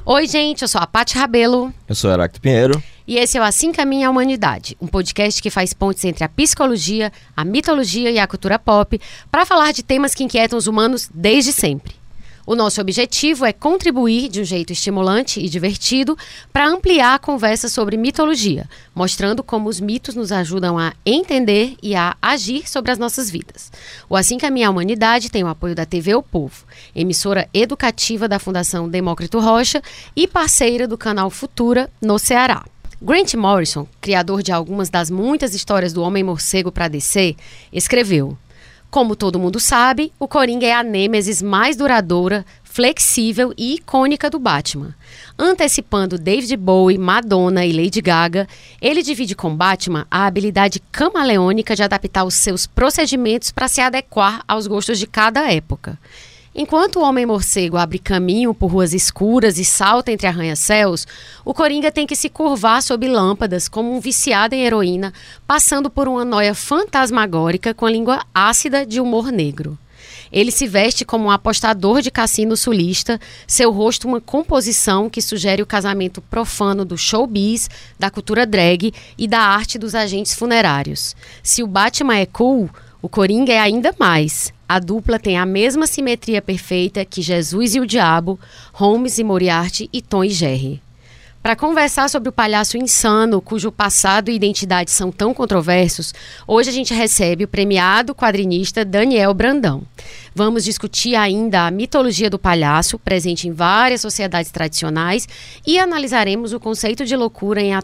Oi, gente, eu sou a Paty Rabelo. Eu sou Heráclito Pinheiro. E esse é o Assim Caminha a Humanidade, um podcast que faz pontes entre a psicologia, a mitologia e a cultura pop para falar de temas que inquietam os humanos desde sempre. O nosso objetivo é contribuir de um jeito estimulante e divertido para ampliar a conversa sobre mitologia, mostrando como os mitos nos ajudam a entender e a agir sobre as nossas vidas. O Assim Caminha a Humanidade tem o apoio da TV O Povo, emissora educativa da Fundação Demócrito Rocha e parceira do canal Futura no Ceará. Grant Morrison, criador de algumas das muitas histórias do Homem-Morcego para DC, escreveu: como todo mundo sabe, o Coringa é a nêmesis mais duradoura, flexível e icônica do Batman. Antecipando David Bowie, Madonna e Lady Gaga, ele divide com Batman a habilidade camaleônica de adaptar os seus procedimentos para se adequar aos gostos de cada época. Enquanto o Homem-Morcego abre caminho por ruas escuras e salta entre arranha-céus, o Coringa tem que se curvar sob lâmpadas como um viciado em heroína, passando por uma noia fantasmagórica com a língua ácida de humor negro. Ele se veste como um apostador de cassino sulista, seu rosto uma composição que sugere o casamento profano do showbiz, da cultura drag e da arte dos agentes funerários. Se o Batman é cool, o Coringa é ainda mais. A dupla tem a mesma simetria perfeita que Jesus e o Diabo, Holmes e Moriarty e Tom e Jerry. Para conversar sobre o palhaço insano, cujo passado e identidade são tão controversos, hoje a gente recebe o premiado quadrinista Daniel Brandão. Vamos discutir ainda a mitologia do palhaço, presente em várias sociedades tradicionais, e analisaremos o conceito de loucura em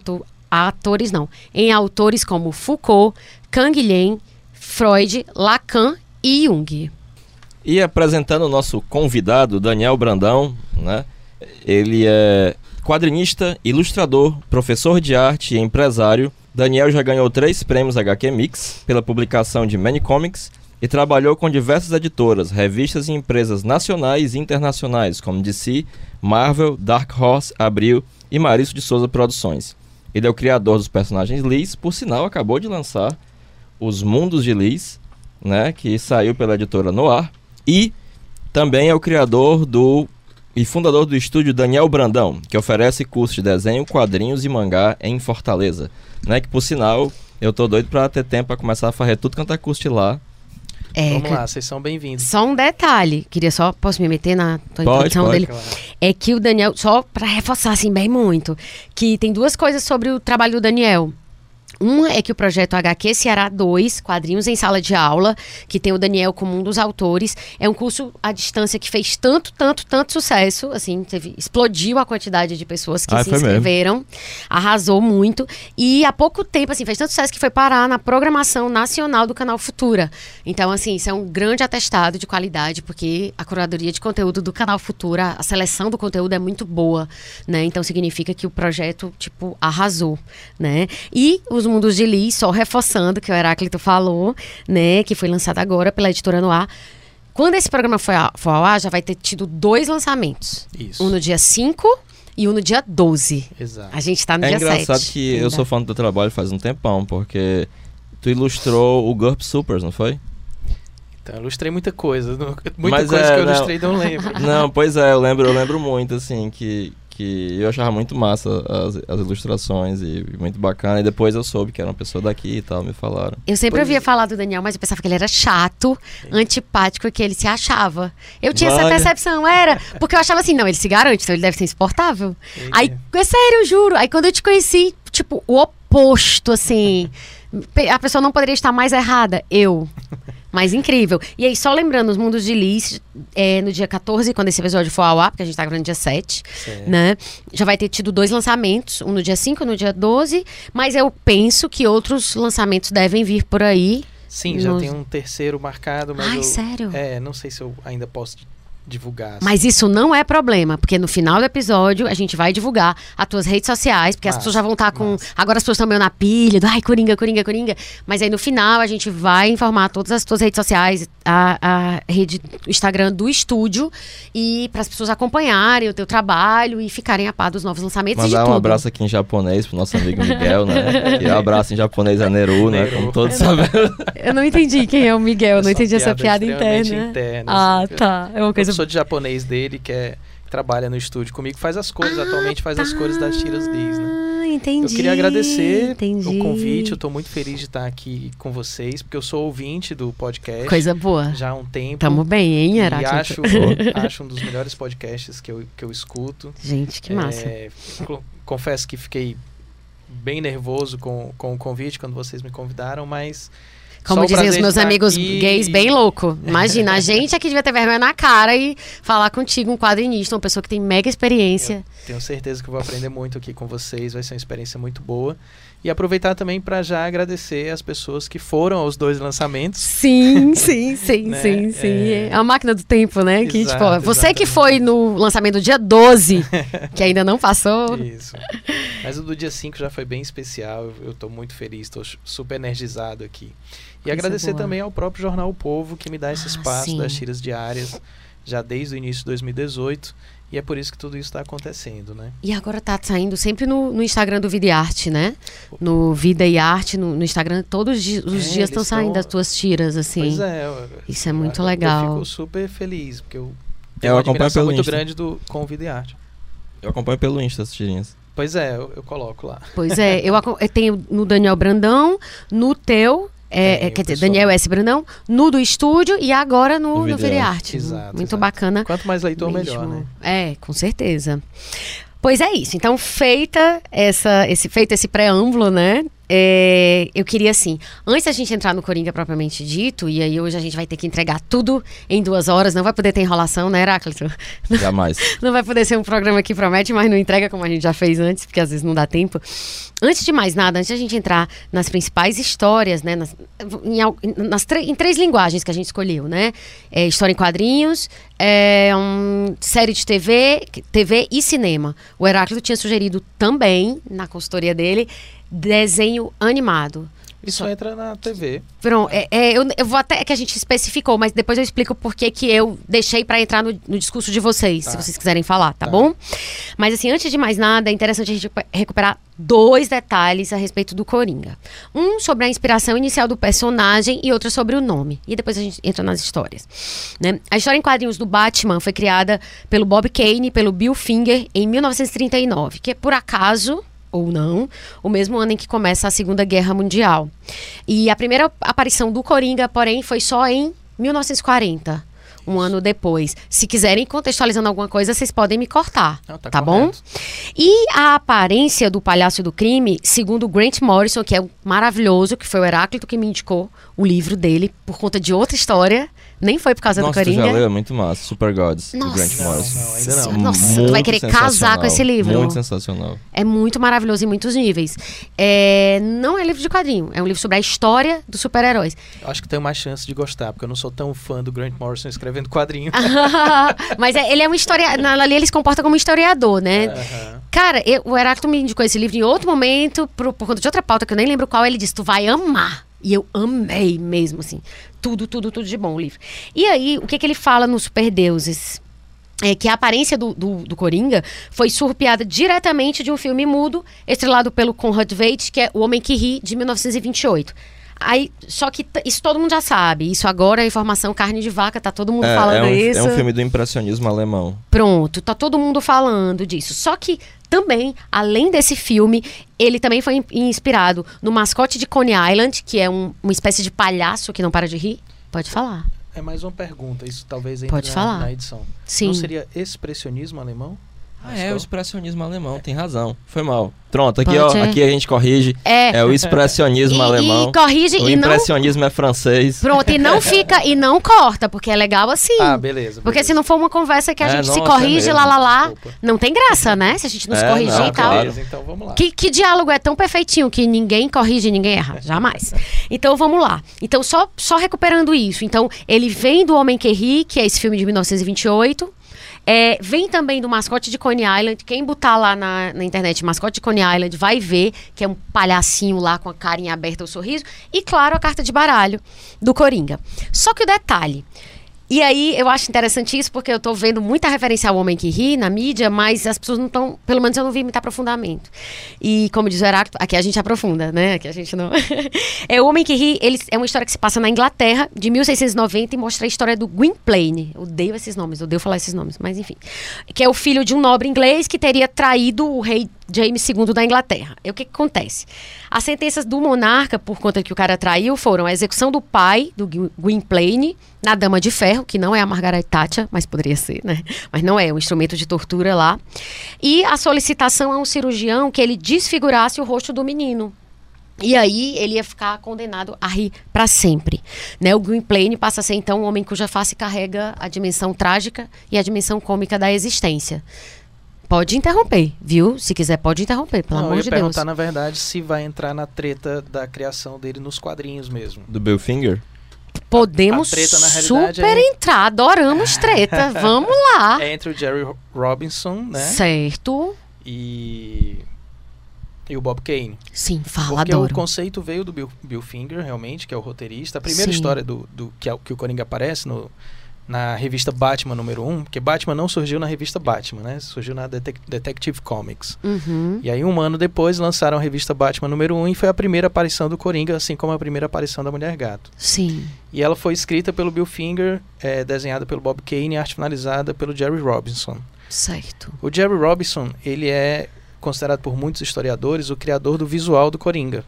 em autores como Foucault, Canguilhem, Freud, Lacan e Jung. E apresentando o nosso convidado, Daniel Brandão, né? Ele é quadrinista, ilustrador, professor de arte e empresário. Daniel já ganhou 3 prêmios HQ Mix pela publicação de Many Comics e trabalhou com diversas editoras, revistas e empresas nacionais e internacionais, como DC, Marvel, Dark Horse, Abril e Maurício de Souza Produções. Ele é o criador dos personagens Liz, por sinal acabou de lançar Os Mundos de Liz, né, que saiu pela editora Noir, e também é o criador e fundador do estúdio Daniel Brandão, que oferece cursos de desenho, quadrinhos e mangá em Fortaleza, né, que por sinal eu tô doido pra ter tempo pra começar a fazer tudo quanto é curso de lá. Vamos lá, vocês são bem-vindos. Só um detalhe, posso me meter na tua introdução dele? Claro. É que o Daniel, só pra reforçar assim bem muito, que tem 2 coisas sobre o trabalho do Daniel. Uma é que o projeto HQ Ceará 2, Quadrinhos em Sala de Aula, que tem o Daniel como um dos autores, é um curso à distância que fez tanto sucesso, assim, explodiu a quantidade de pessoas que se inscreveram, mesmo. Arrasou muito, e há pouco tempo, assim, fez tanto sucesso que foi parar na programação nacional do canal Futura. Então, assim, isso é um grande atestado de qualidade, porque a curadoria de conteúdo do canal Futura, a seleção do conteúdo é muito boa, né? Então, significa que o projeto, arrasou, né? E os Mundos de Liz, só reforçando que o Heráclito falou, né, que foi lançado agora pela editora Noir. Quando esse programa for ao ar, já vai ter tido 2 lançamentos. Isso. Um no dia 5 e um no dia 12. Exato. A gente tá no dia 7. É engraçado que eu sou fã do teu trabalho faz um tempão, porque tu ilustrou o GURP Supers, não foi? Então, eu ilustrei muita coisa. Muita coisa que eu ilustrei não lembro. Não, pois é, eu lembro muito, assim, que eu achava muito massa as ilustrações e muito bacana. E depois eu soube que era uma pessoa daqui e tal, me falaram. Eu sempre ouvia falar do Daniel, mas eu pensava que ele era chato, antipático, que ele se achava. Eu tinha essa percepção, porque eu achava assim, não, ele se garante, então ele deve ser insuportável. Aí, é sério, eu juro. Aí quando eu te conheci, o oposto, assim, a pessoa não poderia estar mais errada. Mas incrível. E aí, só lembrando, Os Mundos de Liz, no dia 14, quando esse episódio for ao ar, porque a gente tá gravando no dia 7, né? Já vai ter tido 2 lançamentos, um no dia 5 e um no dia 12, mas eu penso que outros lançamentos devem vir por aí. Sim, já tem um terceiro marcado, mas sério? Não sei se eu ainda posso divulgar. Mas isso não é problema, porque no final do episódio a gente vai divulgar as tuas redes sociais, porque as pessoas já vão estar com... Agora as pessoas estão meio na pilha, Coringa. Mas aí no final a gente vai informar todas as tuas redes sociais, a rede Instagram do estúdio, e para as pessoas acompanharem o teu trabalho e ficarem a par dos novos lançamentos. Mandar um abraço aqui em japonês pro nosso amigo Miguel, né? Que abraço em japonês é Neru, né? Como todos sabem. Eu não entendi quem é o Miguel, eu não entendi essa piada interna. Interna. Ah, tá. É uma coisa... Eu sou de japonês dele, que é trabalha no estúdio comigo, faz as cores, atualmente faz as cores das tiras Disney. Entendi. Eu queria agradecer o convite, eu tô muito feliz de estar aqui com vocês, porque eu sou ouvinte do podcast. Coisa boa. Já há um tempo. Tamo bem, hein, Heráclito? E acho um dos melhores podcasts que eu escuto. Gente, que massa. Confesso que fiquei bem nervoso com o convite quando vocês me convidaram, mas... Como dizem os meus amigos gays, bem louco. Imagina, a gente aqui devia ter vergonha na cara e falar contigo, um quadrinista, uma pessoa que tem mega experiência. Eu tenho certeza que eu vou aprender muito aqui com vocês, vai ser uma experiência muito boa. E aproveitar também para já agradecer as pessoas que foram aos 2 lançamentos. Sim. Né? Sim. É a máquina do tempo, né? Exato, que, tipo, você que foi no lançamento do dia 12, que ainda não passou. Isso. Mas o do dia 5 já foi bem especial. Eu tô muito feliz, tô super energizado aqui. E agradecer também ao próprio Jornal O Povo, que me dá esse espaço das tiras diárias, já desde o início de 2018. E é por isso que tudo isso está acontecendo, né? E agora tá saindo sempre no Instagram do Vida e Arte, né? No Vida e Arte, no Instagram, todos os dias estão saindo as tuas tiras, assim. Pois é. Isso é muito legal. Eu fico super feliz, porque eu tenho uma admiração muito grande com o Vida e Arte. Eu acompanho pelo Insta as tirinhas. Pois é, eu coloco lá. Pois é, eu tenho no Daniel Brandão, no teu... quer dizer, Daniel S. Brandão, no do estúdio e agora no Vida e Arte. Exato. Muito bacana. Quanto mais leitor, melhor, né? Com certeza. Pois é isso. Então, feito esse preâmbulo, né? Eu queria, assim, antes da gente entrar no Coringa propriamente dito, e aí hoje a gente vai ter que entregar tudo em 2 horas, não vai poder ter enrolação, né, Heráclito? Jamais. Não vai poder ser um programa que promete, mas não entrega como a gente já fez antes, porque às vezes não dá tempo. Antes de mais nada, antes da gente entrar nas principais histórias, né, em 3 linguagens que a gente escolheu, né? História em quadrinhos, série de TV e cinema. O Heráclito tinha sugerido também, na consultoria dele, desenho animado. Isso entra na TV. Pronto, eu vou até que a gente especificou, mas depois eu explico por que eu deixei para entrar no discurso de vocês, se vocês quiserem falar, tá bom? Mas assim, antes de mais nada, é interessante a gente recuperar 2 detalhes a respeito do Coringa. Um sobre a inspiração inicial do personagem e outro sobre o nome. E depois a gente entra nas histórias, né? A história em quadrinhos do Batman foi criada pelo Bob Kane e pelo Bill Finger em 1939, que é, por acaso... ou não, o mesmo ano em que começa a Segunda Guerra Mundial. E a primeira aparição do Coringa, porém, foi só em 1940, um ano depois. Se quiserem contextualizando alguma coisa, vocês podem me cortar, tá bom? E a aparência do palhaço do crime, segundo Grant Morrison, que é maravilhoso, que foi o Heráclito que me indicou o livro dele, por conta de outra história, nem foi por causa do Coringa. Nossa, tu já leu? É muito massa. Super Gods, do Grant Morrison. Não, ainda não. Nossa, tu vai querer casar com esse livro. Muito sensacional. É muito maravilhoso em muitos níveis. Não é livro de quadrinho, é um livro sobre a história dos super-heróis. Eu acho que tenho mais chance de gostar, porque eu não sou tão fã do Grant Morrison escrevendo quadrinho. Mas ele é um historiador, ali ele se comporta como um historiador, né? Cara, o Heráclito me indicou esse livro em outro momento, por conta de outra pauta que eu nem lembro qual, ele disse, tu vai amar. E eu amei mesmo, assim. Tudo de bom o livro. E aí, o que ele fala no Super Deuses? É que a aparência do Coringa foi surrupiada diretamente de um filme mudo, estrelado pelo Conrad Veidt, que é O Homem que Ri, de 1928. Aí, só que isso todo mundo já sabe. Isso agora é informação carne de vaca, tá todo mundo falando isso. É um filme do impressionismo alemão. Pronto, tá todo mundo falando disso. Só que também, além desse filme, ele também foi inspirado no mascote de Coney Island, que é uma espécie de palhaço que não para de rir. Pode falar. É mais uma pergunta, isso talvez entre na edição. Sim. Não seria expressionismo alemão? O expressionismo alemão, tem razão. Foi mal. Pronto, aqui, aqui a gente corrige. É o expressionismo alemão. E corrige o impressionismo é francês. Pronto, e não fica, e não corta, porque é legal assim. Beleza. Porque se não for uma conversa que a gente se corrige, não tem graça, né? Se a gente não se corrigir e tal. Beleza, então vamos lá. Que diálogo é tão perfeitinho que ninguém corrige e ninguém erra? Jamais. Então vamos lá. Então, só recuperando isso. Então, ele vem do Homem que Ri, que é esse filme de 1928. Vem também do mascote de Coney Island. Quem botar lá na internet mascote de Coney Island vai ver que é um palhacinho lá com a carinha aberta, o sorriso. E claro, a carta de baralho do Coringa. Só que o detalhe, E aí, eu acho interessante isso, porque eu tô vendo muita referência ao Homem que Ri na mídia, mas as pessoas não estão... Pelo menos eu não vi muito aprofundamento. E, como diz o Heráclito, aqui a gente aprofunda, né? Aqui a gente não... O Homem que Ri, é uma história que se passa na Inglaterra, de 1690, e mostra a história do Gwynplaine. Eu odeio esses nomes, eu odeio falar esses nomes, mas enfim. Que é o filho de um nobre inglês que teria traído o rei James II da Inglaterra. E o que acontece? As sentenças do monarca, por conta que o cara traiu, foram a execução do pai, do Gwynplaine, na Dama de Ferro, que não é a Margaret Thatcher, mas poderia ser, né? Mas não é um instrumento de tortura lá. E a solicitação a um cirurgião que ele desfigurasse o rosto do menino. E aí ele ia ficar condenado a rir para sempre. Né? O Gwynplaine passa a ser, então, um homem cuja face carrega a dimensão trágica e a dimensão cômica da existência. Pode interromper, viu? Se quiser, pode interromper, pelo amor de Deus. Eu ia perguntar, na verdade, se vai entrar na treta da criação dele nos quadrinhos mesmo. Do Bill Finger? Podemos treta, na super entrar, adoramos treta, vamos lá. É entre o Jerry Robinson, né? Certo. E o Bob Kane. Sim, fala, porque adoro. O conceito veio do Bill Finger, realmente, que é o roteirista. A primeira história que o Coringa aparece na revista Batman número 1, porque Batman não surgiu na revista Batman, né? Surgiu na Detective Comics. Uhum. E aí, um ano depois, lançaram a revista Batman número 1 e foi a primeira aparição do Coringa, assim como a primeira aparição da Mulher-Gato. Sim. E ela foi escrita pelo Bill Finger, desenhada pelo Bob Kane e arte finalizada pelo Jerry Robinson. Certo. O Jerry Robinson, ele é considerado por muitos historiadores o criador do visual do Coringa.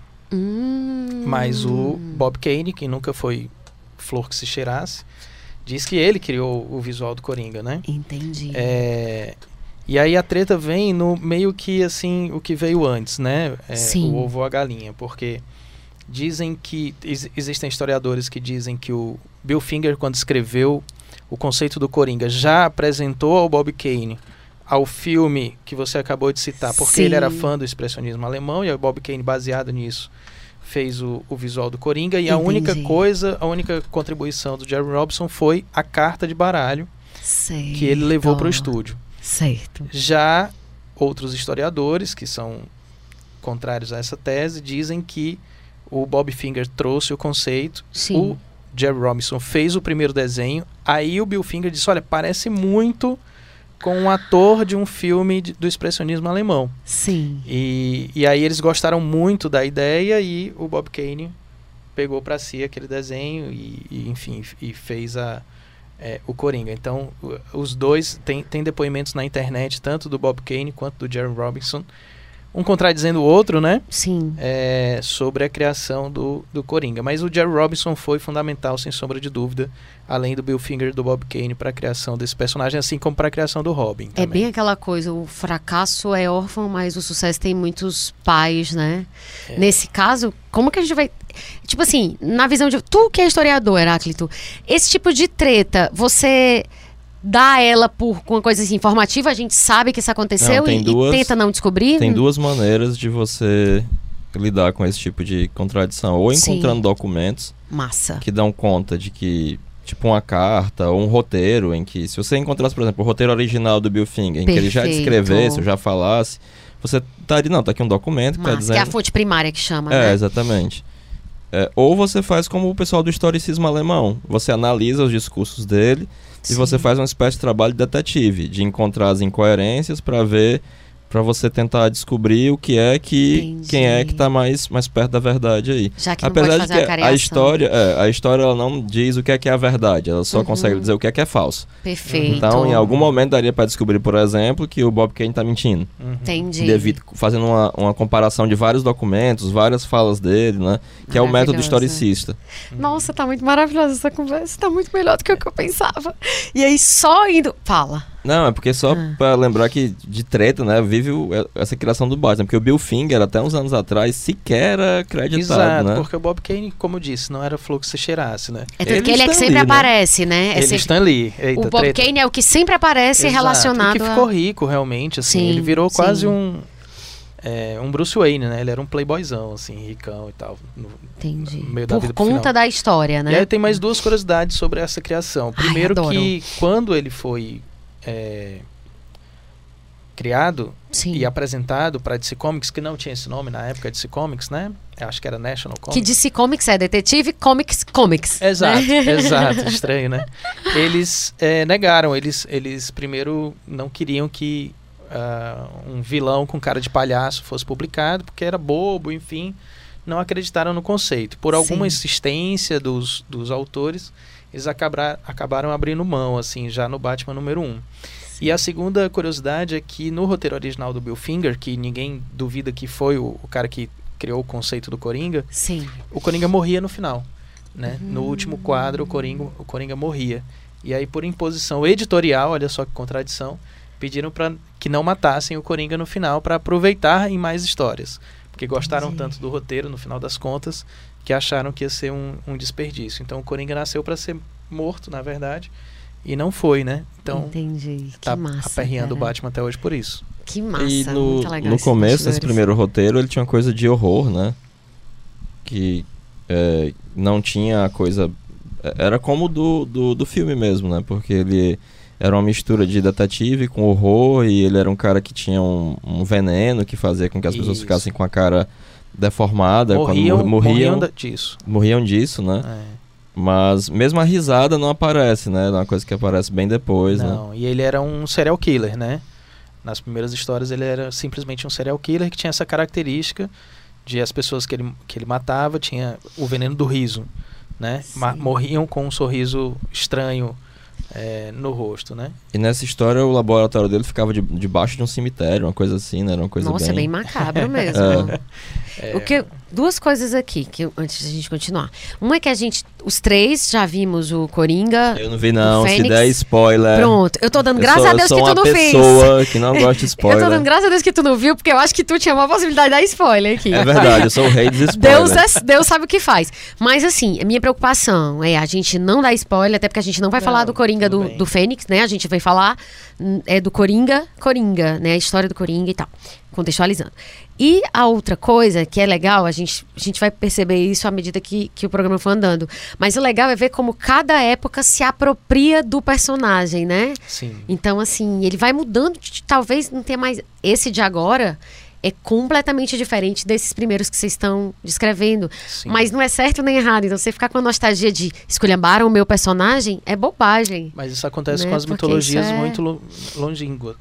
Mas o Bob Kane, que nunca foi flor que se cheirasse, diz que ele criou o visual do Coringa, né? Entendi. E aí a treta vem no meio que, assim, o que veio antes, né? O ovo ou a galinha, porque dizem que... Existem historiadores que dizem que o Bill Finger, quando escreveu o conceito do Coringa, já apresentou ao Bob Kane ao filme que você acabou de citar, porque ele era fã do expressionismo alemão, e o Bob Kane, baseado nisso, fez o visual do Coringa, e a única contribuição do Jerry Robinson foi a carta de baralho que ele levou para o estúdio. Certo. Já outros historiadores, que são contrários a essa tese, dizem que o Bob Finger trouxe o conceito, o Jerry Robinson fez o primeiro desenho, aí o Bill Finger disse, olha, parece muito com um ator de um filme do expressionismo alemão. Sim. E aí eles gostaram muito da ideia e o Bob Kane pegou para si aquele desenho enfim, fez o Coringa. Então, os dois tem depoimentos na internet, tanto do Bob Kane quanto do Jerry Robinson, um contradizendo o outro, né? Sim. Sobre a criação do Coringa. Mas o Jerry Robinson foi fundamental, sem sombra de dúvida, além do Bill Finger e do Bob Kane, para a criação desse personagem, assim como para a criação do Robin. É bem aquela coisa, o fracasso é órfão, mas o sucesso tem muitos pais, né? Nesse caso, como que a gente vai... Tipo assim, na visão de... Tu que é historiador, Heráclito, esse tipo de treta, você... dá ela por uma coisa assim, informativa, a gente sabe que isso aconteceu e tenta não descobrir? Tem duas maneiras de você lidar com esse tipo de contradição. Ou encontrando documentos que dão conta de que, tipo uma carta ou um roteiro, em que se você encontrasse, por exemplo, o roteiro original do Bill Finger, em que ele já descrevesse ou já falasse, você estaria, não, tá aqui um documento que tá dizendo... que é a fonte primária que chama, né? Exatamente. Ou você faz como o pessoal do historicismo alemão, você analisa os discursos dele e você faz uma espécie de trabalho detetive, de encontrar as incoerências para você tentar descobrir o que é que quem é que está mais perto da verdade aí. Já que apesar não pode fazer de que a história ela não diz o que é a verdade, ela só consegue dizer o que é falso. Perfeito. Então, em algum momento daria para descobrir, por exemplo, que o Bob Kane está mentindo. Entendi. Fazendo uma comparação de vários documentos, várias falas dele, né? Que é o método historicista. Nossa, tá muito maravilhosa essa conversa, tá muito melhor do que o que eu pensava. E aí só indo... Fala. Não, é porque só pra lembrar que de treta, né, vive essa criação do Batman, porque o Bill Finger, até uns anos atrás, sequer era acreditado, exato, né? Porque o Bob Kane, como eu disse, não era flor que se cheirasse, né? É tanto que ele é que sempre aparece, né? Eles estão ali. Eita, o Bob Kane é o que sempre aparece relacionado e que ficou rico, realmente, assim. Ele virou quase um Bruce Wayne, né? Ele era um playboyzão, assim, ricão e tal. Entendi. No meio da vida por conta da história, né? E aí tem mais duas curiosidades sobre essa criação. Primeiro, que quando ele foi criado Sim. e apresentado para DC Comics, que não tinha esse nome na época, DC Comics, né? Eu acho que era National Comics. Que DC Comics é Detetive Comics. Exato, né? exato. Estranho, né? Eles negaram, eles primeiro não queriam que um vilão com cara de palhaço fosse publicado, porque era bobo, enfim, não acreditaram no conceito. Por alguma insistência dos autores, eles acabaram abrindo mão, assim, já no Batman número 1. E a segunda curiosidade é que no roteiro original do Bill Finger, que ninguém duvida que foi o cara que criou o conceito do Coringa, Sim. o Coringa morria no final, né? No último quadro, o Coringa morria. E aí, por imposição editorial, olha só que contradição, pediram para que não matassem o Coringa no final para aproveitar em mais histórias. Porque gostaram tanto do roteiro, no final das contas, que acharam que ia ser um desperdício. Então o Coringa nasceu para ser morto, na verdade, e não foi, né? Então tá aperreando o Batman até hoje por isso. Que massa, e muito legal. No começo desse primeiro roteiro, ele tinha uma coisa de horror, né? Que não tinha a coisa... Era como do filme mesmo, né? Porque ele era uma mistura de detetive com horror, e ele era um cara que tinha um veneno que fazia com que as pessoas ficassem com a cara deformada. Morriam disso, né? Mas mesmo a risada não aparece, né? É uma coisa que aparece bem depois, não, né? E ele era um serial killer, né? Nas primeiras histórias ele era simplesmente um serial killer que tinha essa característica de as pessoas que ele matava tinha o veneno do riso, né? Morriam com um sorriso estranho no rosto, né? E nessa história o laboratório dele ficava debaixo de um cemitério, uma coisa assim, né? Era uma coisa bem macabro mesmo. Duas coisas aqui, antes da gente continuar. Uma é que os três já vimos o Coringa. Eu não vi não, se der spoiler. Pronto, eu tô dando graças a Deus que tu não fez. Eu sou uma pessoa que não gosta de spoiler. Eu tô dando graças a Deus que tu não viu, porque eu acho que tu tinha uma possibilidade de dar spoiler aqui. É verdade, eu sou o rei dos spoilers. Deus sabe o que faz. Mas assim, a minha preocupação é a gente não dar spoiler, até porque a gente não vai falar do Coringa do Fênix, né? A gente vai falar do Coringa, né? A história do Coringa e tal, contextualizando. E a outra coisa que é legal, a gente vai perceber isso à medida que o programa for andando. Mas o legal é ver como cada época se apropria do personagem, né? Sim. Então, assim, ele vai mudando, talvez não tenha mais... Esse de agora é completamente diferente desses primeiros que vocês estão descrevendo. Sim. Mas não é certo nem errado. Então, você ficar com a nostalgia de esculhambaram o meu personagem é bobagem. Mas isso acontece, né? Com as mitologias muito longínquas.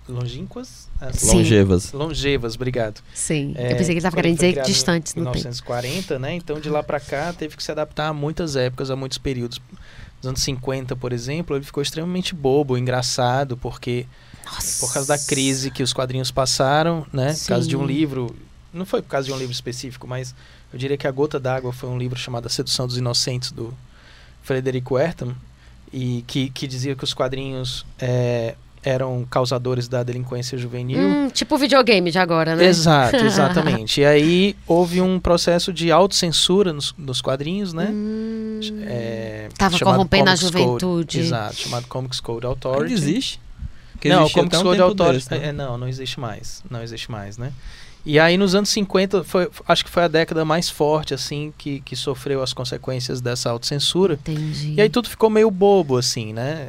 Longevas, obrigado. Sim, eu pensei que ele estava querendo dizer distantes no tempo. 1940, né? Então, de lá para cá, teve que se adaptar a muitas épocas, a muitos períodos. Nos anos 50, por exemplo, ele ficou extremamente bobo, engraçado, porque... Por causa da crise que os quadrinhos passaram, né? Por causa de um livro... Não foi por causa de um livro específico, mas eu diria que A Gota d'Água foi um livro chamado A Sedução dos Inocentes, do Frederick Wertham, e que dizia que os quadrinhos eram causadores da delinquência juvenil. Tipo o videogame de agora, né? Exato, exatamente. E aí houve um processo de autocensura nos quadrinhos, né? Tava corrompendo a juventude. Exato, chamado Comics Code Authority. Ainda existe? Não, Comics Code Authority não existe mais. Não existe mais, né? E aí nos anos 50, acho que foi a década mais forte, assim, que sofreu as consequências dessa autocensura. Entendi. E aí tudo ficou meio bobo, assim, né?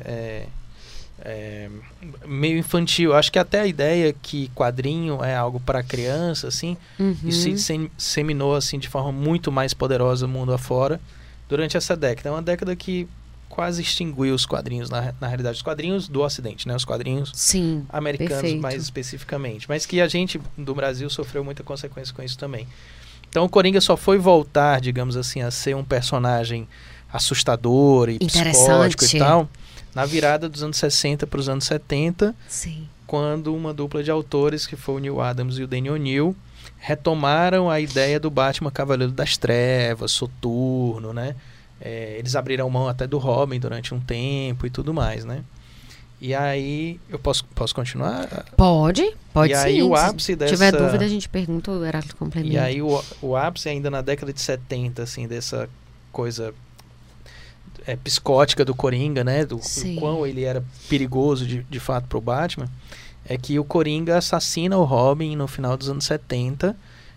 Meio infantil. Acho que até a ideia que quadrinho é algo para criança, assim, isso se disseminou, assim, de forma muito mais poderosa mundo afora durante essa década. É uma década que quase extinguiu os quadrinhos, na realidade, os quadrinhos do Ocidente, né? Os quadrinhos americanos, perfeito, mais especificamente. Mas que a gente, do Brasil, sofreu muita consequência com isso também. Então o Coringa só foi voltar, digamos assim, a ser um personagem assustador e psicótico e tal, na virada dos anos 60 para os anos 70, quando uma dupla de autores, que foi o Neil Adams e o Danny O'Neill, retomaram a ideia do Batman Cavaleiro das Trevas, soturno, né? Eles abriram mão até do Robin durante um tempo e tudo mais, né? E aí, eu posso continuar? Pode e aí, sim. O ápice dessa... Se tiver dúvida, a gente pergunta, o Heráclito complementa. E aí, o ápice ainda na década de 70, assim, dessa coisa psicótica do Coringa, né? Do quão ele era perigoso, de fato, pro Batman, é que o Coringa assassina o Robin no final dos anos 70,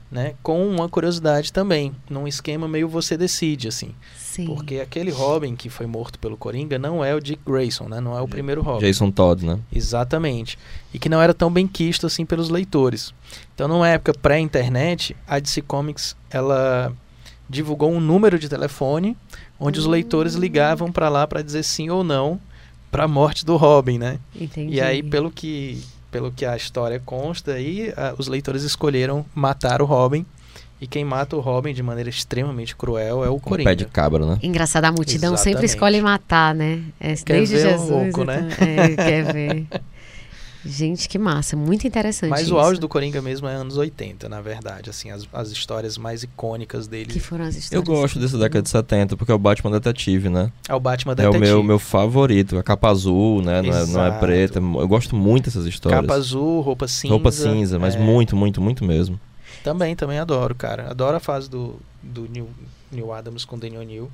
né? Com uma curiosidade também, num esquema meio você decide, assim. Sim. Porque aquele Robin que foi morto pelo Coringa não é o Dick Grayson, né? Não é o primeiro Robin. Jason Todd, né? Exatamente. E que não era tão bem quisto assim pelos leitores. Então, numa época pré-internet, a DC Comics, ela divulgou um número de telefone onde os leitores ligavam para lá para dizer sim ou não para a morte do Robin, né? Entendi. E aí, pelo que a história consta, aí, os leitores escolheram matar o Robin. E quem mata o Robin de maneira extremamente cruel é o Coringa. Pé de cabra, né? Engraçado, a multidão Exatamente. sempre escolhe matar, né? Desde ver Jesus. um louco, né? Quer ver. Gente, que massa. Muito interessante. Mas isso. o auge do Coringa mesmo é anos 80, na verdade. Assim, as histórias mais icônicas dele. Que foram as Eu histórias. gosto dessa década de 70, porque é o Batman Detetive, né? É o Batman É Detetive. o meu favorito. A capa azul, né? Não é Exato. preta. Eu gosto muito dessas histórias. Capa azul, roupa cinza. Roupa cinza, mas muito, muito, muito mesmo. Também adoro, cara. Adoro a fase do Neil Adams com Daniel O'Neill.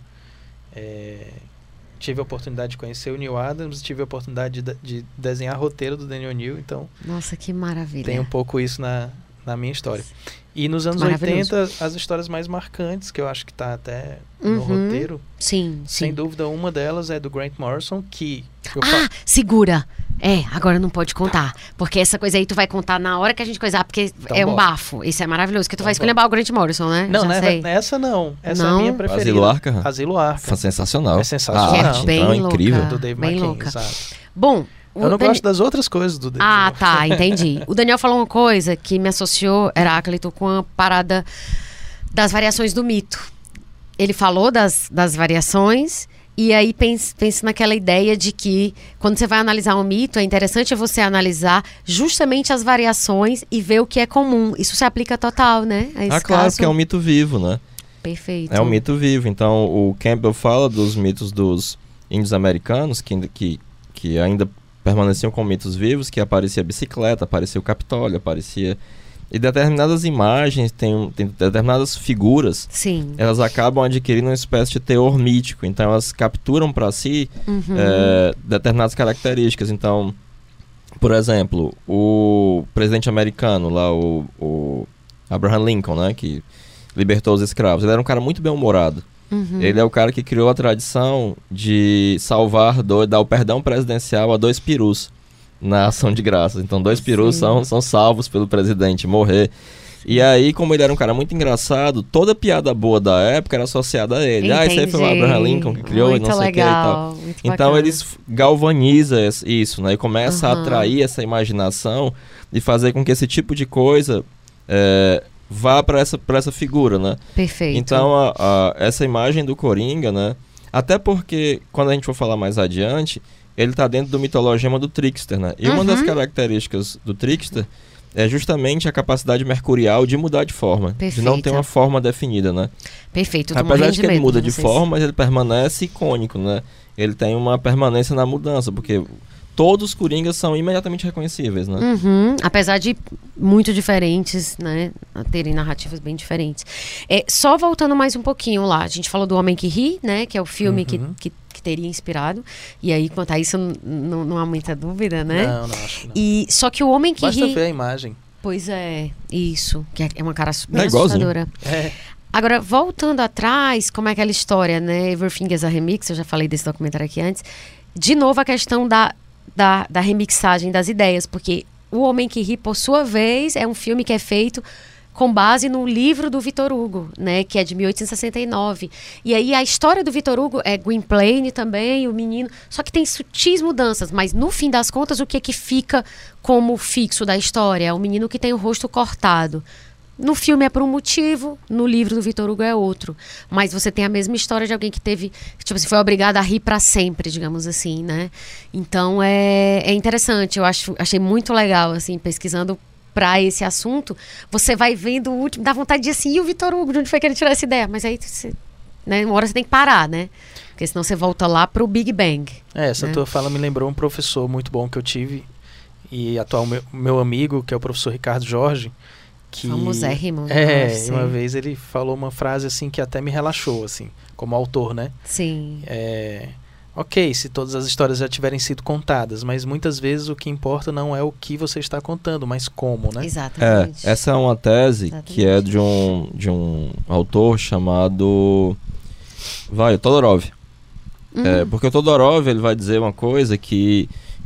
Tive a oportunidade de conhecer o Neil Adams, tive a oportunidade de desenhar roteiro do Daniel O'Neill, então Nossa, que maravilha. tem um pouco isso na minha história. E nos anos 80, as histórias mais marcantes, que eu acho que tá até no roteiro, Sim, sem sim. dúvida uma delas é do Grant Morrison, que... Segura! Agora não pode contar. Porque essa coisa aí tu vai contar na hora que a gente coisar, porque Então, é um bora. bafo. Isso é maravilhoso. Que tu Então, vai escolher o Grant Morrison, né? Não, Já sei. essa não. Essa Não? é a minha preferida. Asilo Arkham? Asilo Arkham. Foi sensacional. É sensacional. A arte, bem então, é louca. incrível. Do Dave Bem McKean, louca. exato. Bom... Eu não gosto das outras coisas do Dave. Ah, tá, entendi. O Daniel falou uma coisa que me associou, Heráclito, com a parada das variações do mito. Ele falou das variações e aí pensa naquela ideia de que quando você vai analisar um mito, é interessante você analisar justamente as variações e ver o que é comum. Isso se aplica total, né? A esse Claro, caso. porque é um mito vivo, né? Perfeito. É um mito vivo. Então, o Campbell fala dos mitos dos índios americanos, que ainda permaneciam como mitos vivos, que aparecia bicicleta, aparecia o Capitólio, aparecia... E determinadas imagens, tem determinadas figuras, Sim. elas acabam adquirindo uma espécie de teor mítico. Então, elas capturam para si determinadas características. Então, por exemplo, o presidente americano lá, o Abraham Lincoln, né, que libertou os escravos, ele era um cara muito bem-humorado. Ele é o cara que criou a tradição de dar o perdão presidencial a 2 perus na ação de graças. Então 2 perus são salvos pelo presidente morrer. E aí, como ele era um cara muito engraçado, toda piada boa da época era associada a ele. Entendi. Isso aí foi o Abraham Lincoln que criou Muito e não sei o que e tal. muito Então bacana. eles galvanizam isso, né? E começa a atrair essa imaginação e fazer com que esse tipo de coisa vá para essa figura, né? Perfeito. Então, essa imagem do Coringa, né? Até porque, quando a gente for falar mais adiante, ele está dentro do mitologema do Trickster, né? E uma das características do Trickster é justamente a capacidade mercurial de mudar de forma. Perfeito. De não ter uma forma definida, né? Perfeito. Eu tô Apesar morrendo de que ele medo muda de vocês. forma, mas ele permanece icônico, né? Ele tem uma permanência na mudança, porque... Todos os Coringas são imediatamente reconhecíveis, né? Apesar de muito diferentes, né? Terem narrativas bem diferentes. Só voltando mais um pouquinho lá. A gente falou do Homem que Ri, né? Que é o filme que teria inspirado. E aí, quanto a isso, não há muita dúvida, né? Não, acho que não. Só que o Homem que Basta Ri... ver a imagem. Pois é, isso. Que é uma cara bem igualzinho. assustadora. É. Agora, voltando atrás, como é aquela história, né? Everything is a Remix, eu já falei desse documentário aqui antes. De novo, a questão da remixagem das ideias, porque O Homem que Ri, por sua vez, é um filme que é feito com base no livro do Victor Hugo, né, que é de 1869. E aí a história do Victor Hugo é Gwynplaine também, o menino, só que tem sutis mudanças, mas no fim das contas o que fica como fixo da história é o menino que tem o rosto cortado. No filme é por um motivo, no livro do Victor Hugo é outro. Mas você tem a mesma história de alguém que teve, tipo assim, foi obrigado a rir para sempre, digamos assim, né? Então é interessante, achei muito legal, assim, pesquisando para esse assunto. Você vai vendo o último, dá vontade de ir assim, e o Victor Hugo, de onde foi que ele tirou essa ideia? Mas aí, né, uma hora você tem que parar, né? Porque senão você volta lá pro Big Bang. Essa tua fala me lembrou um professor muito bom que eu tive, e atual meu amigo, que é o professor Ricardo Jorge, que famosérrimo. E uma vez ele falou uma frase assim que até me relaxou, assim, como autor, né? Sim. Ok, se todas as histórias já tiverem sido contadas, mas muitas vezes o que importa não é o que você está contando, mas como, né? Exatamente. Essa é uma tese que é de um autor chamado o Todorov. Porque o Todorov ele vai dizer uma coisa que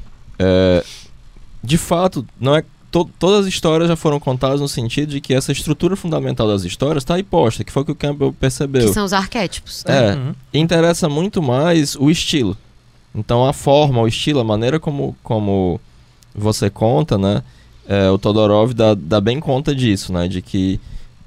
de fato não é todas as histórias já foram contadas no sentido de que essa estrutura fundamental das histórias está aí posta, que foi o que o Campbell percebeu. Que são os arquétipos. Né? Interessa muito mais o estilo. Então a forma, o estilo, a maneira como você conta, né? O Todorov dá bem conta disso, né? De que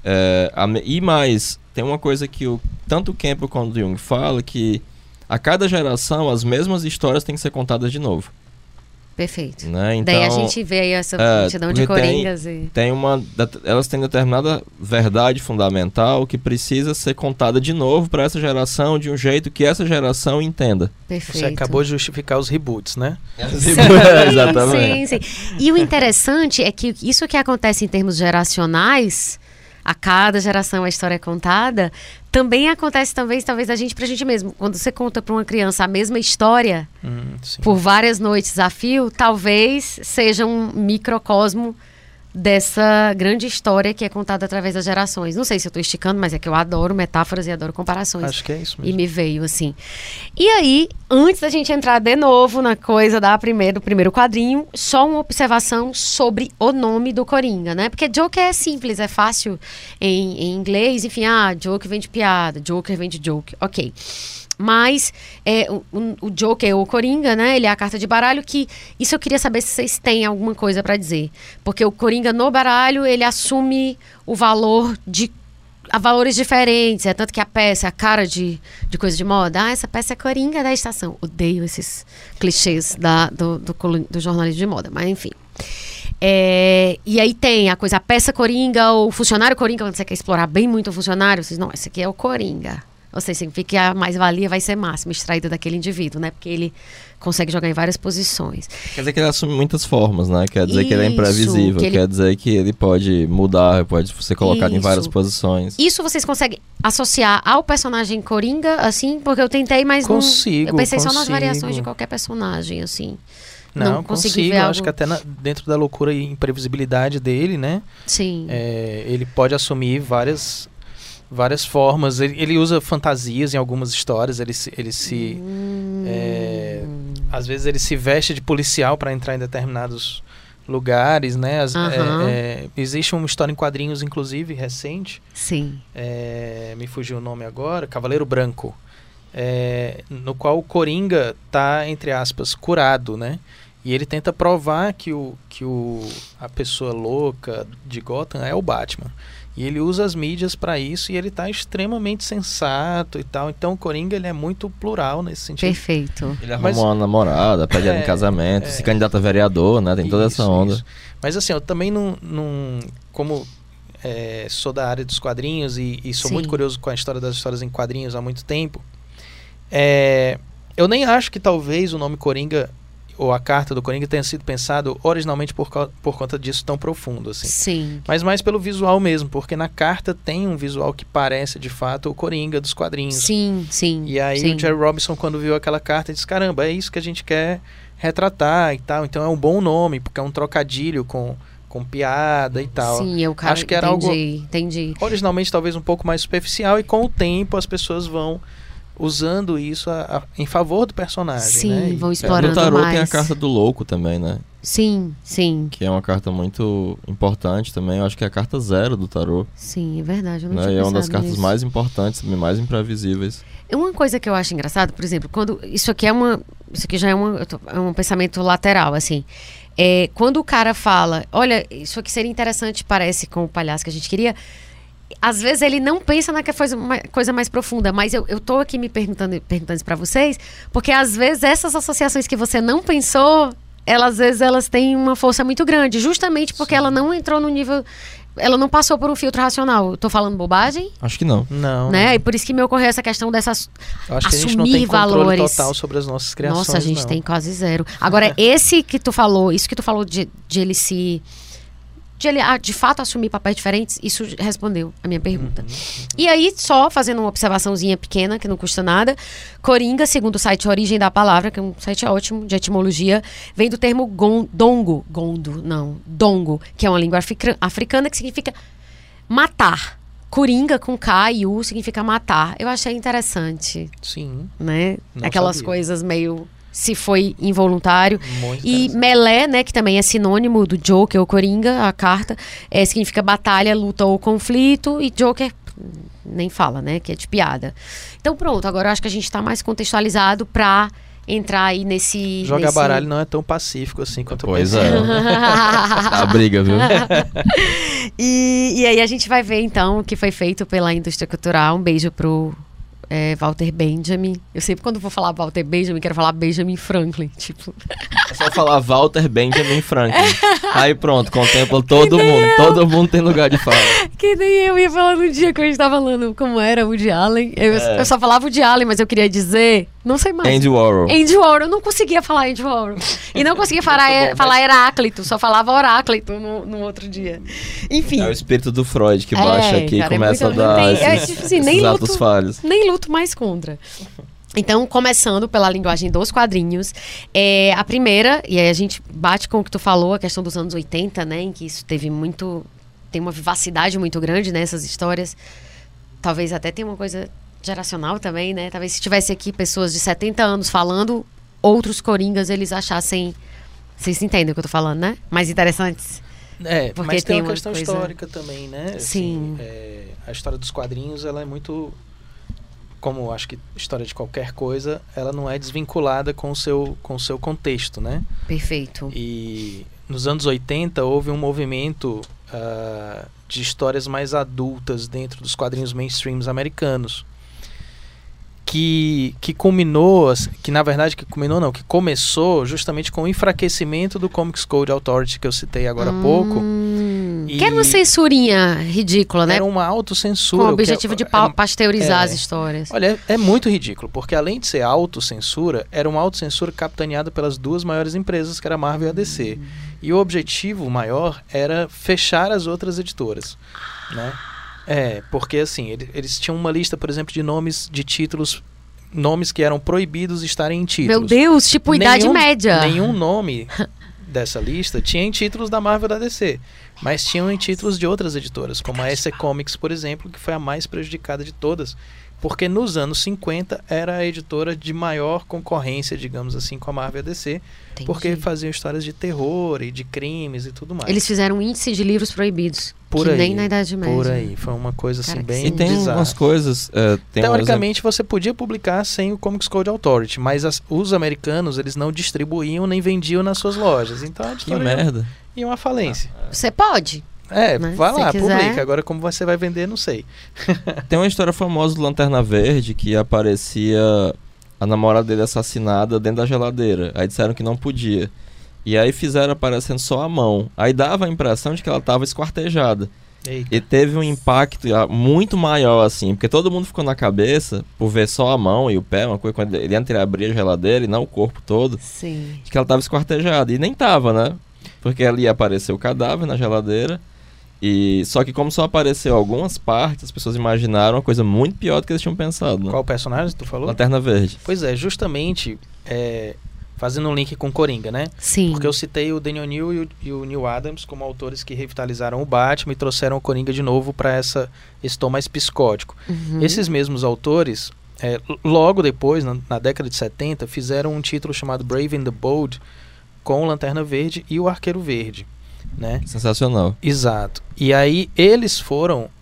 e mais, tem uma coisa que tanto o Campbell quanto o Jung fala, que a cada geração as mesmas histórias têm que ser contadas de novo. Perfeito. Né? Então, daí a gente vê aí essa multidão de coringas. Elas têm determinada verdade fundamental que precisa ser contada de novo para essa geração de um jeito que essa geração entenda. Perfeito. Você acabou de justificar os reboots, né? Exatamente. Sim. E o interessante é que isso que acontece em termos geracionais, a cada geração a história é contada, também acontece talvez pra gente mesmo. Quando você conta para uma criança a mesma história por várias noites a fio, talvez seja um microcosmo dessa grande história que é contada através das gerações. Não sei se eu estou esticando, mas é que eu adoro metáforas e adoro comparações. Acho que é isso mesmo. E me veio assim. E aí, antes da gente entrar de novo na coisa do primeiro quadrinho, só uma observação sobre o nome do Coringa, né? Porque Joker é simples, é fácil em inglês, enfim, Joker vem de piada, Joker vem de joke, ok. Mas o Joker, o Coringa, né? Ele é a carta de baralho que... Isso eu queria saber se vocês têm alguma coisa para dizer. Porque o Coringa no baralho, ele assume o valor a valores diferentes. É tanto que a peça, a cara de coisa de moda. Essa peça é Coringa da estação. Odeio esses clichês do jornalismo de moda. Mas enfim. E aí tem a peça Coringa, ou funcionário Coringa, quando você quer explorar bem muito o funcionário. Vocês, não, esse aqui é o Coringa. Ou seja, significa que a mais-valia vai ser máxima, extraída daquele indivíduo, né? Porque ele consegue jogar em várias posições. Quer dizer que ele assume muitas formas, né? Quer dizer que ele é imprevisível, quer dizer que ele pode mudar, pode ser colocado em várias posições. Isso vocês conseguem associar ao personagem Coringa, assim? Porque eu tentei, mas eu pensei só nas variações de qualquer personagem, assim. Não consigo. Acho que até dentro da loucura e imprevisibilidade dele, né? Sim. Ele pode assumir várias formas. Ele usa fantasias em algumas histórias. Às vezes ele se veste de policial para entrar em determinados lugares, né? Existe uma história em quadrinhos, inclusive, recente. Sim. Me fugiu o nome agora. Cavaleiro Branco. No qual o Coringa tá, entre aspas, curado, né? E ele tenta provar que a pessoa louca de Gotham é o Batman. E ele usa as mídias para isso, e ele tá extremamente sensato e tal. Então o Coringa, ele é muito plural nesse sentido. Perfeito. Ele arruma uma namorada, pede ela em casamento, se candidata a vereador, né? Tem toda essa onda. Isso. Mas assim, eu também não como sou da área dos quadrinhos e sou muito curioso com a história das histórias em quadrinhos há muito tempo, eu nem acho que talvez o nome Coringa ou a carta do Coringa tenha sido pensado originalmente por conta disso tão profundo, assim. Sim. Mas mais pelo visual mesmo, porque na carta tem um visual que parece, de fato, o Coringa dos quadrinhos. Sim. E aí o Jerry Robinson, quando viu aquela carta, disse, caramba, é isso que a gente quer retratar e tal. Então é um bom nome, porque é um trocadilho com piada e tal. Sim, acho que era entendi. Originalmente talvez um pouco mais superficial, e com o tempo as pessoas vão usando isso em favor do personagem. Sim, né? Vão explorando mais. No tarô tem a carta do louco também, né? Sim. Que é uma carta muito importante também. Eu acho que é a carta 0 do tarô. Sim, é verdade. Eu não né? tinha É uma das cartas nisso. mais importantes, mais imprevisíveis. Uma coisa que eu acho engraçado, por exemplo, quando isso aqui já é um pensamento lateral, assim. Quando o cara fala, olha, isso aqui seria interessante, parece com o palhaço que a gente queria. Às vezes ele não pensa naquela coisa mais profunda, mas eu tô aqui me perguntando isso pra vocês, porque às vezes essas associações que você não pensou, às vezes elas têm uma força muito grande, justamente porque ela não entrou no nível, ela não passou por um filtro racional. Eu tô falando bobagem? Acho que não. Não. Né? E por isso que me ocorreu essa questão dessas eu acho que assumir a gente não tem controle valores total sobre as nossas criações. Nossa, a gente tem quase zero. Agora, isso que tu falou de ele se de ele de fato assumir papéis diferentes, isso respondeu a minha pergunta. E aí, só fazendo uma observaçãozinha pequena, que não custa nada, Coringa, segundo o site Origem da Palavra, que é um site ótimo de etimologia, vem do termo dongo, que é uma língua africana que significa matar. Coringa com K e U significa matar. Eu achei interessante. Sim. Né? Não Aquelas sabia. coisas meio... se foi involuntário. Muito E Melé, né, que também é sinônimo do Joker ou Coringa, a carta, significa batalha, luta ou conflito, e Joker nem fala, né, que é de piada. Então pronto, agora eu acho que a gente tá mais contextualizado pra entrar aí nesse... Jogar baralho não é tão pacífico assim quanto Pois eu pensei. A briga, viu? E aí a gente vai ver então o que foi feito pela indústria cultural. Um beijo pro Walter Benjamin. Eu sempre quando vou falar Walter Benjamin, quero falar Benjamin Franklin, tipo... É só falar Walter Benjamin Franklin. Aí pronto, contempla todo mundo. Todo mundo tem lugar de fala. Que nem eu ia falar no dia que eu estava falando como era o Woody Allen. Eu só falava Woody Allen, mas eu queria dizer... Não sei mais. Andy Warhol. Andy Warhol. Eu não conseguia falar Andy Warhol. E não conseguia falar Heráclito. Só falava Oráclito no outro dia. Enfim. É o espírito do Freud que baixa aqui e começa a dar esses atos falhos. Nem luto mais contra. Então, começando pela linguagem dos quadrinhos, a primeira, e aí a gente bate com o que tu falou, a questão dos anos 80, né, em que isso tem uma vivacidade muito grande nessas histórias. Talvez até tenha uma coisa geracional também, né? Talvez se tivesse aqui pessoas de 70 anos falando, outros coringas eles achassem... Vocês entendem o que eu tô falando, né? Mais interessantes. Porque mas tem uma questão histórica também, né? Sim. Assim, a história dos quadrinhos, ela é muito... Como acho que história de qualquer coisa, ela não é desvinculada com o seu contexto, né? Perfeito. E nos anos 80 houve um movimento de histórias mais adultas dentro dos quadrinhos mainstreams americanos. Que culminou, que na verdade que começou justamente com o enfraquecimento do Comics Code Authority que eu citei agora há pouco. Que era uma censurinha ridícula, né? Era uma autocensura. Com o objetivo de pasteurizar as histórias. Olha, é muito ridículo, porque além de ser autocensura, era uma autocensura capitaneada pelas duas maiores empresas, que era a Marvel e a DC. E o objetivo maior era fechar as outras editoras, né? Porque assim, eles tinham uma lista, por exemplo, de nomes de títulos, nomes que eram proibidos de estarem em títulos. Meu Deus, tipo Idade Média. Nenhum nome dessa lista tinha em títulos da Marvel e da DC, mas tinham em títulos de outras editoras, como a EC Comics, por exemplo, que foi a mais prejudicada de todas, porque nos anos 50 era a editora de maior concorrência, digamos assim, com a Marvel e a DC, Entendi. Porque faziam histórias de terror e de crimes e tudo mais. Eles fizeram um índice de livros proibidos, por que aí, nem na Idade Média. Por aí, foi uma coisa assim bem E tem bizarra. umas coisas... Teoricamente você podia publicar sem o Comics Code Authority, mas os americanos eles não distribuíam nem vendiam nas suas lojas. Então a Que editora merda. ia uma falência. Você pode? Né? Vai lá, Se quiser. publica. Agora como você vai vender, não sei. Tem uma história famosa do Lanterna Verde que aparecia a namorada dele assassinada dentro da geladeira. Aí disseram que não podia. E aí fizeram aparecendo só a mão. Aí dava a impressão de que ela estava esquartejada. Eita. E teve um impacto muito maior, assim, porque todo mundo ficou na cabeça, por ver só a mão e o pé, uma coisa, quando ele abria a geladeira e não o corpo todo, Sim. de que ela estava esquartejada. E nem tava, né? Porque ali ia aparecer o cadáver na geladeira. E só que como só apareceu algumas partes, as pessoas imaginaram uma coisa muito pior do que eles tinham pensado, né? Qual personagem tu falou? Lanterna Verde. Pois é, justamente fazendo um link com Coringa, né? Sim. Porque eu citei o Daniel New e o Neil Adams como autores que revitalizaram o Batman e trouxeram o Coringa de novo para esse tom mais psicótico. Esses mesmos autores, logo depois, na década de 70, fizeram um título chamado Brave and the Bold com o Lanterna Verde e o Arqueiro Verde, né? Sensacional. Exato. E aí eles foram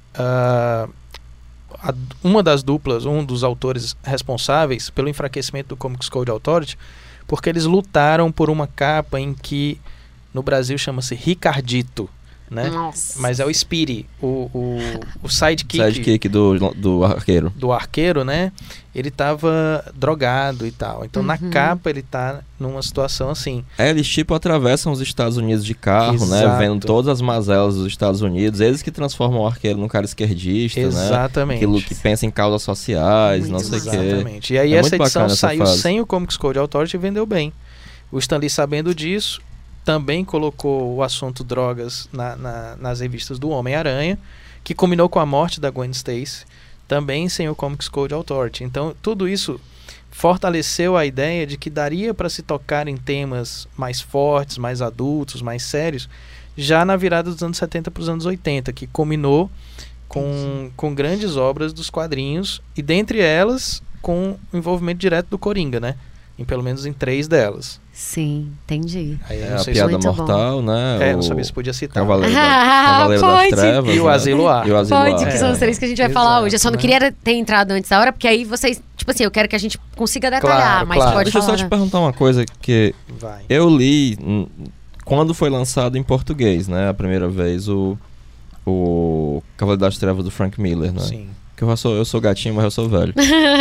uma das duplas, um dos autores responsáveis pelo enfraquecimento do Comics Code Authority, porque eles lutaram por uma capa em que no Brasil chama-se Ricardito, né? Nossa. Mas é o Speedy, o Sidekick do arqueiro. do arqueiro, né? Ele tava drogado e tal. Então na capa ele tá numa situação assim. Eles tipo atravessam os Estados Unidos de carro, Exato. né? Vendo todas as mazelas dos Estados Unidos. Eles que transformam o arqueiro num cara esquerdista, Exatamente. né? Que pensa em causas sociais, Muito não sei o quê. Exatamente. E aí É essa muito edição bacana essa saiu fase. sem o Comics Code Authority e vendeu bem. O Stan Lee, sabendo disso, também colocou o assunto drogas nas revistas do Homem-Aranha, que culminou com a morte da Gwen Stacy, também sem o Comics Code Authority. Então, tudo isso fortaleceu a ideia de que daria para se tocar em temas mais fortes, mais adultos, mais sérios, já na virada dos anos 70 para os anos 80, que culminou com grandes obras dos quadrinhos, e dentre elas com o envolvimento direto do Coringa, né? Pelo menos em 3 delas. Sim, entendi. Aí, a Piada Mortal, né? Não sabia se podia citar. Cavaleiro das Trevas. E o Asilo A. Pode, que são os 3 que a gente vai falar hoje. Eu só não queria ter entrado antes da hora, porque aí vocês... Tipo assim, eu quero que a gente consiga detalhar, mas pode Deixa falar. eu só te perguntar uma coisa que eu li quando foi lançado em português, né? A primeira vez, o Cavaleiro das Trevas do Frank Miller, né? Sim. Que eu sou gatinho, mas eu sou velho.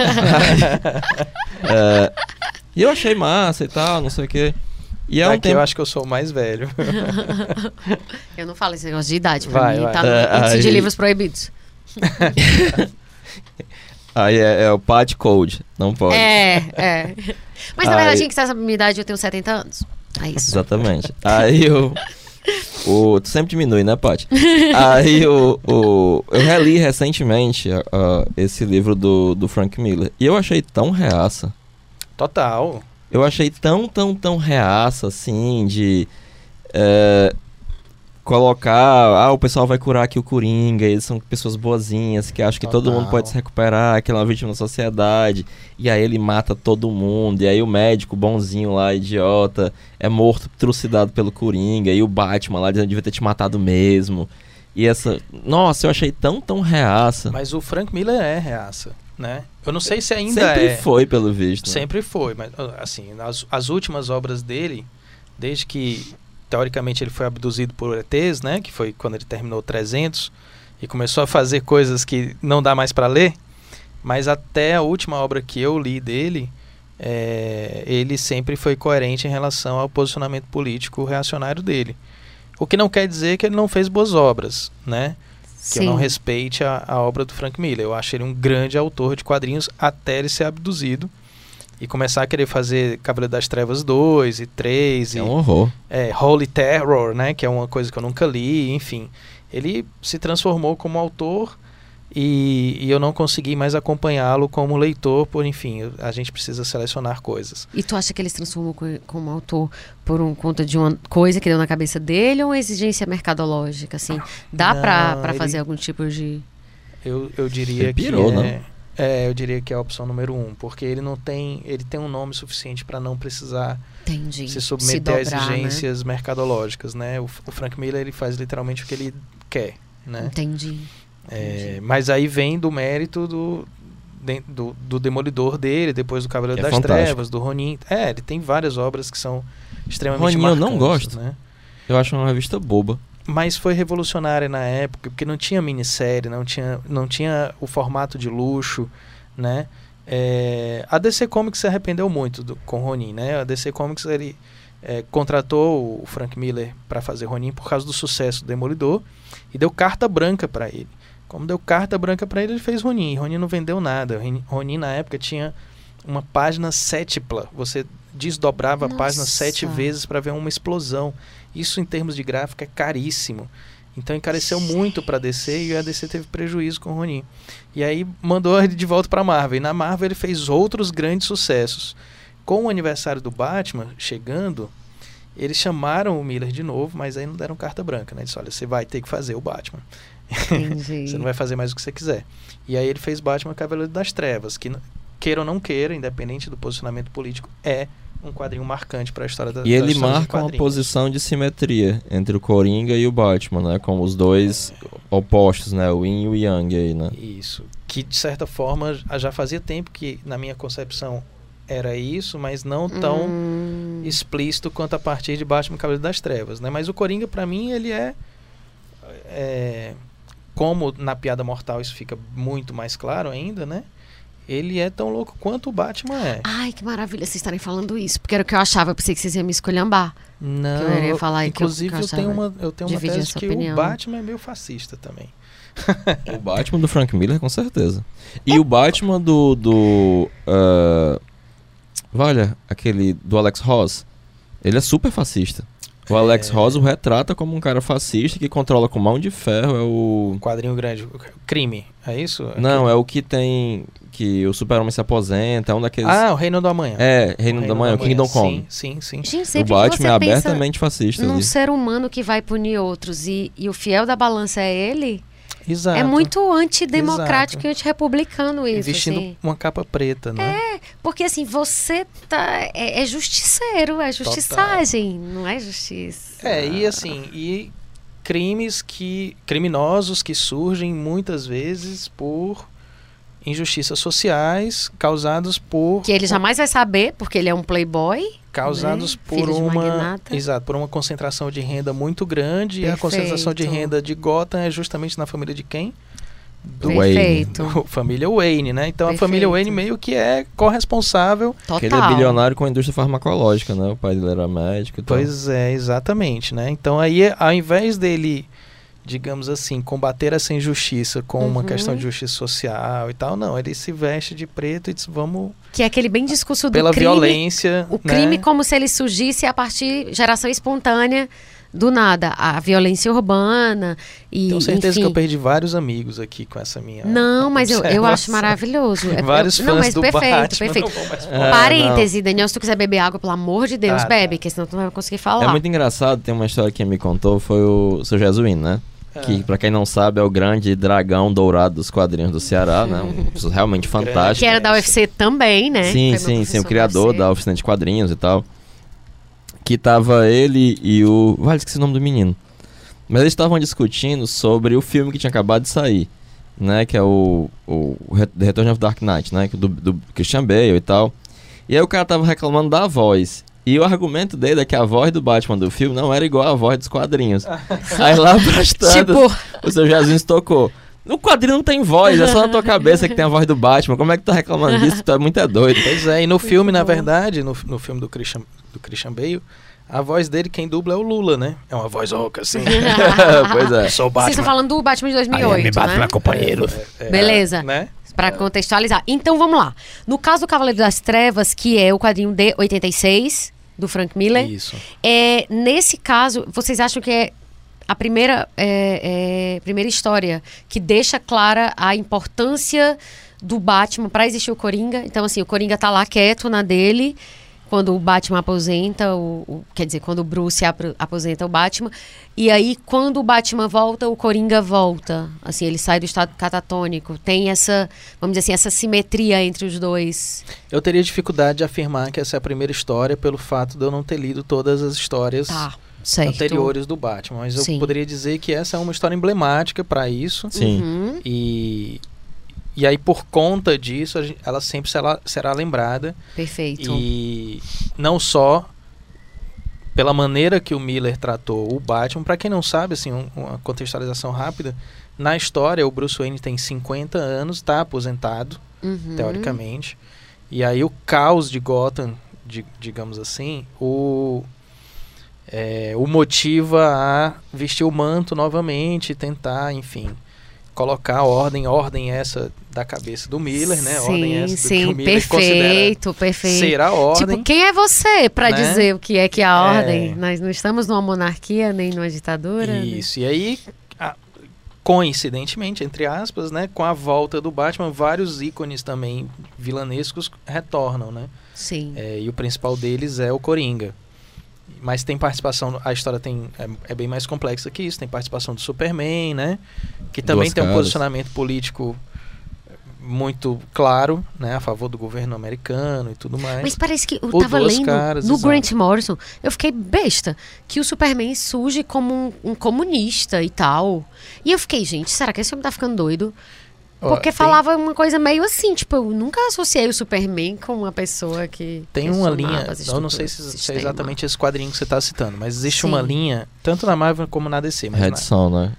E eu achei massa e tal, não sei o quê. E eu acho que eu sou o mais velho. Eu não falo esse negócio de idade, pra mim tá no índice de livros proibidos. Aí é o Pat Code, não pode. Mas na verdade, a gente que sabe a minha idade, eu tenho 70 anos. É isso. Exatamente. Aí tu sempre diminui, né, Paty? Aí eu reli recentemente esse livro do Frank Miller. E eu achei tão reaça. Total. Eu achei tão reaça, assim, de colocar... o pessoal vai curar aqui o Coringa, eles são pessoas boazinhas, que acham que todo mundo pode se recuperar, que ele é uma vítima da sociedade. E aí ele mata todo mundo, e aí o médico bonzinho lá, idiota, é morto, trucidado pelo Coringa, e o Batman lá devia ter te matado mesmo. E essa... Nossa, eu achei tão reaça. Mas o Frank Miller é reaça, né? Eu não sei se ainda Sempre foi, pelo visto. Sempre foi, mas assim, as últimas obras dele, desde que teoricamente ele foi abduzido por ETs, né? Que foi quando ele terminou 300 e começou a fazer coisas que não dá mais para ler. Mas até a última obra que eu li dele, ele sempre foi coerente em relação ao posicionamento político reacionário dele. O que não quer dizer que ele não fez boas obras, né? Que eu não respeite a obra do Frank Miller. Eu acho ele um grande autor de quadrinhos até ele ser abduzido e começar a querer fazer Cavaleiro das Trevas 2 e 3. É um horror. Holy Terror, né? Que é uma coisa que eu nunca li, enfim. Ele se transformou como autor e eu não consegui mais acompanhá-lo como leitor, enfim, a gente precisa selecionar coisas. E tu acha que ele se transformou como autor por conta de uma coisa que deu na cabeça dele ou uma exigência mercadológica, assim? Dá pra fazer algum tipo de... Eu diria ele pirou, que né? eu diria que é a opção número 1, porque ele tem um nome suficiente para não precisar se submeter a exigências mercadológicas, né? O Frank Miller, ele faz literalmente o que ele quer, né? Entendi. Mas aí vem do mérito do Demolidor dele, depois do Cavaleiro das fantástico. Trevas, do Ronin. Ele tem várias obras que são extremamente Ronin marcantes. Eu não gosto, né? Eu acho uma revista boba. Mas foi revolucionária na época, porque não tinha minissérie, não tinha o formato de luxo, né? A DC Comics se arrependeu muito com Ronin, né? A DC Comics, ele contratou o Frank Miller para fazer Ronin por causa do sucesso do Demolidor e deu carta branca para ele. Como deu carta branca para ele, ele fez Ronin. Ronin não vendeu nada. Ronin, na época, tinha uma página sétipla. Você desdobrava a página 7 vezes para ver uma explosão. Isso, em termos de gráfico, é caríssimo. Então, encareceu muito para a DC e a DC teve prejuízo com o Ronin. E aí, mandou ele de volta para a Marvel. E na Marvel, ele fez outros grandes sucessos. Com o aniversário do Batman chegando, eles chamaram o Miller de novo, mas aí não deram carta branca, né? Eles disseram, olha, você vai ter que fazer o Batman. Você não vai fazer mais o que você quiser. E aí ele fez Batman Cavaleiro das Trevas, que, queira ou não queira, independente do posicionamento político, é um quadrinho marcante para a história da E ele marca uma posição de simetria entre o Coringa e o Batman, né? Com os dois opostos, né? O Yin e o Yang aí, né? Isso. Que, de certa forma, já fazia tempo que, na minha concepção, era isso, mas não tão explícito quanto a partir de Batman Cavaleiro das Trevas, né? Mas o Coringa, para mim, ele como na Piada Mortal isso fica muito mais claro ainda, né? Ele é tão louco quanto o Batman é. Ai, que maravilha vocês estarem falando isso, porque era o que eu achava, eu pensei que vocês iam me esculhambar. Não, eu iria falar inclusive eu tenho uma tese que o Batman é meio fascista também. O Batman do Frank Miller, com certeza. E o Batman do aquele do Alex Ross, ele é super fascista. O Alex Ross o retrata como um cara fascista que controla com mão de ferro. É o quadrinho grande. Crime, é isso? Não, é o que tem... Que o Super-Homem se aposenta, é um daqueles... Ah, o Reino do Amanhã. Reino do Amanhã, o Kingdom Come. Sim. Gente, o Batman é abertamente fascista. Num ali. ser humano que vai punir outros e o fiel da balança é ele... Exato. É muito antidemocrático e antirrepublicano isso. Vestindo assim. uma capa preta, né? Porque assim, você tá... É justiceiro, é justiçagem, não é justiça. E criminosos que surgem muitas vezes por injustiças sociais causadas por... Que ele jamais vai saber, porque ele é um playboy. Causados por uma concentração de renda muito grande. Perfeito. E a concentração de renda de Gotham é justamente na família de quem? Do Wayne. Família Wayne, né? Então a família Wayne meio que é corresponsável. Total. Porque ele é bilionário com a indústria farmacológica, né? O pai dele era médico e tal. Pois é, exatamente, né? Então aí, ao invés dele, digamos assim, combater essa injustiça com uma questão de justiça social e tal, não, ele se veste de preto e diz, vamos... Que é aquele bem discurso do pela crime. Violência, o crime como se ele surgisse a partir de geração espontânea do nada. A violência urbana e, tenho certeza enfim. que eu perdi vários amigos aqui com essa minha... Não, mas eu acho maravilhoso. Vários fãs do Batman. Perfeito. Parêntese, Daniel, se tu quiser beber água, pelo amor de Deus, bebe, porque senão tu não vai conseguir falar. É muito engraçado, tem uma história que me contou, foi o seu Jesuíno, né? Que, pra quem não sabe, é o grande dragão dourado dos quadrinhos do Ceará, né? Realmente fantástico. Que era da UFC também, né? Sim, o criador da oficina de quadrinhos e tal. Que tava ele e o... esqueci o nome do menino. Mas eles estavam discutindo sobre o filme que tinha acabado de sair, né? Que é o The Return of Dark Knight, né? Do Christian Bale e tal. E aí o cara tava reclamando da voz. E o argumento dele é que a voz do Batman do filme não era igual à voz dos quadrinhos. Aí lá pras tantas, o seu Jesus tocou. No quadrinho não tem voz, é só na tua cabeça que tem a voz do Batman. Como é que tu tá reclamando disso? Tu é muito doido. Pois é, e no filme, na verdade, no filme do Christian Bale, a voz dele, quem dubla é o Lula, né? É uma voz rouca, assim. Pois é. Sou o Batman. Vocês estão falando do Batman de 2008, me bate né? pra companheiro. Beleza. Né? Pra contextualizar. Então, vamos lá. No caso do Cavaleiro das Trevas, que é o quadrinho de 86... do Frank Miller. Isso. Nesse caso, vocês acham que é a primeira história que deixa clara a importância do Batman para existir o Coringa? Então, assim, o Coringa tá lá quieto na dele, quando o Batman aposenta, quer dizer, quando o Bruce aposenta o Batman, e aí quando o Batman volta, o Coringa volta, assim, ele sai do estado catatônico, tem essa, vamos dizer assim, essa simetria entre os dois. Eu teria dificuldade de afirmar que essa é a primeira história pelo fato de eu não ter lido todas as histórias anteriores do Batman, mas eu poderia dizer que essa é uma história emblemática para isso. Sim. E aí, por conta disso, ela sempre será lembrada. Perfeito. E não só pela maneira que o Miller tratou o Batman. Para quem não sabe, assim, uma contextualização rápida. Na história, o Bruce Wayne tem 50 anos, está aposentado, teoricamente. E aí o caos de Gotham, digamos assim, o motiva a vestir o manto novamente, tentar, enfim... colocar ordem essa da cabeça do Miller, né? Ordem essa do que o Miller considera ser a ordem. Tipo, quem é você para dizer o que é que é a ordem? Nós não estamos numa monarquia nem numa ditadura. Isso, né? E aí, coincidentemente, entre aspas, né? Com a volta do Batman, vários ícones também vilanescos retornam, né? Sim. E o principal deles é o Coringa. Mas tem participação, a história é bem mais complexa que isso, tem participação do Superman, né? Que também tem um posicionamento político muito claro, né? A favor do governo americano e tudo mais. Mas parece que eu tava lendo no Grant Morrison, eu fiquei besta, que o Superman surge como um comunista e tal. E eu fiquei, gente, será que esse homem tá ficando doido? Porque falava uma coisa meio assim, tipo, eu nunca associei o Superman com uma pessoa que... Tem uma linha, eu não sei se é exatamente esse quadrinho que você está citando, mas existe uma linha, tanto na Marvel como na DC. Red Son, né?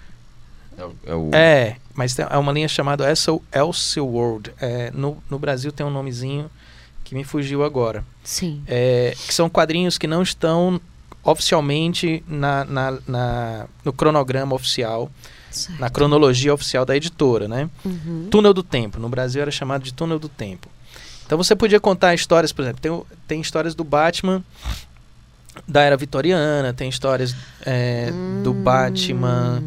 Mas é uma linha chamada Elseworld. No Brasil tem um nomezinho que me fugiu agora. Sim. Que são quadrinhos que não estão oficialmente no cronograma oficial, certo. Na cronologia oficial da editora, né? Túnel do Tempo. No Brasil era chamado de Túnel do Tempo. Então você podia contar histórias, por exemplo, tem histórias do Batman da era vitoriana, tem histórias do Batman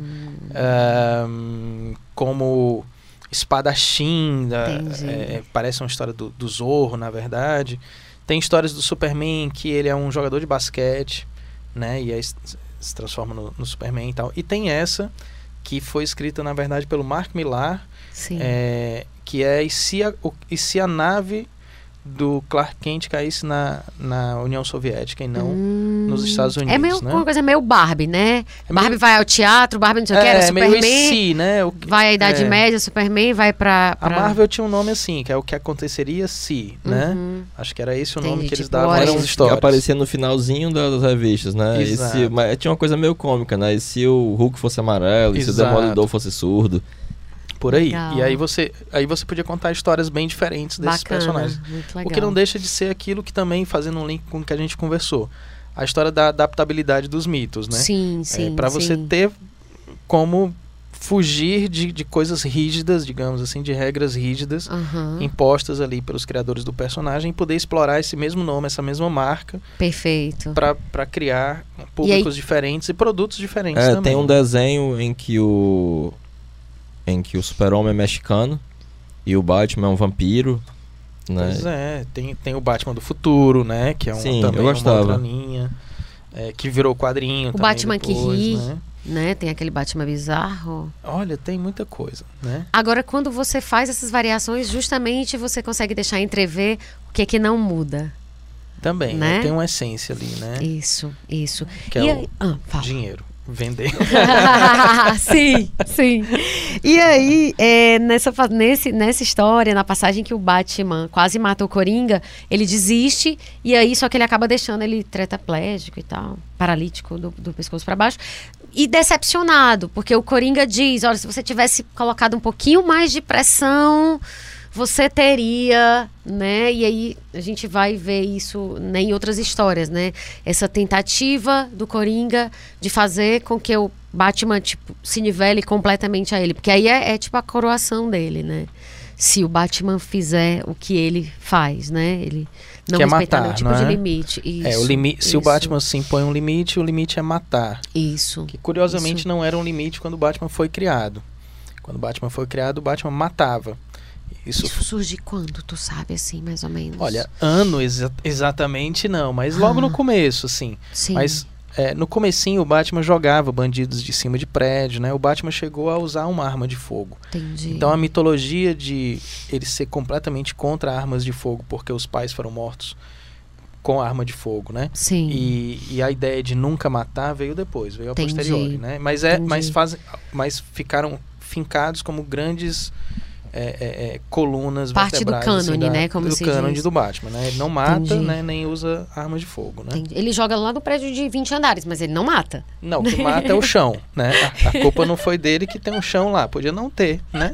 como espadachim, parece uma história do Zorro, na verdade. Tem histórias do Superman, que ele é um jogador de basquete, né? E aí se transforma no Superman e tal. E tem essa, que foi escrita, na verdade, pelo Mark Millar, que é e se a nave do Clark Kent caísse na União Soviética e não nos Estados Unidos, né? Uma coisa meio Barbie, né? Barbie vai ao teatro, Barbie não sei o que, era Superman, meio né? vai à Idade Média, Superman vai pra... A Marvel tinha um nome assim, que é o que aconteceria se, né? Acho que era esse o nome que eles davam às histórias. Que aparecia no finalzinho das revistas, né? Mas tinha uma coisa meio cômica, né? E se o Hulk fosse amarelo, e se o Demolidor fosse surdo... Por aí. Legal. E aí você podia contar histórias bem diferentes desses personagens. O que não deixa de ser aquilo que também, fazendo um link com o que a gente conversou, a história da adaptabilidade dos mitos, né? Sim. Para você ter como fugir de coisas rígidas, digamos assim, de regras rígidas impostas ali pelos criadores do personagem e poder explorar esse mesmo nome, essa mesma marca. Perfeito. Para criar públicos diferentes e produtos diferentes também. Tem um desenho em que o Super-Homem é mexicano e o Batman é um vampiro, né? Pois é, tem o Batman do futuro, né? Que é também uma outra linha, que virou quadrinho. O Batman depois, que ri, né? Tem aquele Batman bizarro. Olha, tem muita coisa, né? Agora, quando você faz essas variações, justamente você consegue deixar entrever o que é que não muda. Também, né? Tem uma essência ali, né? Isso. Que é o dinheiro. Vender. Sim. E aí, nessa história, na passagem que o Batman quase mata o Coringa, ele desiste, e aí só que ele acaba deixando ele tetraplégico e tal, paralítico do pescoço para baixo, e decepcionado, porque o Coringa diz, olha, se você tivesse colocado um pouquinho mais de pressão, você teria, né? E aí a gente vai ver isso, né, em outras histórias, né? Essa tentativa do Coringa de fazer com que o Batman, tipo, se nivele completamente a ele. Porque aí é tipo a coroação dele, né? Se o Batman fizer o que ele faz, né? Ele não respeitar nenhum tipo de limite. Isso, se o Batman se impõe um limite, o limite é matar. Isso. Que curiosamente não era um limite quando o Batman foi criado. Quando o Batman foi criado, o Batman matava. Isso surge quando, tu sabe, assim, mais ou menos? Olha, exatamente não, mas logo no começo, assim. Sim. Mas no comecinho o Batman jogava bandidos de cima de prédio, né? O Batman chegou a usar uma arma de fogo. Entendi. Então a mitologia de ele ser completamente contra armas de fogo, porque os pais foram mortos com arma de fogo, né? Sim. E a ideia de nunca matar veio depois, veio a posteriori, né? Mas ficaram fincados como grandes... colunas parte vertebrais, do cânone, assim, né? Como do se cânone diz. do Batman, né? Ele não mata, né? Nem usa armas de fogo, né? Entendi. Ele joga lá no prédio de 20 andares, mas ele não mata. Não, o que mata é o chão, né? A culpa não foi dele que tem um chão lá, podia não ter, né?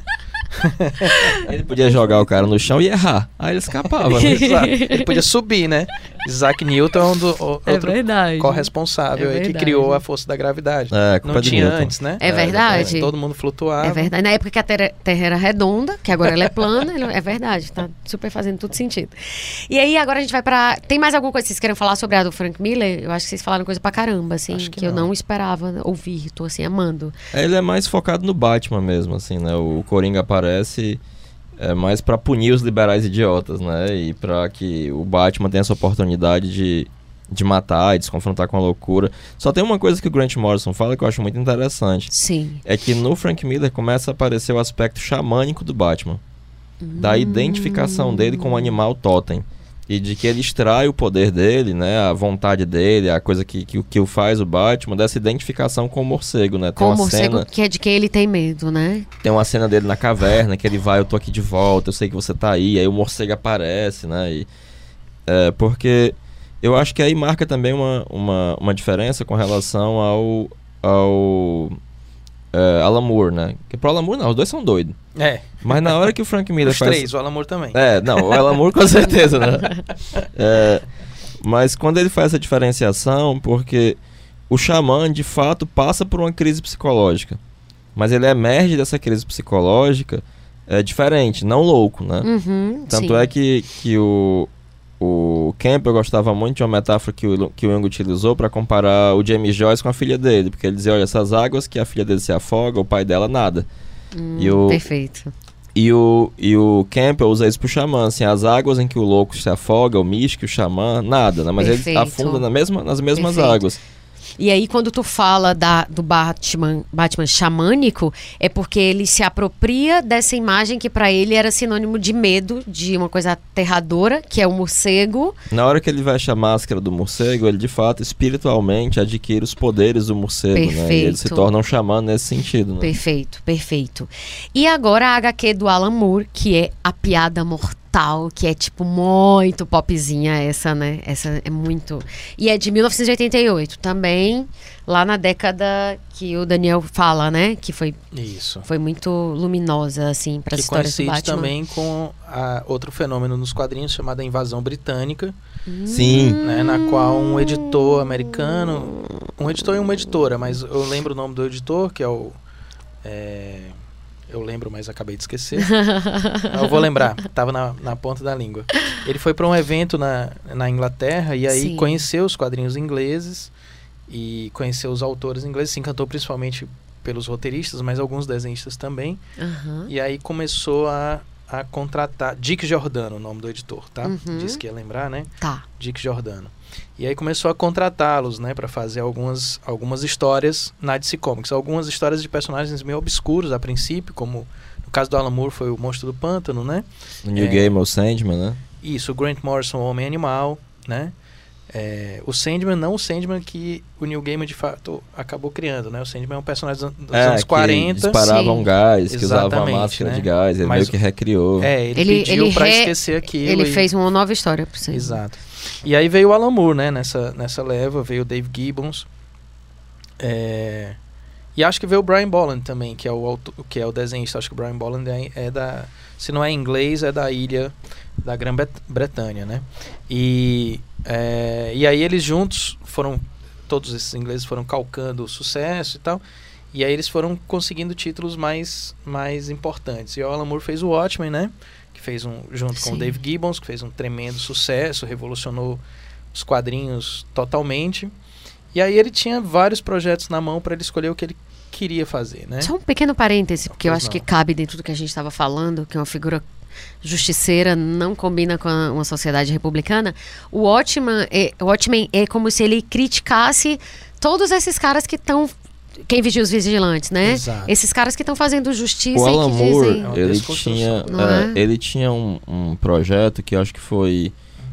Ele podia jogar o cara no chão e errar, aí ele escapava, né? Ele podia subir, né? Isaac Newton é outro corresponsável aí que criou a força da gravidade. Não tinha antes, né? É verdade. Todo mundo flutuava. É verdade. Na época que a Terra era redonda, que agora ela é plana, é verdade. Tá super fazendo tudo sentido. E aí agora a gente vai pra... Tem mais alguma coisa que vocês querem falar sobre a do Frank Miller? Eu acho que vocês falaram coisa pra caramba, assim, que eu não esperava ouvir. Tô assim, amando. Ele é mais focado no Batman mesmo, assim, né? O Coringa aparece mais pra punir os liberais idiotas, né? E pra que o Batman tenha essa oportunidade de matar e de se confrontar com a loucura. Só tem uma coisa que o Grant Morrison fala que eu acho muito interessante. Sim. É que no Frank Miller começa a aparecer o aspecto xamânico do Batman. Da identificação dele com o animal totem. E de que ele extrai o poder dele, né? A vontade dele, a coisa que o faz o Batman, dessa identificação com o morcego, né? Tem com o morcego, que é de quem ele tem medo, né? Tem uma cena dele na caverna, que ele vai, eu tô aqui de volta, eu sei que você tá aí o morcego aparece, né? Porque eu acho que aí marca também uma diferença com relação ao Alan Moore, né? Que pro Alan Moore não, os dois são doidos. Mas na hora que o Frank Miller os três, o Alan Moore também. Não, o Alan Moore com certeza, né? Mas quando ele faz essa diferenciação, porque o xamã, de fato, passa por uma crise psicológica. Mas ele emerge dessa crise psicológica diferente, não louco, né? Uhum, Tanto sim. é que O Campbell gostava muito de uma metáfora que o Jung utilizou para comparar o James Joyce com a filha dele, porque ele dizia, olha, essas águas que a filha dele se afoga, o pai dela nada. Perfeito. E o Campbell usa isso pro xamã, assim, as águas em que o louco se afoga, o místico, o xamã, nada, né? Mas ele afunda nas mesmas águas. E aí, quando tu fala do Batman xamânico, é porque ele se apropria dessa imagem que pra ele era sinônimo de medo, de uma coisa aterradora, que é o morcego. Na hora que ele veste a máscara do morcego, ele de fato, espiritualmente, adquire os poderes do morcego, né? E ele se torna um xamã nesse sentido, né? Perfeito. E agora a HQ do Alan Moore, que é A Piada Mortal, que é tipo muito popzinha essa, né? Essa é muito... E é de 1988, também lá na década que o Daniel fala, né? Que foi muito luminosa, assim, para as histórias do Batman. Que coincide também com outro fenômeno nos quadrinhos chamado a Invasão Britânica. Sim. Né, na qual um editor americano... Um editor e uma editora, mas eu lembro o nome do editor, que é o... Eu lembro, mas acabei de esquecer. Eu vou lembrar, estava na ponta da língua. Ele foi para um evento na Inglaterra e aí conheceu os quadrinhos ingleses e conheceu os autores ingleses, se encantou principalmente pelos roteiristas, mas alguns desenhistas também. E aí começou a contratar... Dick Giordano, o nome do editor, tá? Disse que ia lembrar, né? Tá. Dick Giordano. E aí começou a contratá-los, né, para fazer algumas histórias na DC Comics. Algumas histórias de personagens meio obscuros a princípio, como no caso do Alan Moore foi o Monstro do Pântano, né? O Neil Gaiman, o Sandman, né? Isso, o Grant Morrison, o Homem-Animal, né? O Sandman, não o Sandman que o Neil Gaiman de fato acabou criando, né? O Sandman é um personagem dos anos 40. Que disparava um gás, que usava uma máscara, né, de gás, ele meio que recriou. Ele pediu pra esquecer aquilo. Ele fez uma nova história pro Sandman. Exato. E aí veio o Alan Moore, né? Nessa leva, veio o Dave Gibbons. E acho que veio o Brian Bolland também, que é o desenhista. Acho que o Brian Bolland é da... Se não é inglês, é da ilha da Grã-Bretanha, né? E aí eles juntos todos esses ingleses foram calcando o sucesso e tal, e aí eles foram conseguindo títulos mais importantes. E o Alan Moore fez o Watchmen, né? Que fez junto com o Dave Gibbons, que fez um tremendo sucesso, revolucionou os quadrinhos totalmente. E aí ele tinha vários projetos na mão para ele escolher o que ele queria fazer, né? Só um pequeno parêntese, porque eu acho que cabe dentro do que a gente estava falando, que é uma figura justiceira, não combina com uma sociedade republicana. O Watchmen é como se ele criticasse todos esses caras que estão... Quem vigia os vigilantes, né? Exato. Esses caras que estão fazendo justiça. O Alan Moore, dizem... ele tinha um projeto que eu acho que foi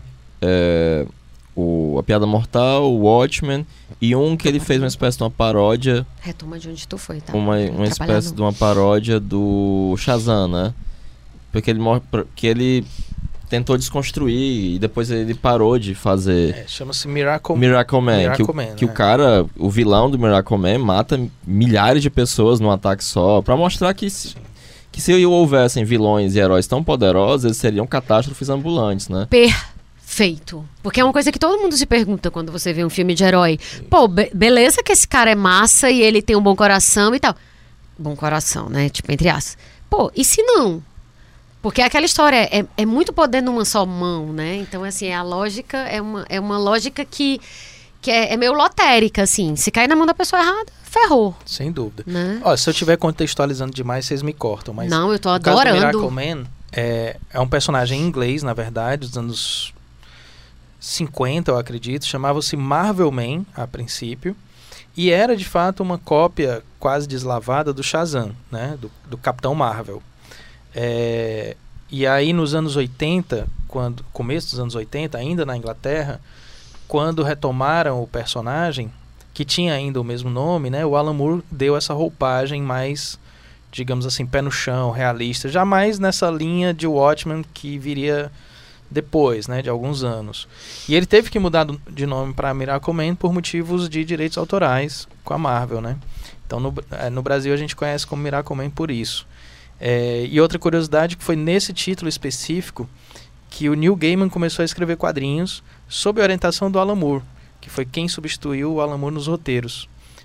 A Piada Mortal, o Watchmen, e um que ele fez uma espécie de uma paródia. Retoma de onde tu foi, tá? Uma espécie de uma paródia do Shazam, né? Porque ele tentou desconstruir e depois ele parou de fazer. Chama-se Miracle Man. Que o cara, o vilão do Miracle Man, mata milhares de pessoas num ataque só, pra mostrar que se houvessem vilões e heróis tão poderosos, eles seriam catástrofes ambulantes, né? Perfeito. Porque é uma coisa que todo mundo se pergunta quando você vê um filme de herói. Pô, beleza que esse cara é massa e ele tem um bom coração e tal. Bom coração, né? Tipo, entre aspas. Pô, e se não? Porque aquela história é muito poder numa só mão, né? Então, assim, a lógica é uma lógica que é meio lotérica, assim. Se cair na mão da pessoa errada, ferrou. Sem dúvida. Né? Ó, se eu estiver contextualizando demais, vocês me cortam. Mas não, eu tô adorando. O caso do adorando. Miracle Man é um personagem em inglês, na verdade, dos anos 50, eu acredito. Chamava-se Marvel Man, a princípio. E era, de fato, uma cópia quase deslavada do Shazam, né? Do Capitão Marvel. E aí nos anos 80, começo dos anos 80, ainda na Inglaterra, quando retomaram o personagem, que tinha ainda o mesmo nome, né, o Alan Moore deu essa roupagem mais, digamos assim, pé no chão, realista, jamais nessa linha de Watchmen que viria depois, né, de alguns anos. E ele teve que mudar de nome para Miracle Man por motivos de direitos autorais com a Marvel, né? Então no Brasil a gente conhece como Miracle Man por isso. E outra curiosidade que foi nesse título específico que o Neil Gaiman começou a escrever quadrinhos sob a orientação do Alan Moore, que foi quem substituiu o Alan Moore nos roteiros.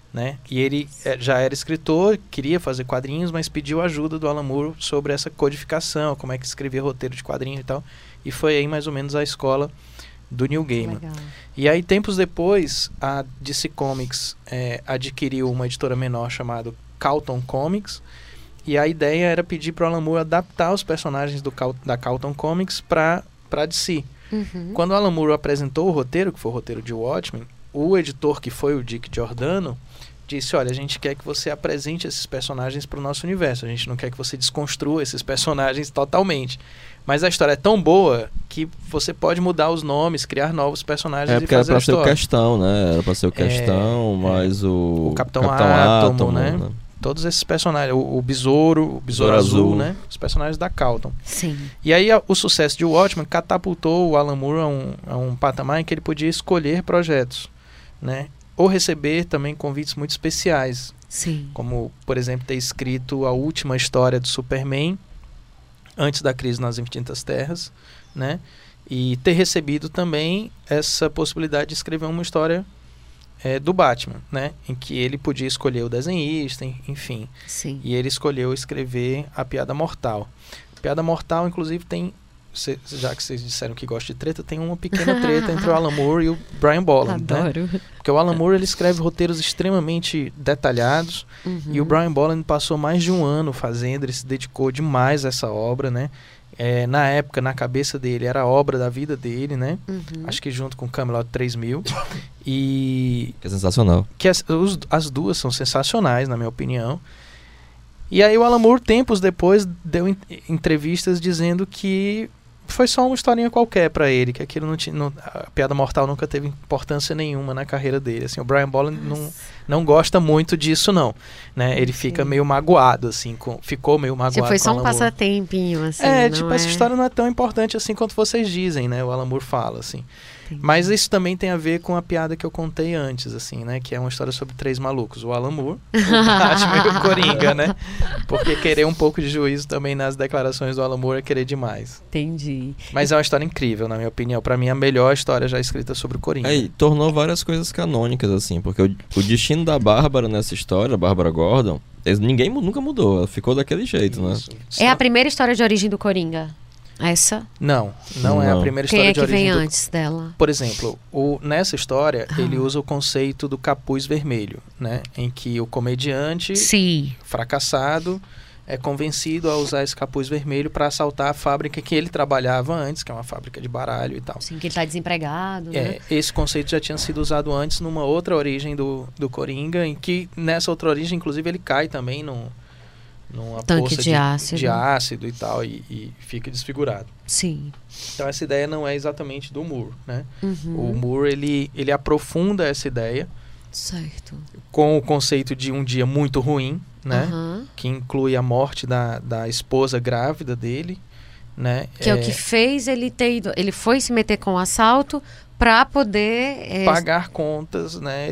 né? E ele já era escritor, queria fazer quadrinhos, mas pediu ajuda do Alan Moore sobre essa codificação, como é que escrevia roteiro de quadrinho e tal. E foi aí mais ou menos a escola do Neil Gaiman. Legal. E aí, tempos depois, a DC Comics adquiriu uma editora menor chamada Carlton Comics, e a ideia era pedir para o Alan Moore adaptar os personagens da Carlton Comics para DC. Uhum. Quando o Alan Moore apresentou o roteiro, que foi o roteiro de Watchmen, o editor, que foi o Dick Giordano, disse: olha, a gente quer que você apresente esses personagens para o nosso universo, a gente não quer que você desconstrua esses personagens totalmente. Mas a história é tão boa que você pode mudar os nomes, criar novos personagens e fazer a história. Era pra ser o Questão, né? Era pra ser o Questão, mas o Capitão Átomo, né? Todos esses personagens, o Besouro Azul, né? Os personagens da Carlton. Sim. E aí o sucesso de Watchmen catapultou o Alan Moore a um patamar em que ele podia escolher projetos, né? Ou receber também convites muito especiais. Sim. Como, por exemplo, ter escrito a última história do Superman antes da crise nas Infinitas Terras, né? E ter recebido também essa possibilidade de escrever uma história do Batman, né? Em que ele podia escolher o desenhista, enfim. Sim. E ele escolheu escrever a Piada Mortal. A Piada Mortal, inclusive, tem... já que vocês disseram que gostam de treta, tem uma pequena treta entre o Alan Moore e o Brian Bolland. Adoro. Né? Porque o Alan Moore ele escreve roteiros extremamente detalhados, e o Brian Bolland passou mais de um ano fazendo, ele se dedicou demais a essa obra, né? Na época, na cabeça dele, era a obra da vida dele, né? Acho que junto com Camelot 3000. E... que é sensacional. Que as duas são sensacionais, na minha opinião. E aí o Alan Moore, tempos depois, deu entrevistas dizendo que foi só uma historinha qualquer pra ele, que aquilo a Piada Mortal nunca teve importância nenhuma na carreira dele. Assim, o Brian Bolland não gosta muito disso, não. Né? Ele fica meio magoado, assim, ficou meio magoado. Foi só com um o Alan Moore. passatempinho, assim. Essa história não é tão importante assim quanto vocês dizem, né? O Alan Moore fala, assim. Entendi. Mas isso também tem a ver com a piada que eu contei antes, assim, né? Que é uma história sobre 3 malucos. O Alan Moore, o Batman e o Coringa, né? Porque querer um pouco de juízo também nas declarações do Alan Moore é querer demais. Entendi. Mas é uma história incrível, na minha opinião. Pra mim, a melhor história já escrita sobre o Coringa. E tornou várias coisas canônicas, assim. Porque o destino da Bárbara nessa história, a Bárbara Gordon, ninguém nunca mudou. Ela ficou daquele jeito, isso. né? É a primeira história de origem do Coringa? Essa? Não é a primeira história de origem. Quem é que vem antes dela? Por exemplo, nessa história, ele usa o conceito do capuz vermelho, né? Em que o comediante fracassado é convencido a usar esse capuz vermelho para assaltar a fábrica que ele trabalhava antes, que é uma fábrica de baralho e tal. Sim, que ele está desempregado, né? Esse conceito já tinha sido usado antes numa outra origem do Coringa, em que nessa outra origem, inclusive, ele cai também numa tanque poça de ácido e tal, e fica desfigurado. Sim. Então essa ideia não é exatamente do Moore, né? O Moore, ele aprofunda essa ideia. Certo. Com o conceito de um dia muito ruim, né? Que inclui a morte da esposa grávida dele, né? Que é o que fez ele ter ido... Ele foi se meter com o assalto para poder... pagar contas, né?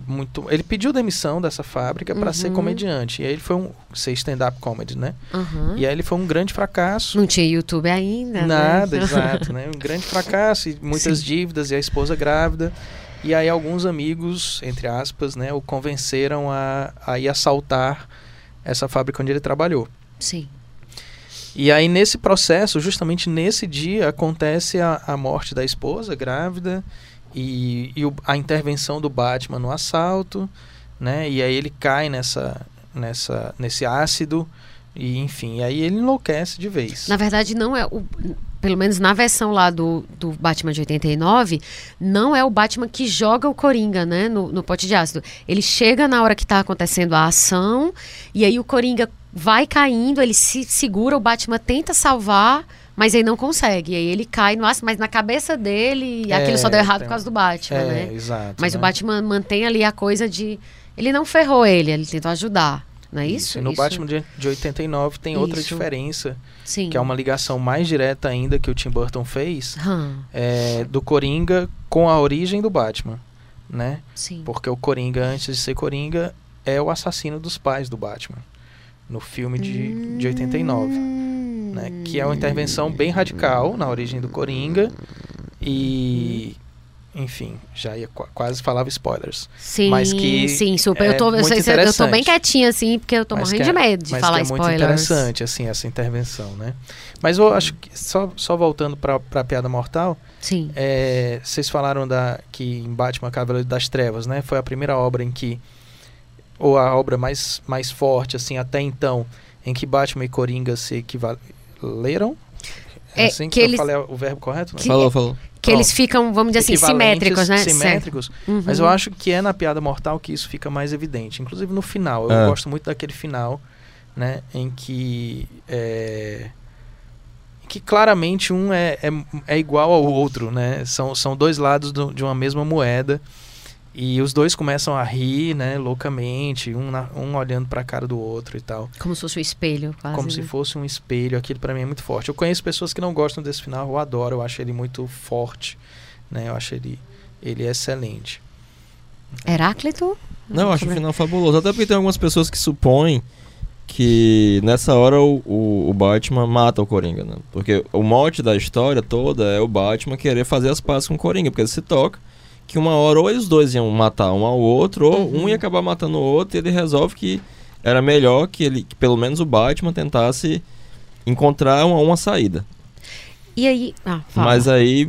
Ele pediu demissão dessa fábrica para ser comediante. E aí ele foi ser stand-up comedy, né? E aí ele foi um grande fracasso. Não tinha YouTube ainda, nada, né? Exato, né? Um grande fracasso e muitas dívidas e a esposa grávida. E aí alguns amigos, entre aspas, né? O convenceram a ir assaltar essa fábrica onde ele trabalhou. Sim. E aí nesse processo, justamente nesse dia, acontece a morte da esposa grávida e a intervenção do Batman no assalto, né? E aí ele cai nesse ácido e enfim, e aí ele enlouquece de vez. Na verdade não é pelo menos na versão lá do Batman de 89, não é o Batman que joga o Coringa, né, no pote de ácido. Ele chega na hora que está acontecendo a ação, e aí o Coringa vai caindo, ele se segura, o Batman tenta salvar, mas aí não consegue. E aí ele cai no ácido, mas na cabeça dele, aquilo só deu errado por causa do Batman, né? Exato, mas né? o Batman mantém ali a coisa de... Ele não ferrou ele tentou ajudar. Não é isso? E no Batman de 89 tem outra diferença, Sim. que é uma ligação mais direta ainda que o Tim Burton fez, do Coringa com a origem do Batman, né? Sim. Porque o Coringa, antes de ser Coringa, é o assassino dos pais do Batman, no filme de 89, né? Que é uma intervenção bem radical na origem do Coringa e enfim, já ia quase falava spoilers. Sim, mas que sim, super. É eu tô bem quietinha, assim, porque eu tô morrendo de medo de falar spoilers. Mas é muito interessante, assim, essa intervenção, né? Mas eu acho que, só voltando pra Piada Mortal, sim. Vocês falaram que em Batman Cavaleiro das Trevas, né? Foi a primeira obra em que, ou a obra mais forte, assim, até então, em que Batman e Coringa se equivaleram. É assim que eu eles... falei o verbo correto? Né? Falou. Que eles ficam, vamos dizer assim, simétricos, né? Simétricos. Uhum. Mas eu acho que é na Piada Mortal que isso fica mais evidente. Inclusive no final. Eu gosto muito daquele final, né? Em que claramente um é igual ao outro, né? São dois lados de uma mesma moeda. E os dois começam a rir, né, loucamente, um olhando para a cara do outro e tal. Como se fosse um espelho, quase. Como se fosse um espelho. Aquilo para mim é muito forte. Eu conheço pessoas que não gostam desse final, eu adoro, eu acho ele muito forte, né? Eu acho ele excelente. Heráclito? Não, eu acho o final fabuloso. Até porque tem algumas pessoas que supõem que nessa hora o Batman mata o Coringa, né? Porque o mote da história toda é o Batman querer fazer as pazes com o Coringa, porque ele se toca que uma hora ou os dois iam matar um ao outro, ou um ia acabar matando o outro, e ele resolve que era melhor que pelo menos o Batman tentasse encontrar uma saída. E aí... Mas aí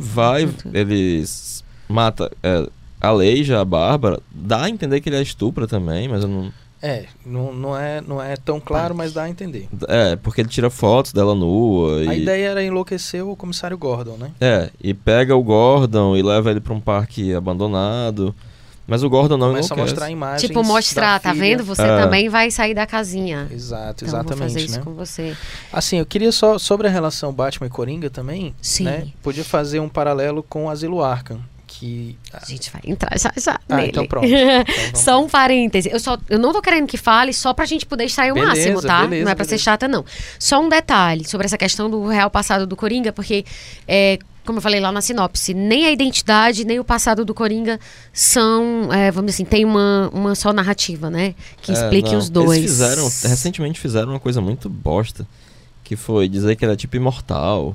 eles matam, aleija a Bárbara, dá a entender que ele a estupra também, mas eu não... Não é tão claro, mas dá a entender. Porque ele tira fotos dela nua. A ideia era enlouquecer o comissário Gordon, né? E pega o Gordon e leva ele pra um parque abandonado. Mas o Gordon não enlouquece. Começa a mostrar imagens. Tipo, mostrar, tá vendo? Você também vai sair da casinha. Exato, então, exatamente. Vou fazer isso né? com você. Assim, eu queria só, sobre a relação Batman e Coringa também, sim. Né? Podia fazer um paralelo com o Asilo Arkham. A gente vai entrar já nele. Então pronto. Então só um parêntese. Eu não tô querendo que fale só pra gente poder extrair o máximo, tá? Não é pra ser chata, não. Só um detalhe sobre essa questão do real passado do Coringa, porque, como eu falei lá na sinopse, nem a identidade, nem o passado do Coringa são, vamos dizer assim, tem uma só narrativa, né? Que explique os dois. Eles recentemente fizeram uma coisa muito bosta, que foi dizer que ele é tipo imortal.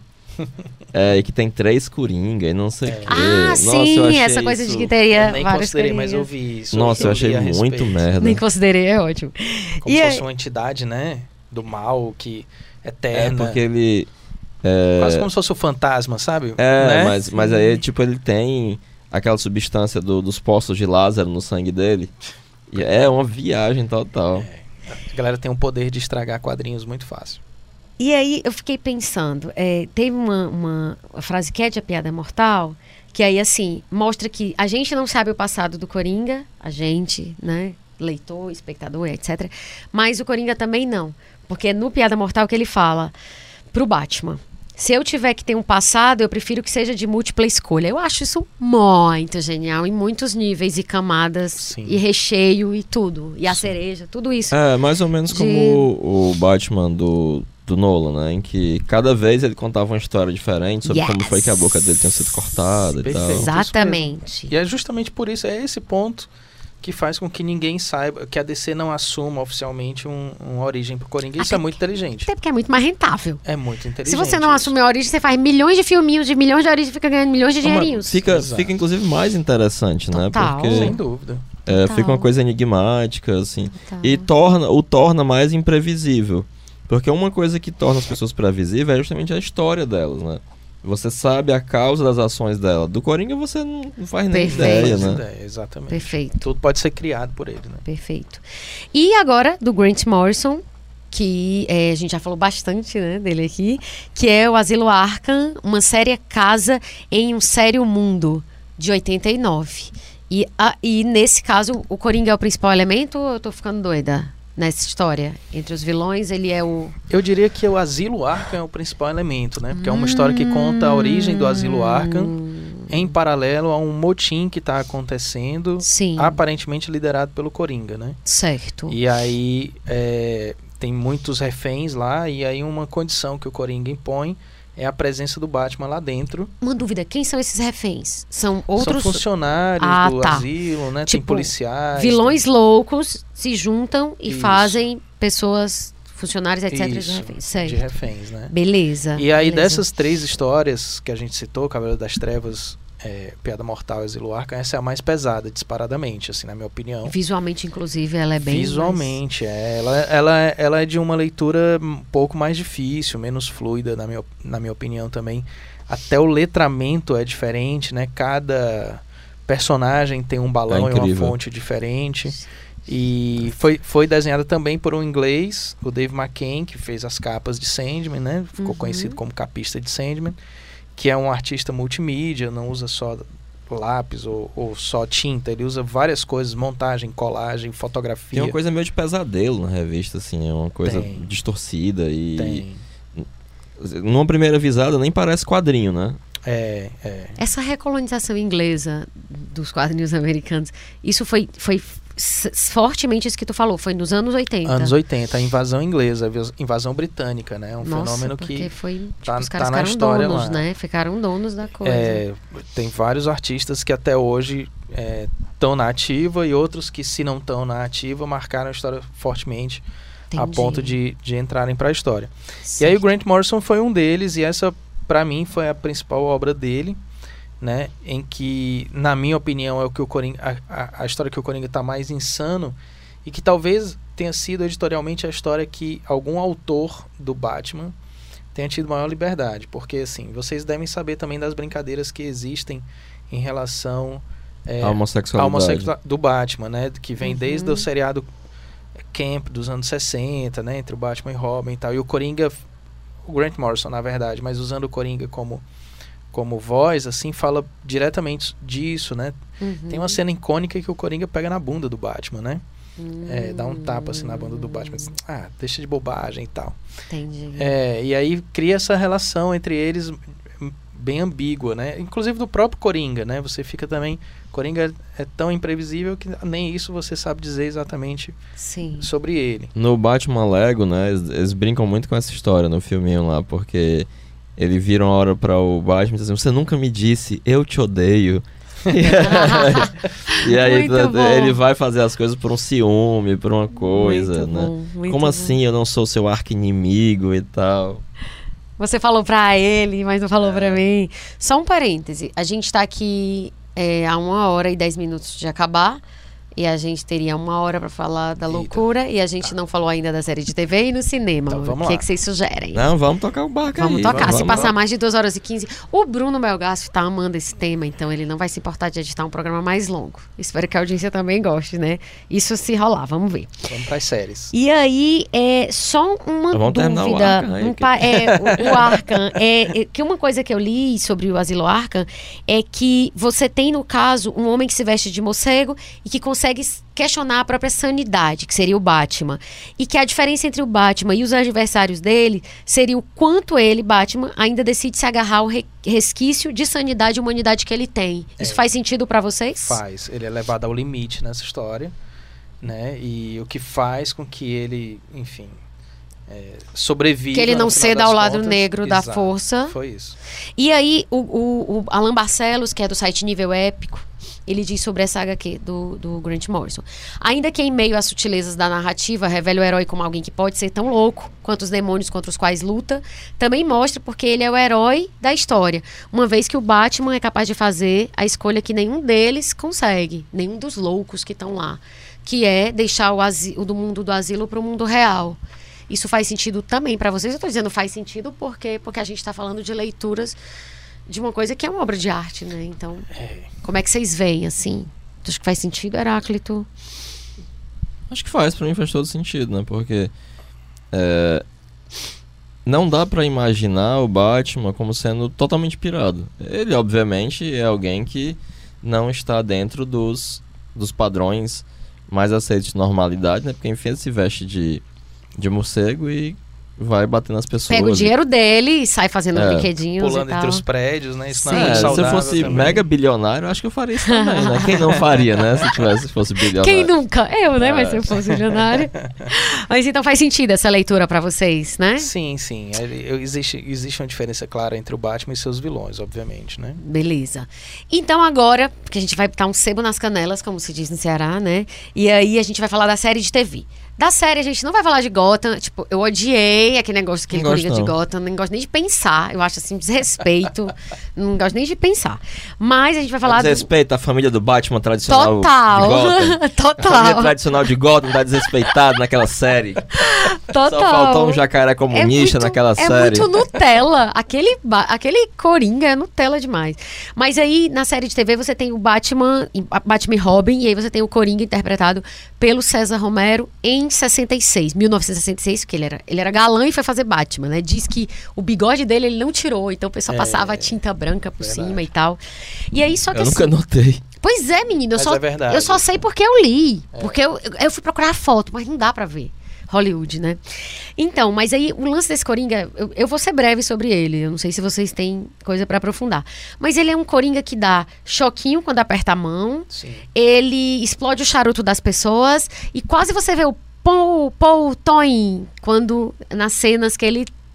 E que tem 3 Coringa e não sei o quê. Nossa, sim, essa coisa de que teria nem vários considerei, Coringas. Mas eu vi isso. Nossa, eu achei muito merda. Nem considerei, é ótimo. Como se fosse uma entidade, né? Do mal, que eterna. Porque ele... Quase como se fosse o fantasma, sabe? Né? mas aí, tipo, ele tem aquela substância dos poços de Lázaro no sangue dele. E é uma viagem total. A galera tem um poder de estragar quadrinhos muito fácil. E aí eu fiquei pensando, teve uma frase que é de A Piada Mortal, que aí assim, mostra que a gente não sabe o passado do Coringa, a gente, né, leitor, espectador, etc. Mas o Coringa também não, porque no Piada Mortal que ele fala pro Batman, se eu tiver que ter um passado, eu prefiro que seja de múltipla escolha. Eu acho isso muito genial, em muitos níveis e camadas, sim. E recheio e tudo, e a cereja, tudo isso. Mais ou menos como o Batman do Nolan, né? Em que cada vez ele contava uma história diferente sobre como foi que a boca dele tinha sido cortada e tal. Exatamente. E é justamente por isso, é esse ponto que faz com que ninguém saiba, que a DC não assuma oficialmente uma origem pro Coringa. Isso é muito inteligente. Até porque é muito mais rentável. É muito inteligente. Se você não assume a origem, você faz milhões de filminhos de milhões de origens e fica ganhando milhões de dinheirinhos. Fica inclusive mais interessante, total. Né? Porque sem dúvida. Fica uma coisa enigmática, assim. Total. E torna mais imprevisível. Porque uma coisa que torna as pessoas previsíveis é justamente a história delas, né? Você sabe a causa das ações dela. Do Coringa você não faz nem ideia, né? Exatamente. Perfeito. Tudo pode ser criado por ele, né? Perfeito. E agora, do Grant Morrison, que a gente já falou bastante, né, dele aqui, que é o Asilo Arkham, uma séria casa em um sério mundo, de 89. E nesse caso, o Coringa é o principal elemento ou eu tô ficando doida? Nessa história, entre os vilões, ele é o... Eu diria que o Asilo Arkham é o principal elemento, né? Porque é uma história que conta a origem do Asilo Arkham em paralelo a um motim que está acontecendo, sim. Aparentemente liderado pelo Coringa, né? Certo. E aí tem muitos reféns lá, e aí uma condição que o Coringa impõe é a presença do Batman lá dentro. Uma dúvida, quem são esses reféns? São outros... São funcionários do asilo, né? Tipo, tem policiais. Vilões loucos se juntam e fazem pessoas, funcionários, etc. de reféns. Certo. De reféns, né? Beleza. E aí dessas 3 histórias que a gente citou, Cavaleiro das Trevas, Piada Mortal e Asilo Arkham, essa é a mais pesada, disparadamente, assim, na minha opinião. Visualmente, inclusive, ela é bem... Visualmente, ela é de uma leitura um pouco mais difícil, menos fluida, na minha opinião também. Até o letramento é diferente, né? Cada personagem tem um balão e uma fonte diferente. E foi desenhada também por um inglês, o Dave McCann, que fez as capas de Sandman, né? Ficou conhecido como capista de Sandman, que é um artista multimídia, não usa só lápis ou só tinta, ele usa várias coisas, montagem, colagem, fotografia. Tem uma coisa meio de pesadelo na revista, assim, é uma coisa distorcida e... Numa primeira visada nem parece quadrinho, né? Essa recolonização inglesa dos quadrinhos americanos, isso foi fortemente isso que tu falou, foi nos anos 80. Anos 80, a invasão inglesa, a invasão britânica, né? Fenômeno que foi, tá, os caras tá na ficaram história donos, lá. né? Ficaram donos da coisa. Tem vários artistas que até hoje estão na ativa e outros que, se não estão na ativa, marcaram a história fortemente. Entendi. A ponto de entrarem para a história. Certo. E aí o Grant Morrison foi um deles, e essa, para mim, foi a principal obra dele, né? Em que, na minha opinião, é o que o Coringa, a história que o Coringa está mais insano, e que talvez tenha sido editorialmente a história que algum autor do Batman tenha tido maior liberdade. Porque, assim, vocês devem saber também das brincadeiras que existem em relação à homossexualidade do Batman, né? Que vem desde o seriado Camp dos anos 60, né, entre o Batman e Robin e tal, e o Coringa, o Grant Morrison, na verdade, mas usando o Coringa como voz, assim, fala diretamente disso, né? Tem uma cena icônica que o Coringa pega na bunda do Batman, né? Dá um tapa assim na bunda do Batman, assim, deixa de bobagem e tal. Entendi. E aí cria essa relação entre eles bem ambígua, né? Inclusive do próprio Coringa, né? Você fica também... Coringa é tão imprevisível que nem isso você sabe dizer exatamente sobre ele. No Batman Lego, né? Eles brincam muito com essa história no filminho lá, porque ele vira uma hora para o Batman e diz assim, você nunca me disse, eu te odeio. E aí ele vai fazer as coisas por um ciúme, por uma coisa, né? Como assim eu não sou seu arqui-inimigo e tal? Você falou pra ele, mas não falou pra mim. Só um parêntese. A gente tá aqui há 1h10 de acabar. E a gente teria 1 hora pra falar da loucura. E a gente não falou ainda da série de TV e no cinema. Então, o que vocês sugerem? Não, vamos tocar o barco Vamos aí. tocar. Se passar vamos. mais de 2h15. O Bruno Melgaço tá amando esse tema, então ele não vai se importar de editar um programa mais longo. Espero que a audiência também goste, né? Isso se rolar, vamos ver. Vamos pras séries. E aí, só uma Vamos dúvida. O Arkham. Que uma coisa que eu li sobre o Asilo Arkham é que você tem, no caso, um homem que se veste de morcego e que consegue questionar a própria sanidade, que seria o Batman. E que a diferença entre o Batman e os adversários dele seria o quanto ele, Batman, ainda decide se agarrar ao resquício de sanidade e humanidade que ele tem. Isso faz sentido pra vocês? Faz. Ele é levado ao limite nessa história, né? E o que faz com que ele, enfim, sobreviva. Que ele não ceda ao lado negro da força. Foi isso. E aí, o Alan Barcelos, que é do site Nível Épico, ele diz sobre essa HQ do Grant Morrison. Ainda que em meio às sutilezas da narrativa revele o herói como alguém que pode ser tão louco quanto os demônios contra os quais luta, também mostra porque ele é o herói da história, uma vez que o Batman é capaz de fazer a escolha que nenhum deles consegue, nenhum dos loucos que estão lá, que é deixar o do mundo do asilo para o mundo real. Isso faz sentido também para vocês? Eu estou dizendo faz sentido porque a gente está falando de leituras de uma coisa que é uma obra de arte, né? Então, como é que vocês veem, assim? Acho que faz sentido, Heráclito? Acho que faz, pra mim faz todo sentido, né? Porque não dá pra imaginar o Batman como sendo totalmente pirado. Ele, obviamente, é alguém que não está dentro dos padrões mais aceitos de normalidade, né? Porque, enfim, ele se veste de morcego e vai bater nas pessoas. Pega o dinheiro dele e sai fazendo brinquedinhos pulando e tal. entre os prédios, né? Isso não é Sim. muito saudável. Se eu fosse também. mega bilionário, eu acho que eu faria isso também, né? Quem não faria, né? Se fosse bilionário. Quem nunca? Eu, né? Mas se eu fosse milionário. Mas então faz sentido essa leitura pra vocês, né? Sim. Existe uma diferença clara entre o Batman e seus vilões, obviamente, né? Beleza. Então agora, porque a gente vai botar um sebo nas canelas, como se diz no Ceará, né? E aí a gente vai falar da série de TV. Da série, a gente não vai falar de Gotham. Tipo, eu odiei aquele negócio, aquele Coringa de Gotham. Não gosto nem de pensar. Eu acho, assim, desrespeito. Não gosto nem de pensar. Mas a gente vai falar... Desrespeito à família do Batman tradicional Total. de Gotham. Total. A família tradicional de Gotham tá desrespeitada naquela série. Total. Só faltou um jacaré comunista naquela série. É muito Nutella. Aquele Coringa é Nutella demais. Mas aí, na série de TV, você tem o Batman e Robin. E aí você tem o Coringa interpretado pelo César Romero em 1966, porque ele era galã e foi fazer Batman, né? Diz que o bigode dele ele não tirou, então o pessoal passava tinta branca por cima e tal. E aí, só que eu nunca notei. Pois é, menino, eu só sei porque eu li. Porque eu fui procurar a foto, mas não dá pra ver. Hollywood, né? Então, mas aí o lance desse Coringa, eu vou ser breve sobre ele. Eu não sei se vocês têm coisa pra aprofundar. Mas ele é um Coringa que dá choquinho quando aperta a mão. Sim. Ele explode o charuto das pessoas. E quase você vê o Paul Toyn quando nas cenas que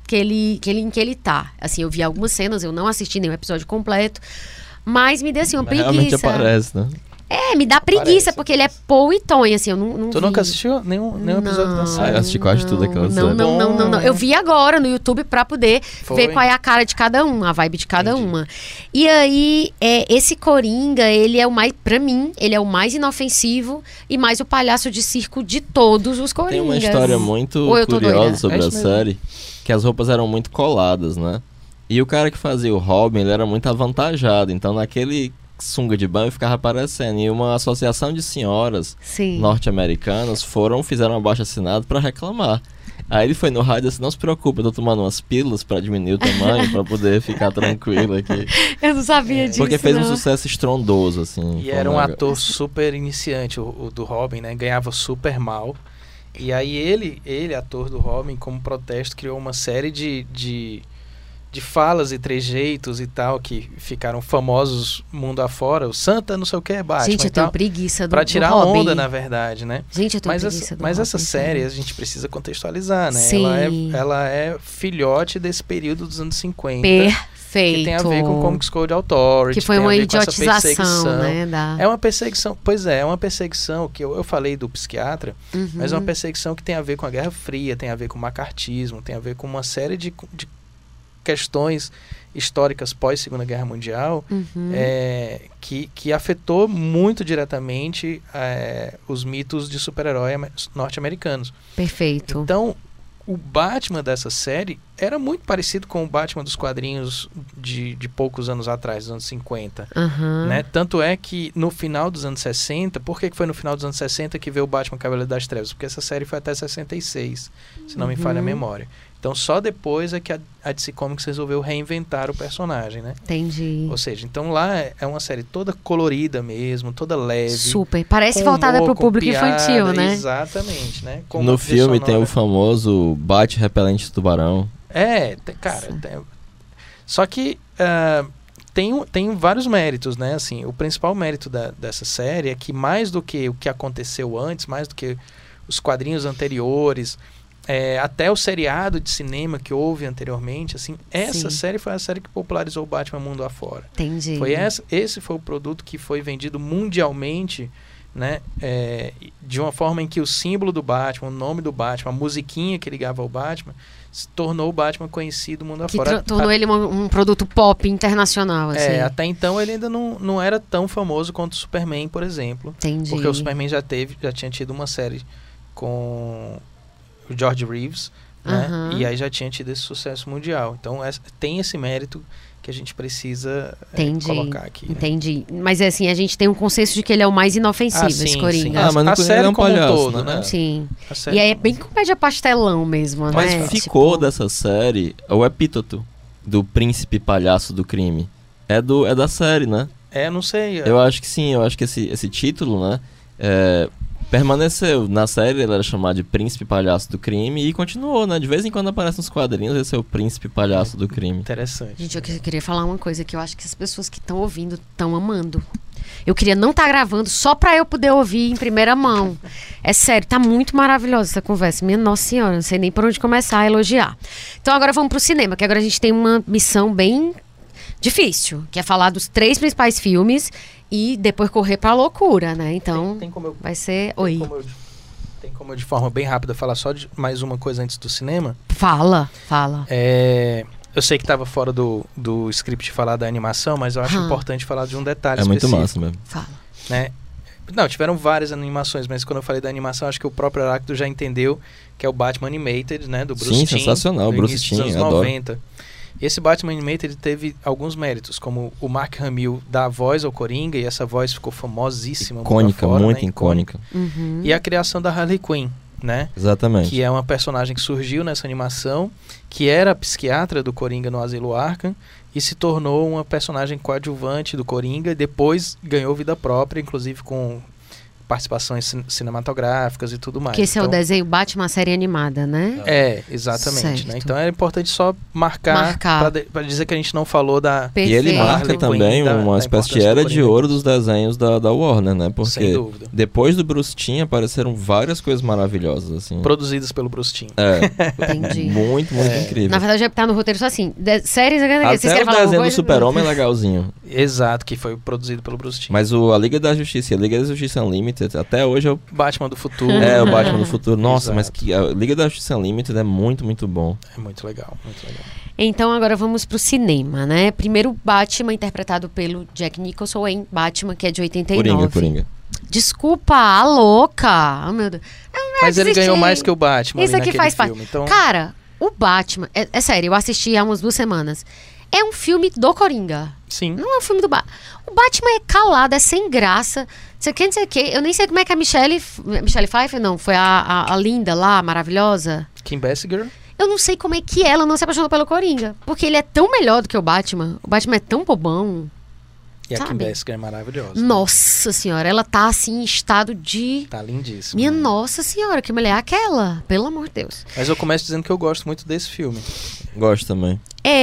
ele tá. Assim, eu vi algumas cenas, eu não assisti nenhum episódio completo. Mas me deu assim uma preguiça. Realmente aparece, né? Me dá preguiça, porque ele é Paul e Toyn, assim, eu não Tu vi. Nunca assistiu nenhum episódio da série? Eu assisti quase tudo aquela série. Não. Eu vi agora no YouTube pra poder ver qual é a cara de cada um, a vibe de cada uma. E aí, esse Coringa, ele é o mais, pra mim, ele é o mais inofensivo e mais o palhaço de circo de todos os Coringas. Tem uma história muito curiosa sobre a série, que as roupas eram muito coladas, né? E o cara que fazia o Robin, ele era muito avantajado, então naquele sunga de banho ficava aparecendo. E uma associação de senhoras norte-americanas fizeram um abaixo-assinado para reclamar. Aí ele foi no rádio e disse: não se preocupe, eu tô tomando umas pílulas para diminuir o tamanho, para poder ficar tranquilo aqui. Eu não sabia disso. Porque fez um sucesso estrondoso, assim. E era um ator super iniciante, o do Robin, né? Ganhava super mal. E aí ele, ator do Robin, como protesto, criou uma série de falas e trejeitos e tal, que ficaram famosos mundo afora. O Santa não sei o que é Batman. Gente, eu tenho preguiça pra tirar do Robin. onda, na verdade, né? Gente, eu tenho preguiça do Mas Robin, essa série a gente precisa contextualizar, né? Sim. Ela é filhote desse período dos anos 50. Perfeito. Que tem a ver com o Comics Code Authority. Que foi uma idiotização, né? É uma perseguição, é uma perseguição que eu falei do psiquiatra, mas é uma perseguição que tem a ver com a Guerra Fria, tem a ver com o macartismo, tem a ver com uma série de questões históricas pós-Segunda Guerra Mundial, que afetou muito diretamente os mitos de super-herói norte-americanos. Perfeito. Então, o Batman dessa série era muito parecido com o Batman dos quadrinhos de poucos anos atrás, dos anos 50. Né? Tanto é que no final dos anos 60, por que foi no final dos anos 60 que veio o Batman Cavaleiro das Trevas? Porque essa série foi até 66, se não me falha a memória. Então só depois é que a DC Comics resolveu reinventar o personagem, né? Entendi. Ou seja, então lá é uma série toda colorida mesmo, toda leve. Super. Parece voltada pro público infantil, né? Exatamente, né? No filme tem o famoso bate repelente tubarão. Só que tem vários méritos, né? Assim, o principal mérito dessa série é que mais do que o que aconteceu antes, mais do que os quadrinhos anteriores, até o seriado de cinema que houve anteriormente, assim, essa série foi a série que popularizou o Batman mundo afora. Entendi. Esse foi o produto que foi vendido mundialmente, né? De uma forma em que o símbolo do Batman, o nome do Batman, a musiquinha que ligava ao Batman, se tornou o Batman conhecido mundo afora. Tornou ele um produto pop internacional, assim. Até então ele ainda não era tão famoso quanto o Superman, por exemplo. Entendi. Porque o Superman já tinha tido uma série com o George Reeves, né? E aí já tinha tido esse sucesso mundial. Então tem esse mérito que a gente precisa colocar aqui. Entendi. Né? Mas assim, a gente tem um consenso de que ele é o mais inofensivo, esse Coringa. Mas a série é um palhaço, todo, né? Sim. E aí é bem comédia pastelão mesmo, né? Mas ficou dessa série o epíteto do príncipe palhaço do crime. É da série, né? Não sei. Eu acho que sim, eu acho que esse título, né? Permaneceu. Na série ele era chamado de Príncipe Palhaço do Crime e continuou, né? De vez em quando aparece nos quadrinhos esse é o Príncipe Palhaço do Crime. Interessante. Gente, eu queria falar uma coisa que eu acho que as pessoas que estão ouvindo estão amando. Eu queria não estar gravando só pra eu poder ouvir em primeira mão. É sério, tá muito maravilhosa essa conversa. Minha Nossa Senhora, não sei nem por onde começar a elogiar. Então agora vamos pro cinema, que agora a gente tem uma missão bem difícil, que é falar dos 3 principais filmes e depois correr pra loucura, né? Então, tem como eu, vai ser... Como Tem como, de forma bem rápida, falar só de mais uma coisa antes do cinema? Fala. Eu sei que estava fora do script falar da animação, mas eu acho importante falar de um detalhe específico. É muito massa mesmo. Fala. Né? Não, tiveram várias animações, mas quando eu falei da animação, acho que o próprio Heráclito já entendeu que é o Batman Animated, né? Do Bruce Timm. Sim, sensacional, o Bruce Timm, dos anos adoro. 90. Esse Batman Animated teve alguns méritos, como o Mark Hamill dá a voz ao Coringa, e essa voz ficou famosíssima. Icônica, fora, muito né? icônica. E a criação da Harley Quinn, né? Exatamente. Que é uma personagem que surgiu nessa animação, que era a psiquiatra do Coringa no Asilo Arkham, e se tornou uma personagem coadjuvante do Coringa, e depois ganhou vida própria, inclusive com participações cinematográficas e tudo mais. Que esse é o desenho Batman, série animada, né? Exatamente. Né? Então é importante só marcar. Para dizer que a gente não falou da... Perfeito. E ele marca também uma espécie de era de ouro dos desenhos da Warner, né? Porque sem dúvida. Depois do Bruce Timm apareceram várias coisas maravilhosas, assim. Produzidas pelo Bruce Timm. Entendi. Muito incrível. Na verdade, tá no roteiro só assim. Séries... Até o desenho do Super-Homem é legalzinho. Exato, que foi produzido pelo Bruce Timm. Mas a Liga da Justiça e a Liga da Justiça Unlimited, até hoje é o Batman do futuro. É, o Batman do futuro. Nossa, Exato. mas que a Liga da Justiça Unlimited é muito, muito bom. É muito legal, muito legal. Então agora vamos pro cinema, né? Primeiro Batman, interpretado pelo Jack Nicholson em Batman, que é de 89. Coringa. Desculpa, a louca. Oh, meu Deus. Mas ele ganhou mais que o Batman. Isso aqui faz parte. Então... Cara, o Batman... É sério, eu assisti há umas 2 semanas. É um filme do Coringa. Sim. Não é um filme do Batman. O Batman é calado, é sem graça. Não sei o quê. Eu nem sei como é que a Michelle Pfeiffer, não. Foi a linda lá, maravilhosa. Kim Basinger. Eu não sei como é que ela não se apaixonou pelo Coringa. Porque ele é tão melhor do que o Batman. O Batman é tão bobão. E sabe? a Kim Basinger é maravilhosa. Nossa senhora, ela tá assim em estado de... Tá lindíssima. Minha nossa senhora, que mulher é aquela? Pelo amor de Deus. Mas eu começo dizendo que eu gosto muito desse filme. Gosto também.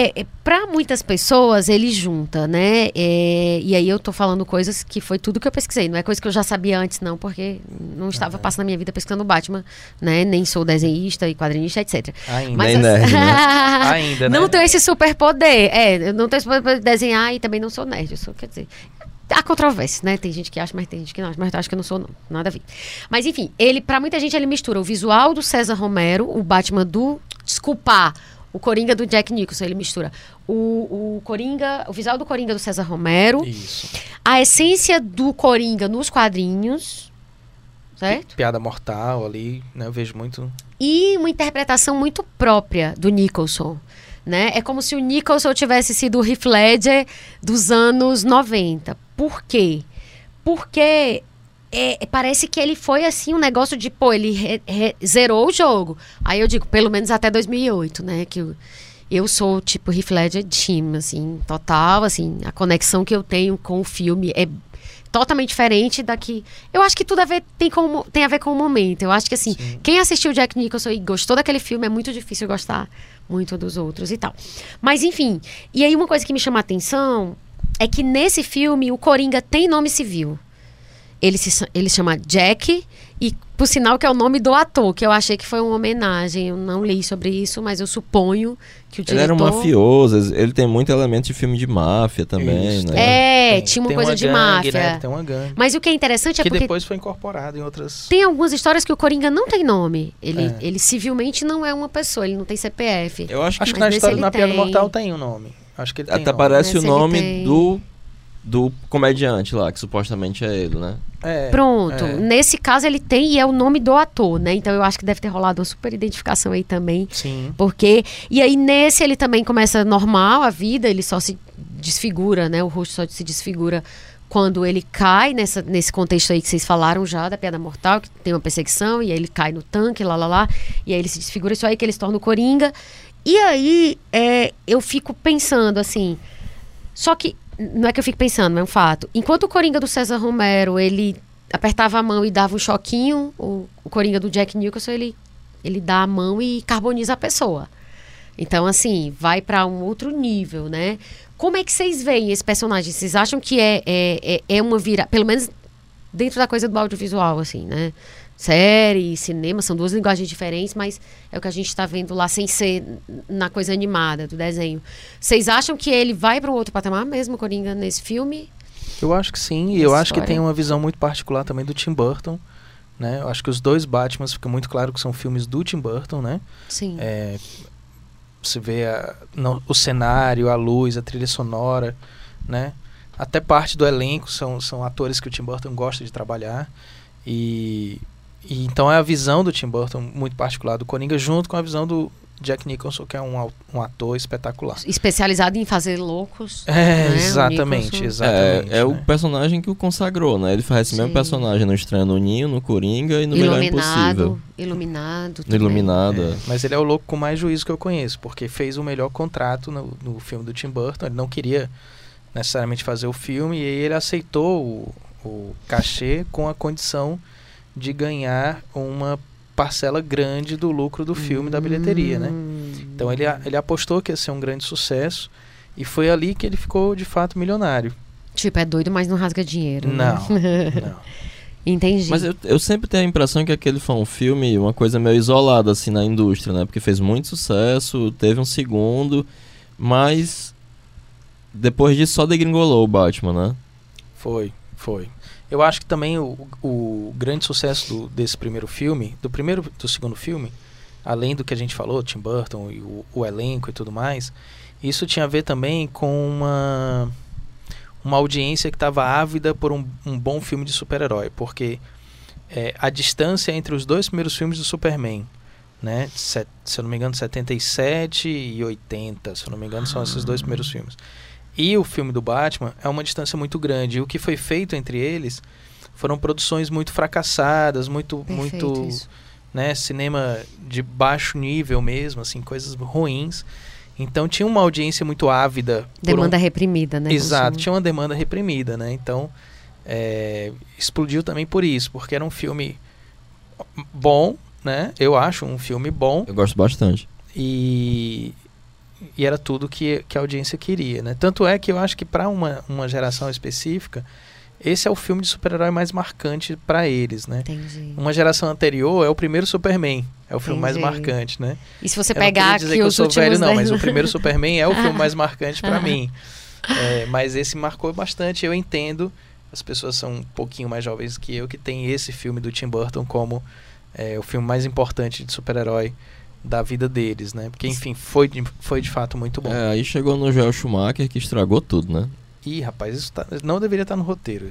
Pra muitas pessoas ele junta, né? E aí eu tô falando coisas que foi tudo que eu pesquisei. Não é coisa que eu já sabia antes, não, porque não estava passando a minha vida pesquisando o Batman, né? Nem sou desenhista e quadrinista, etc. Ainda. Mas, Nem nerd, né? Ainda, né? Não tenho esse superpoder. Eu não tenho esse superpoder de desenhar e também não sou nerd. Eu sou, quer dizer... Há controvérsia, né? Tem gente que acha, mas tem gente que não acha. Mas eu acho que eu não sou, não. Nada a ver. Mas, enfim, pra muita gente, ele mistura o visual do César Romero, o Batman do... Desculpa! O Coringa do Jack Nicholson, ele mistura o visual do Coringa do César Romero. Isso. A essência do Coringa nos quadrinhos. Certo? Piada mortal ali, né? Eu vejo muito... E uma interpretação muito própria do Nicholson. Né? É como se o Nicholson tivesse sido o Heath Ledger dos anos 90. Por quê? Porque parece que ele foi assim, um negócio de, ele zerou o jogo. Aí eu digo, pelo menos até 2008, né? Que eu sou tipo Heath Ledger team, assim, total, assim, a conexão que eu tenho com o filme é totalmente diferente daqui. Eu acho que tudo tem a ver com o momento. Eu acho que assim, Sim. Quem assistiu Jack Nicholson e gostou daquele filme, é muito difícil gostar muito dos outros e tal. Mas enfim, e aí uma coisa que me chama a atenção é que nesse filme o Coringa tem nome civil. Ele chama Jack, e por sinal que é o nome do ator, que eu achei que foi uma homenagem. Eu não li sobre isso, mas eu suponho que o diretor... Ele era um mafioso, ele tem muito elemento de filme de máfia também, Isso, né? Tinha uma coisa de máfia. Né? Tem uma gangue. Mas o que é interessante é que porque... depois foi incorporado em outras... Tem algumas histórias que o Coringa não tem nome. Ele civilmente não é uma pessoa, ele não tem CPF. Eu acho que na história na Piada Mortal tem um nome. Acho que ele tem até nome. parece o Nesse nome do comediante lá, que supostamente é ele, né? Pronto. Nesse caso ele tem, e é o nome do ator, né? Então eu acho que deve ter rolado uma super identificação aí também. Sim. Porque... E aí nesse ele também começa normal a vida, ele só se desfigura, né? O rosto só se desfigura quando ele cai nesse contexto aí que vocês falaram já, da Piada Mortal, que tem uma perseguição, e aí ele cai no tanque, e aí ele se desfigura, isso aí que ele se torna o Coringa. E aí eu fico pensando assim... Só que não é que eu fico pensando, é um fato. Enquanto o Coringa do César Romero, ele apertava a mão e dava um choquinho, o Coringa do Jack Nicholson, ele dá a mão e carboniza a pessoa. Então, assim, vai para um outro nível, né? Como é que vocês veem esse personagem? Vocês acham que é uma pelo menos dentro da coisa do audiovisual, assim, né? Série, cinema, são 2 linguagens diferentes, mas é o que a gente está vendo lá sem ser na coisa animada do desenho. Vocês acham que ele vai para o outro patamar mesmo, Coringa, nesse filme? Eu acho que sim, e eu acho que tem uma visão muito particular também do Tim Burton, né? Eu acho que os dois Batman fica muito claro que são filmes do Tim Burton, né? Sim. Você vê o cenário, a luz, a trilha sonora, né? Até parte do elenco são atores que o Tim Burton gosta de trabalhar. E então é a visão do Tim Burton muito particular do Coringa, junto com a visão do Jack Nicholson, que é um ator espetacular. Especializado em fazer loucos. Né? Exatamente. É o personagem que o consagrou, né? Ele faz esse mesmo personagem no Estranho no Ninho, no Coringa e no Melhor Impossível. Iluminado. No Iluminado. Mas ele é o louco com mais juízo que eu conheço, porque fez o melhor contrato no filme do Tim Burton. Ele não queria necessariamente fazer o filme, e aí ele aceitou o cachê com a condição de ganhar uma parcela grande do lucro do filme, da bilheteria, né? Então ele apostou que ia ser um grande sucesso, e foi ali que ele ficou de fato milionário. Tipo, é doido, mas não rasga dinheiro. Não. Entendi. Mas eu sempre tenho a impressão que aquele foi um filme, uma coisa meio isolada assim na indústria, né? Porque fez muito sucesso, teve um segundo, mas depois disso só degringolou o Batman, né? Foi. Eu acho que também o grande sucesso desse primeiro filme, do segundo filme, além do que a gente falou, Tim Burton e o elenco e tudo mais, isso tinha a ver também com uma audiência que estava ávida por um bom filme de super-herói, porque a distância entre os dois primeiros filmes do Superman, né, se eu não me engano 77 e 80, se eu não me engano são esses dois primeiros filmes, e o filme do Batman é uma distância muito grande. E o que foi feito entre eles foram produções muito fracassadas, muito né, cinema de baixo nível mesmo, assim, coisas ruins. Então tinha uma audiência muito ávida. Demanda reprimida, né? Exato, tinha uma demanda reprimida, né? Então explodiu também por isso, porque era um filme bom, né? Eu acho um filme bom. Eu gosto bastante. E era tudo que a audiência queria, né? Tanto é que eu acho que para uma geração específica, esse é o filme de super-herói mais marcante para eles, né? Entendi. Uma geração anterior é o primeiro Superman, é o filme mais marcante, né? E se você pegar aqui os últimos... velho, não, 10... mas o primeiro Superman é o filme mais marcante para mim. Mas esse marcou bastante, eu entendo. As pessoas são um pouquinho mais jovens que eu, que tem esse filme do Tim Burton como o filme mais importante de super-herói da vida deles, né? Porque, enfim, foi de fato muito bom. Aí chegou no Joel Schumacher, que estragou tudo, né? Ih, rapaz, isso não deveria estar no roteiro.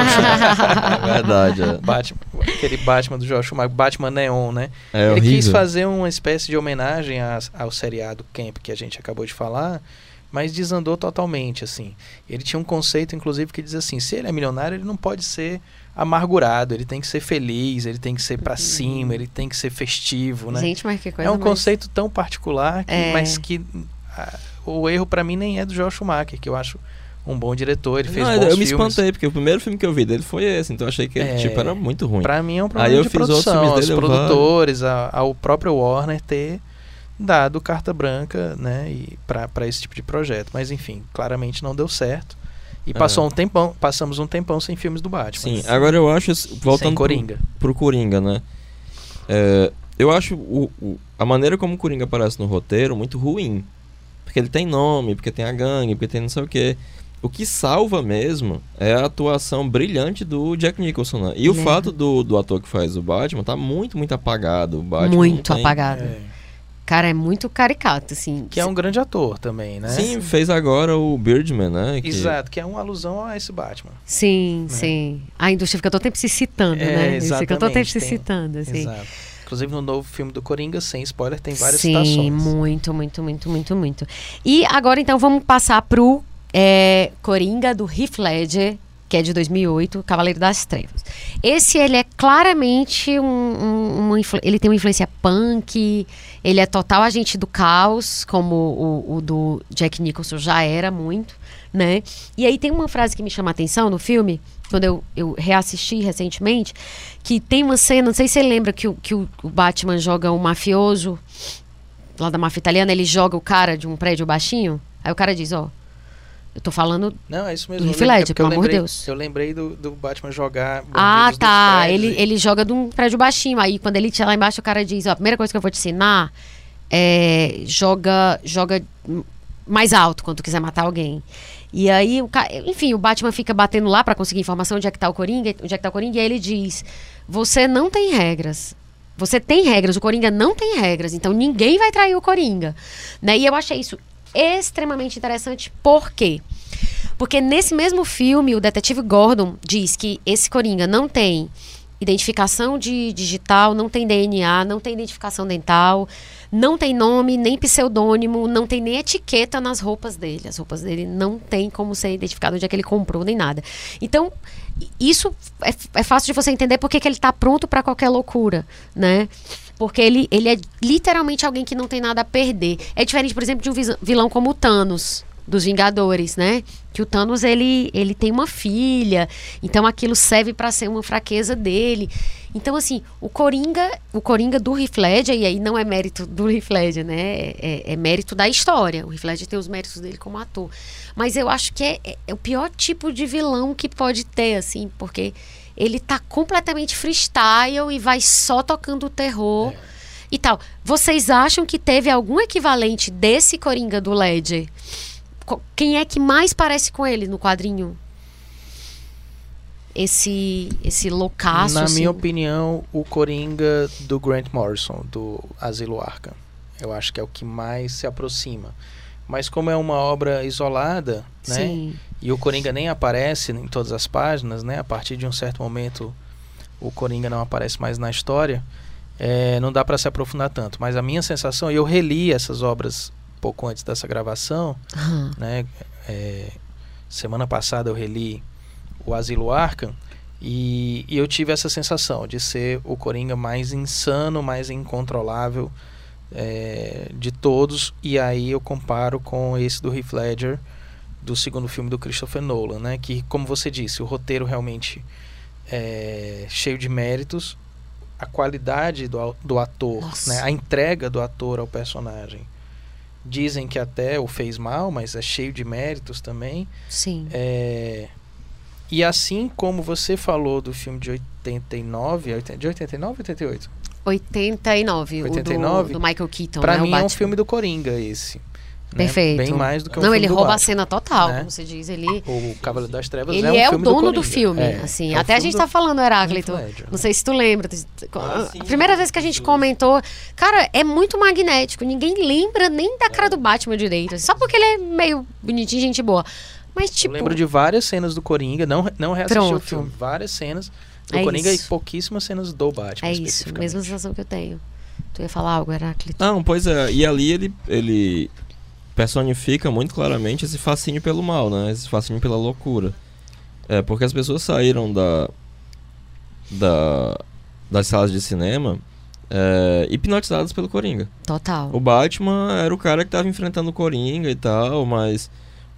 É verdade. Aquele Batman do Joel Schumacher, Batman Neon, né? Ele horrível. Quis fazer uma espécie de homenagem ao seriado Camp que a gente acabou de falar, mas desandou totalmente, assim. Ele tinha um conceito, inclusive, que diz assim, se ele é milionário, ele não pode ser amargurado, ele tem que ser feliz, ele tem que ser pra cima, ele tem que ser festivo, né? Gente, mas que coisa. É um conceito tão particular, mas que o erro pra mim nem é do Joel Schumacher, que eu acho um bom diretor, ele fez bons filmes. Eu me espantei, porque o primeiro filme que eu vi dele foi esse, então eu achei que ele era muito ruim. Pra mim é um problema de produção, os produtores, ao próprio Warner ter dado carta branca, né, pra esse tipo de projeto. Mas enfim, claramente não deu certo. E passamos um tempão sem filmes do Batman. Sim, agora eu acho, voltando pro Coringa, né? Eu acho a maneira como o Coringa aparece no roteiro muito ruim. Porque ele tem nome, porque tem a gangue, porque tem não sei o quê. O que salva mesmo é a atuação brilhante do Jack Nicholson, né? E o fato do ator que faz o Batman tá muito, muito apagado. O Batman muito apagado. Cara, é muito caricato, assim. Que é um grande ator também, né? Sim, fez agora o Birdman, né? Exato, que é uma alusão a esse Batman. Sim, sim. A indústria fica todo tempo se citando, né? Exatamente. Fica todo tempo se citando, assim. Exato. Inclusive no novo filme do Coringa, sem spoiler, tem várias citações. Sim, muito, muito, muito, muito, muito. E agora, então, vamos passar pro Coringa, do Heath Ledger, que é de 2008, Cavaleiro das Trevas. Esse, ele é claramente ele tem uma influência punk, ele é total agente do caos, como o do Jack Nicholson já era muito, né? E aí tem uma frase que me chama a atenção no filme, quando eu reassisti recentemente, que tem uma cena, não sei se você lembra, que o Batman joga um mafioso, lá da máfia italiana, ele joga o cara de um prédio baixinho, aí o cara diz, eu tô falando. Não, é isso mesmo. Do Heath Ledger, pelo amor de Deus. Eu lembrei do Batman jogar. Tá. Ele joga de um prédio baixinho. Aí quando ele tira lá embaixo, o cara diz: a primeira coisa que eu vou te ensinar é joga mais alto quando tu quiser matar alguém. E aí, enfim, o Batman fica batendo lá pra conseguir informação onde é que tá o Coringa. E aí ele diz: você não tem regras. Você tem regras, o Coringa não tem regras, então ninguém vai trair o Coringa, né? E eu achei isso extremamente interessante. Por quê? Porque nesse mesmo filme, o detetive Gordon diz que esse Coringa não tem identificação digital, não tem DNA, não tem identificação dental, não tem nome, nem pseudônimo, não tem nem etiqueta nas roupas dele. As roupas dele não tem como ser identificado onde é que ele comprou, nem nada. Então, isso é fácil de você entender porque que ele está pronto para qualquer loucura, né? Porque ele é literalmente alguém que não tem nada a perder. É diferente, por exemplo, de um vilão como o Thanos, dos Vingadores, né? Que o Thanos, ele tem uma filha, então aquilo serve para ser uma fraqueza dele. Então, assim, o Coringa do Heath Ledger, e aí não é mérito do Heath Ledger, né? É mérito da história. O Heath Ledger tem os méritos dele como ator. Mas eu acho que é o pior tipo de vilão que pode ter, assim, porque ele tá completamente freestyle e vai só tocando o terror e tal. Vocês acham que teve algum equivalente desse Coringa do Ledger? Quem é que mais parece com ele no quadrinho? Esse loucaço. Na assim. minha opinião, o Coringa do Grant Morrison, do Asilo Arkham. Eu acho que é o que mais se aproxima. Mas como é uma obra isolada, né? Sim. E o Coringa nem aparece em todas as páginas, né? A partir de um certo momento, o Coringa não aparece mais na história. Não dá para se aprofundar tanto. Mas a minha sensação, e eu reli essas obras pouco antes dessa gravação, né? Semana passada eu reli o Asilo Arkham e eu tive essa sensação de ser o Coringa mais insano, mais incontrolável de todos. E aí eu comparo com esse do Heath Ledger, do segundo filme do Christopher Nolan, né? Que, como você disse, o roteiro realmente é cheio de méritos, a qualidade do ator, né? A entrega do ator ao personagem. Dizem que até o fez mal, mas é cheio de méritos também. Sim. E assim como você falou do filme de 89... De 89 ou 88? 89. 89? O do Michael Keaton, pra né? mim é um filme do Coringa esse. Perfeito. Né? Bem mais do que um Não, filme ele do rouba Batman, a cena total, né? Como você diz. Ele, o Cavaleiro das Trevas ele é um é filme o dono do filme. Assim, até a gente tá falando, Heráclito. Não sei se tu lembra. A primeira vez que a gente comentou, cara, é muito magnético. Ninguém lembra nem da cara do Batman direito. Só porque ele é meio bonitinho, gente boa. Mas, tipo... Eu lembro de várias cenas do Coringa, não reassisti o filme. Várias cenas do Coringa isso. E pouquíssimas cenas do Batman. É isso, mesma sensação que eu tenho. Tu ia falar algo, Heráclito? Não, pois é. E ali ele personifica muito claramente esse fascínio pelo mal, né? Esse fascínio pela loucura. Porque as pessoas saíram das salas de cinema hipnotizadas pelo Coringa. Total. O Batman era o cara que estava enfrentando o Coringa e tal, mas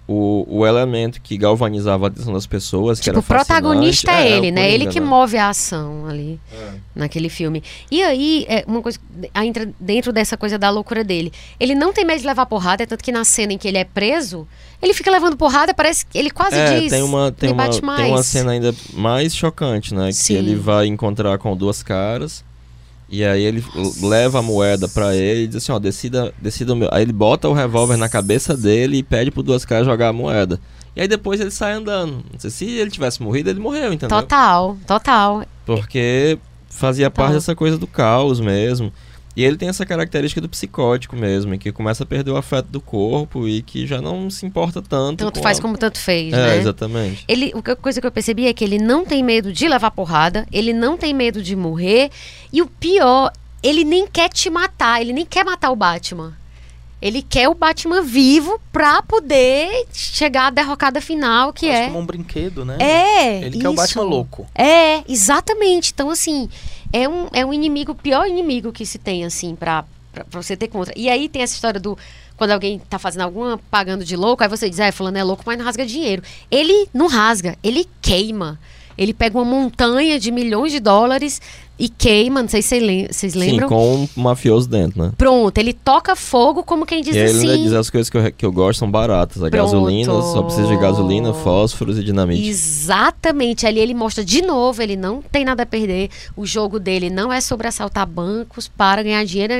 o elemento que galvanizava a atenção das pessoas, que tipo, era o protagonista é ele, né? Coringa, ele que move a ação ali naquele filme. E aí, uma coisa entra dentro dessa coisa da loucura dele. Ele não tem medo de levar porrada, é tanto que na cena em que ele é preso, ele fica levando porrada, parece que ele quase diz, tem uma cena ainda mais chocante, né? Sim. Que ele vai encontrar com duas caras. E aí ele leva a moeda pra ele e diz assim, ó, decida o meu. Aí ele bota o revólver na cabeça dele e pede pro duas caras jogar a moeda. E aí depois ele sai andando. Não sei, se ele tivesse morrido, ele morreu, entendeu? Total. Porque fazia parte dessa coisa do caos mesmo. E ele tem essa característica do psicótico mesmo, que começa a perder o afeto do corpo e que já não se importa tanto. Tanto faz como tanto fez, né? Exatamente. A coisa que eu percebi é que ele não tem medo de levar porrada, ele não tem medo de morrer, e o pior, ele nem quer te matar, ele nem quer matar o Batman. Ele quer o Batman vivo pra poder chegar à derrocada final, que Quase como um brinquedo, né? Ele quer o Batman louco. Exatamente. Então, assim, é um inimigo, o pior inimigo que se tem, assim, pra você ter contra. E aí tem essa história do... Quando alguém tá fazendo alguma pagando de louco, aí você diz, fulano é louco, mas não rasga dinheiro. Ele não rasga, ele queima. Ele pega uma montanha de milhões de dólares e queima, não sei se vocês lembram. Sim, com um mafioso dentro, né? Pronto, ele toca fogo como quem diz e assim... E ele diz as coisas que eu gosto são baratas. A gasolina, só precisa de gasolina, fósforos e dinamite. Exatamente, ali ele mostra de novo, ele não tem nada a perder. O jogo dele não é sobre assaltar bancos para ganhar dinheiro.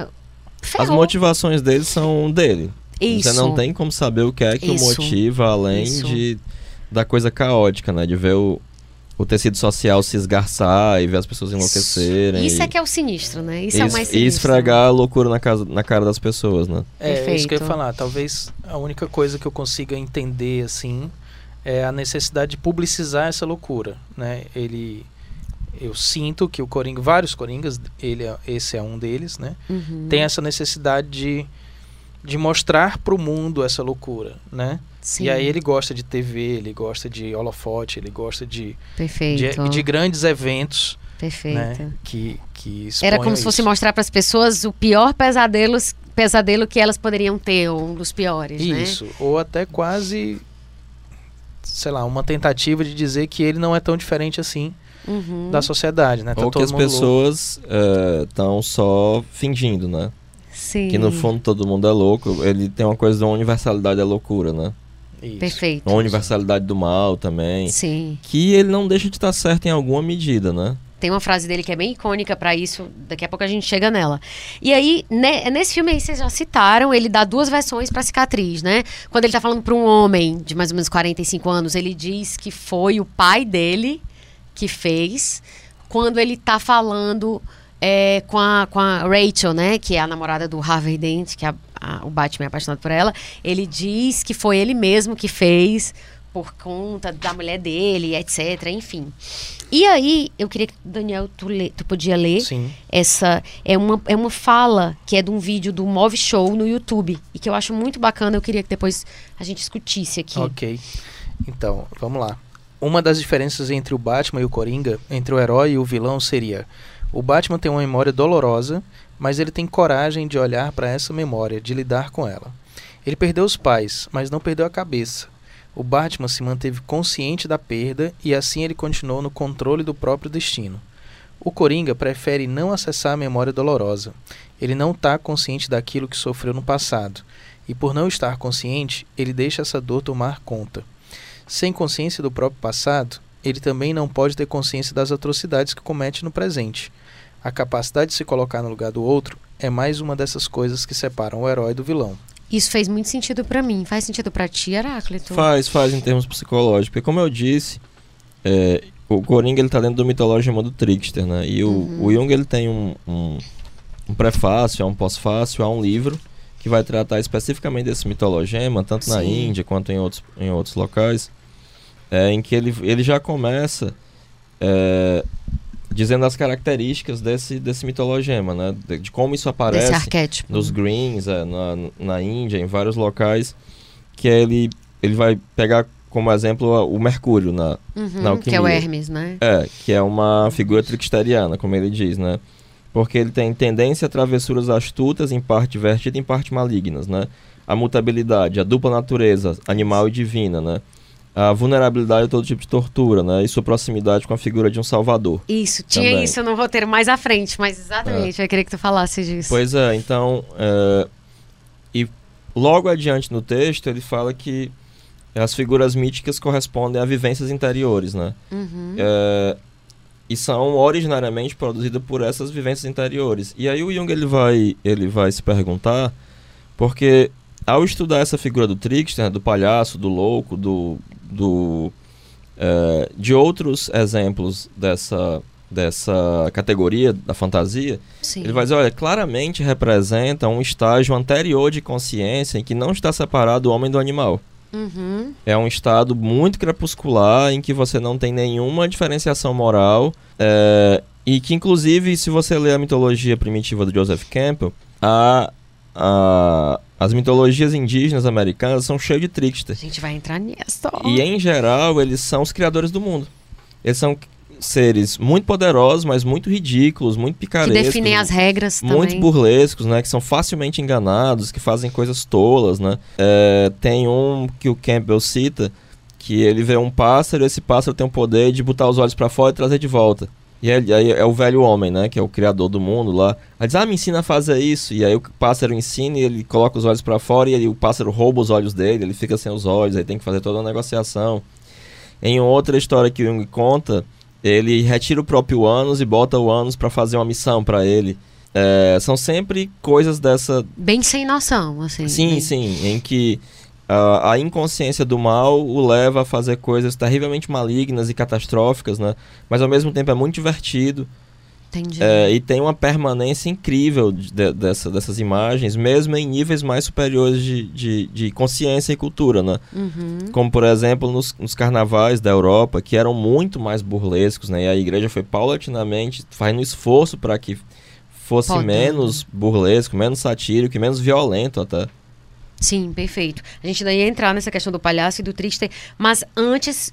As motivações dele são dele. Isso. Você não tem como saber o que é que o motiva, além da coisa caótica, né? De ver o tecido social se esgarçar e ver as pessoas enlouquecerem. Isso é que é o sinistro, né? Isso é o mais sinistro. E esfregar a loucura na cara das pessoas, né? É isso que eu ia falar. Talvez a única coisa que eu consiga entender, assim, é a necessidade de publicizar essa loucura, né? Eu sinto que o Coringa, vários Coringas, esse é um deles, né? Tem essa necessidade de mostrar para o mundo essa loucura, né? Sim. E aí ele gosta de TV, ele gosta de holofote, ele gosta de grandes eventos. Perfeito. Né? Que era como se fosse mostrar para as pessoas o pior pesadelo que elas poderiam ter, ou um dos piores, isso, né? Ou até quase, sei lá, uma tentativa de dizer que ele não é tão diferente assim da sociedade, né? Tá ou que as pessoas estão só fingindo, né? Sim. Que no fundo todo mundo é louco. Ele tem uma coisa de uma universalidade da loucura, né? Isso. Perfeito. Uma universalidade do mal também. Sim. Que ele não deixa de estar certo em alguma medida, né? Tem uma frase dele que é bem icônica pra isso, daqui a pouco a gente chega nela. E aí, nesse filme aí, vocês já citaram, ele dá 2 versões pra cicatriz, né? Quando ele tá falando pra um homem de mais ou menos 45 anos, ele diz que foi o pai dele que fez. Quando ele tá falando com a Rachel, né? Que é a namorada do Harvey Dent, que o Batman é apaixonado por ela. Ele diz que foi ele mesmo que fez por conta da mulher dele, etc. Enfim. E aí, eu queria que, Daniel, tu podia ler. Sim. Essa é uma fala que é de um vídeo do Move Show no YouTube. E que eu acho muito bacana, eu queria que depois a gente discutisse aqui. Ok. Então, vamos lá. Uma das diferenças entre o Batman e o Coringa, entre o herói e o vilão, seria: o Batman tem uma memória dolorosa, mas ele tem coragem de olhar para essa memória, de lidar com ela. Ele perdeu os pais, mas não perdeu a cabeça. O Batman se manteve consciente da perda e assim ele continuou no controle do próprio destino. O Coringa prefere não acessar a memória dolorosa. Ele não está consciente daquilo que sofreu no passado. E por não estar consciente, ele deixa essa dor tomar conta. Sem consciência do próprio passado, ele também não pode ter consciência das atrocidades que comete no presente. A capacidade de se colocar no lugar do outro é mais uma dessas coisas que separam o herói do vilão. Isso fez muito sentido pra mim. Faz sentido pra ti, Heráclito? Faz em termos psicológicos. Porque, como eu disse, o Coringa ele tá dentro do mitológico do Trickster, né? E o Jung ele tem um prefácio, um pós-fácio, há um livro que vai tratar especificamente desse mitologema, tanto na Índia quanto em outros locais, em que ele já começa dizendo as características desse mitologema, né? De como isso aparece nos Greens, na Índia, em vários locais, que ele vai pegar como exemplo o Mercúrio na alquimia. Que é o Hermes, né? Que é uma figura tricksteriana, como ele diz, né? Porque ele tem tendência a travessuras astutas, em parte divertidas e em parte malignas, né? A mutabilidade, a dupla natureza, animal e divina, né? A vulnerabilidade a todo tipo de tortura, né? E sua proximidade com a figura de um salvador. Isso, tinha também. Isso no roteiro mais à frente, mas exatamente, eu queria que tu falasse disso. Pois é, então... e logo adiante no texto, ele fala que as figuras míticas correspondem a vivências interiores, né? E são originariamente produzidas por essas vivências interiores. E aí o Jung ele vai se perguntar, porque ao estudar essa figura do trickster, né, do palhaço, do louco, de outros exemplos dessa categoria da fantasia, sim, ele vai dizer, olha, claramente representa um estágio anterior de consciência em que não está separado o homem do animal. É um estado muito crepuscular em que você não tem nenhuma diferenciação moral, e que inclusive, se você ler a mitologia primitiva do Joseph Campbell, as mitologias indígenas americanas são cheias de trickster. A gente vai entrar nisso. E em geral eles são os criadores do mundo. Eles são seres muito poderosos, mas muito ridículos, muito picarescos. Que definem as regras também. Muito burlescos, né? Que são facilmente enganados, que fazem coisas tolas, né? Tem um que o Campbell cita, que ele vê um pássaro e esse pássaro tem o poder de botar os olhos pra fora e trazer de volta. E aí é o velho homem, né? Que é o criador do mundo lá. Aí diz, me ensina a fazer isso. E aí o pássaro ensina e ele coloca os olhos pra fora e o pássaro rouba os olhos dele, ele fica sem os olhos, aí tem que fazer toda uma negociação. Em outra história que o Jung conta, ele retira o próprio ânus e bota o ânus pra fazer uma missão pra ele. São sempre coisas dessa... Bem sem noção, assim. Sim, em que a inconsciência do mal o leva a fazer coisas terrivelmente malignas e catastróficas, né? Mas ao mesmo tempo é muito divertido. Entendi. E tem uma permanência incrível dessas imagens, mesmo em níveis mais superiores de consciência e cultura, né? Como, por exemplo, nos carnavais da Europa, que eram muito mais burlescos, né? E a igreja foi paulatinamente fazendo esforço para que fosse menos burlesco, menos satírico e menos violento até. Sim, perfeito. A gente daí ia entrar nessa questão do palhaço e do trickster, mas antes,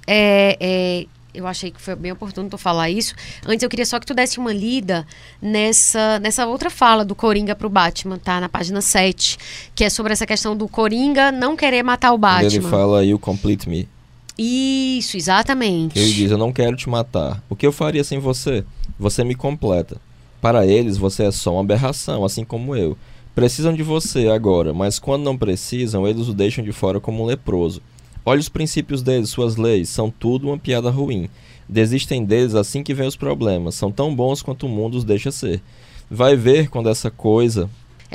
eu achei que foi bem oportuno tu falar isso. Antes eu queria só que tu desse uma lida nessa outra fala do Coringa pro Batman, tá? Na página 7, que é sobre essa questão do Coringa não querer matar o Batman. Ele fala, you complete me. Isso, exatamente. Ele diz, eu não quero te matar. O que eu faria sem você? Você me completa. Para eles, você é só uma aberração, assim como eu. Precisam de você agora, mas quando não precisam, eles o deixam de fora como um leproso. Olha os princípios deles, suas leis, são tudo uma piada ruim. Desistem deles assim que vem os problemas, são tão bons quanto o mundo os deixa ser. Vai ver quando essa coisa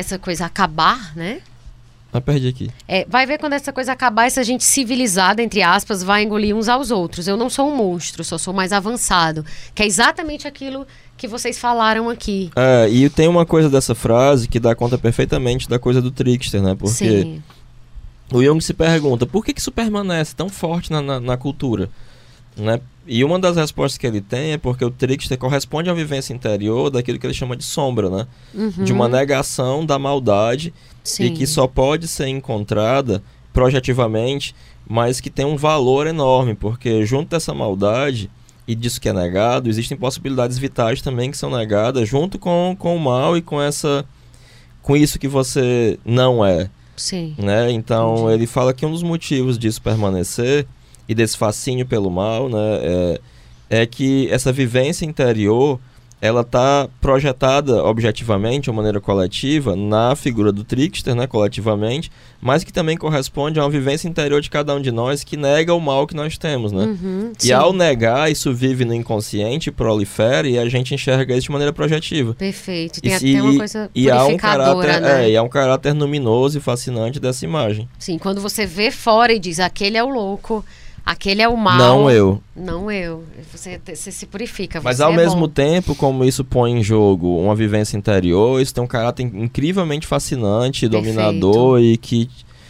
acabar, né? Perdi aqui. Vai ver quando essa coisa acabar, essa gente civilizada, entre aspas, vai engolir uns aos outros. Eu não sou um monstro, só sou mais avançado. Que é exatamente aquilo que vocês falaram aqui. E tem uma coisa dessa frase que dá conta perfeitamente da coisa do trickster, né? Porque Sim. O Jung se pergunta, por que isso permanece tão forte na cultura? Né? E uma das respostas que ele tem é porque o trickster corresponde à vivência interior daquilo que ele chama de sombra, né? De uma negação da maldade. Sim. E que só pode ser encontrada projetivamente, mas que tem um valor enorme, porque junto dessa maldade e disso que é negado, existem possibilidades vitais também que são negadas, junto com o mal e com isso que você não é. Sim. Né? Então, Entendi. Ele fala que um dos motivos disso permanecer e desse fascínio pelo mal, né, é que essa vivência interior ela está projetada objetivamente, de uma maneira coletiva, na figura do trickster, né, coletivamente, mas que também corresponde a uma vivência interior de cada um de nós que nega o mal que nós temos, né? E ao negar, isso vive no inconsciente, prolifera e a gente enxerga isso de maneira projetiva. Perfeito. E tem até uma coisa purificadora, e há um caráter luminoso e fascinante dessa imagem. Sim, quando você vê fora e diz, aquele é o louco, aquele é o mal. Não eu. Você se purifica. Mas ao mesmo tempo, como isso põe em jogo uma vivência interior, isso tem um caráter incrivelmente fascinante, dominador e que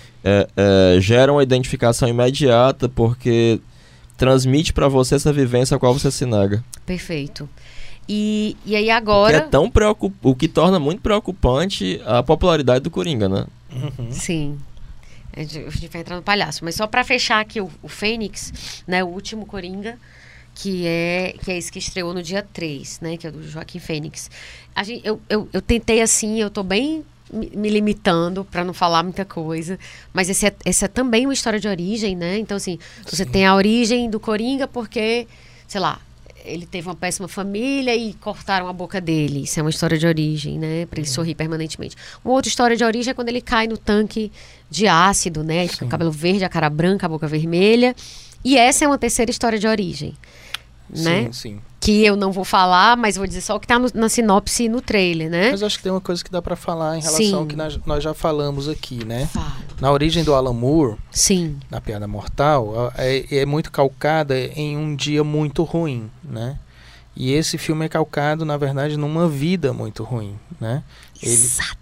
gera uma identificação imediata porque transmite para você essa vivência a qual você se nega. Perfeito. E aí agora... O que torna muito preocupante a popularidade do Coringa, né? Sim. A gente vai entrar no palhaço. Mas só para fechar aqui o Fênix, né, o último Coringa, que é esse que estreou no dia 3, né, que é do Joaquim Fênix. Eu tentei assim, eu tô bem me limitando para não falar muita coisa, mas esse é também uma história de origem, né? Então, assim, você tem a origem do Coringa porque, sei lá, ele teve uma péssima família e cortaram a boca dele. Isso é uma história de origem, né? Para ele sorrir permanentemente. Uma outra história de origem é quando ele cai no tanque de ácido, né? Fica o cabelo verde, a cara branca, a boca vermelha. E essa é uma terceira história de origem, né? Sim. Que eu não vou falar, mas vou dizer só o que está na sinopse e no trailer, né? Mas acho que tem uma coisa que dá para falar em relação ao que nós já falamos aqui, né? Fala. Na origem do Alan Moore, Sim. na Piada Mortal, é muito calcada em um dia muito ruim, né? E esse filme é calcado, na verdade, numa vida muito ruim, né? Exatamente.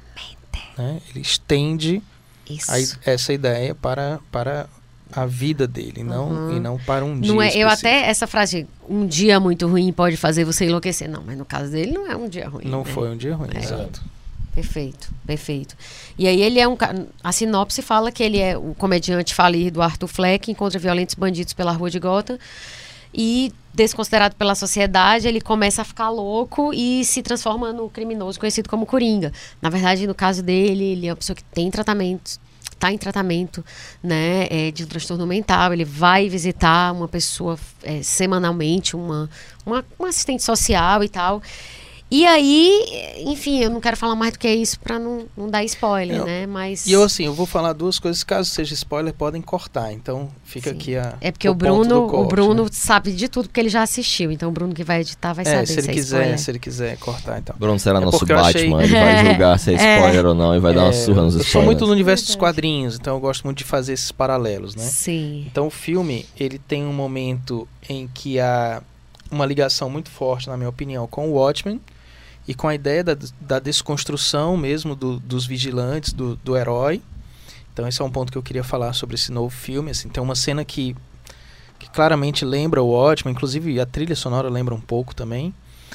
Ele estende essa ideia para a vida dele, e não para um dia específico. Essa frase, um dia muito ruim pode fazer você enlouquecer. Não, mas no caso dele não é um dia ruim. Não, né? foi um dia ruim, exato. Perfeito. E aí ele é a sinopse fala que ele é o comediante falido Arthur Fleck, encontra violentos bandidos pela rua de Gotham e, desconsiderado pela sociedade, ele começa a ficar louco e se transforma no criminoso conhecido como Coringa. Na verdade, no caso dele, ele é uma pessoa que tem tratamento, está em tratamento, né, de um transtorno mental. Ele vai visitar uma pessoa semanalmente, uma assistente social e tal. E aí, enfim, eu não quero falar mais do que isso pra não dar spoiler, né? Mas... E eu vou falar duas coisas, caso seja spoiler, podem cortar, então fica aqui É porque o Bruno sabe de tudo, porque ele já assistiu, então o Bruno que vai editar vai saber se ele quiser cortar, então. Bruno será nosso Batman, ele vai julgar se é spoiler ou não e vai dar uma surra nos spoilers. Eu sou muito no universo dos quadrinhos, então eu gosto muito de fazer esses paralelos, né? Sim. Então o filme, ele tem um momento em que há uma ligação muito forte, na minha opinião, com o Watchmen e com a ideia da desconstrução mesmo dos vigilantes, do herói. Então esse é um ponto que eu queria falar sobre esse novo filme. Assim, tem uma cena que claramente lembra o Watchmen, inclusive a trilha sonora lembra um pouco também.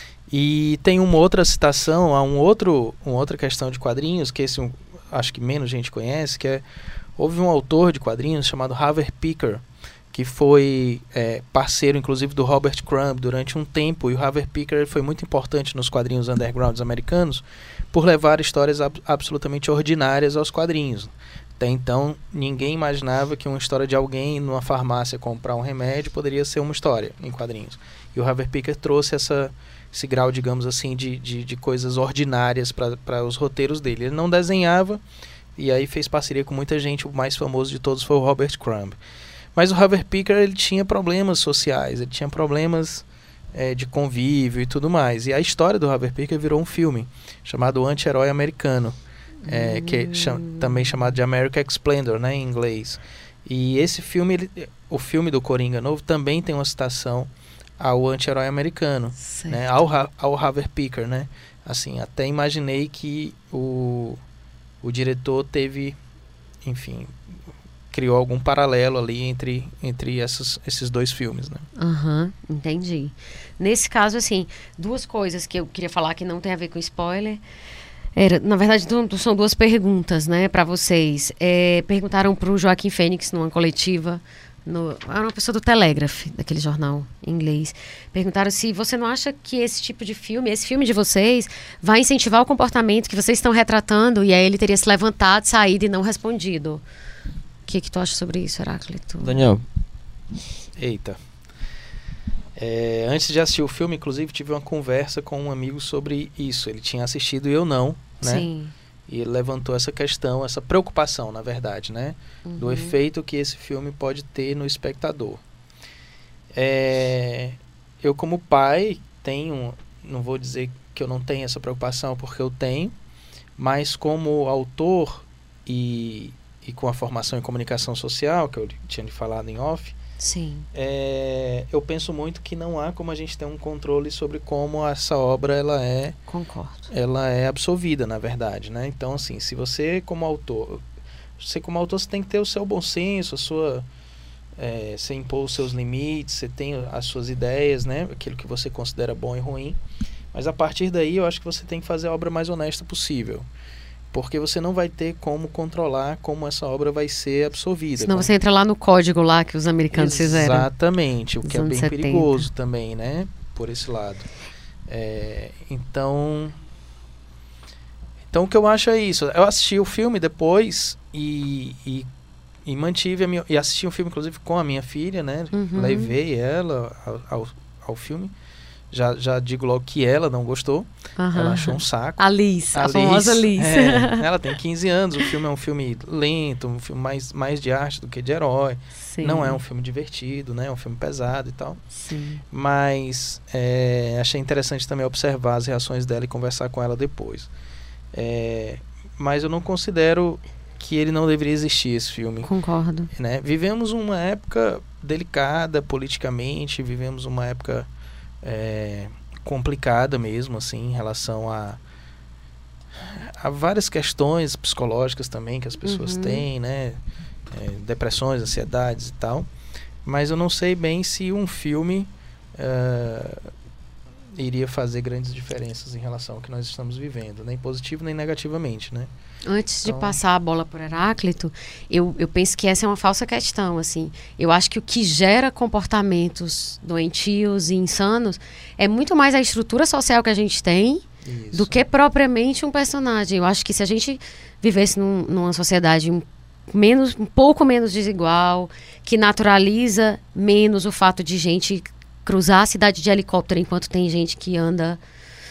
E tem uma outra citação a uma outra questão de quadrinhos, que esse acho que menos gente conhece, que houve um autor de quadrinhos chamado Harvey Picker, que foi parceiro, inclusive, do Robert Crumb durante um tempo. E o Harvey Picker foi muito importante nos quadrinhos undergrounds americanos por levar histórias absolutamente ordinárias aos quadrinhos. Até então, ninguém imaginava que uma história de alguém numa farmácia comprar um remédio poderia ser uma história em quadrinhos. E o Harvey Picker trouxe esse grau, digamos assim, de coisas ordinárias para os roteiros dele. Ele não desenhava, e aí fez parceria com muita gente. O mais famoso de todos foi o Robert Crumb. Mas o Harvey Picker, ele tinha problemas sociais, ele tinha problemas de convívio e tudo mais. E a história do Harvey Picker virou um filme chamado O Anti-Herói Americano, que também chamado de American Splendor, né, em inglês. E esse filme, o filme do Coringa novo, também tem uma citação ao Anti-Herói Americano, né, ao Harvey Picker, né? Assim, até imaginei que o diretor teve, enfim, criou algum paralelo ali entre esses dois filmes, né? Entendi. Nesse caso, assim, duas coisas que eu queria falar que não tem a ver com spoiler. Na verdade, são duas perguntas, né, para vocês. Perguntaram para o Joaquim Fênix numa coletiva, era uma pessoa do Telegraph, daquele jornal em inglês. Perguntaram se você não acha que esse tipo de filme, esse filme de vocês, vai incentivar o comportamento que vocês estão retratando, e aí ele teria se levantado, saído e não respondido. O que tu acha sobre isso, Heráclito? Daniel. Eita. Antes de assistir o filme, inclusive, tive uma conversa com um amigo sobre isso. Ele tinha assistido e eu não, né? Sim. E ele levantou essa questão, essa preocupação, na verdade, né? Do efeito que esse filme pode ter no espectador. Eu, como pai, tenho... Não vou dizer que eu não tenho essa preocupação, porque eu tenho. Mas como autor e com a formação em comunicação social, que eu tinha lhe falado em off, sim. Eu penso muito que não há como a gente ter um controle sobre como essa obra Concordo. Ela é absorvida, na verdade, né? Então, assim, se você como autor você tem que ter o seu bom senso, você impor os seus limites, você tem as suas ideias, né? Aquilo que você considera bom e ruim. Mas a partir daí eu acho que você tem que fazer a obra mais honesta possível. Porque você não vai ter como controlar como essa obra vai ser absorvida. Senão você entra lá no código lá que os americanos fizeram. Exatamente, o que é bem 70. perigoso também, né? Por esse lado. Então o que eu acho é isso. Eu assisti o filme depois e mantive e assisti um filme, inclusive, com a minha filha, né? Levei ela ao filme. Já digo logo que ela não gostou. Ela achou um saco. A famosa Liz. Ela tem 15 anos. O filme é um filme lento, um filme mais de arte do que de herói. Sim. Não é um filme divertido, né? É um filme pesado e tal. Sim. Mas achei interessante também observar as reações dela e conversar com ela depois. Mas eu não considero que ele não deveria existir, esse filme. Concordo. Né? Vivemos uma época delicada politicamente, vivemos uma época complicada mesmo, assim, em relação a várias questões psicológicas também que as pessoas têm, né? Depressões, ansiedades e tal. Mas eu não sei bem se um filme iria fazer grandes diferenças em relação ao que nós estamos vivendo, nem positivo nem negativamente, né? Antes de passar a bola por Heráclito, eu penso que essa é uma falsa questão, assim. Eu acho que o que gera comportamentos doentios e insanos é muito mais a estrutura social que a gente tem do que propriamente um personagem. Eu acho que se a gente vivesse numa sociedade um pouco menos desigual, que naturaliza menos o fato de gente cruzar a cidade de helicóptero enquanto tem gente que anda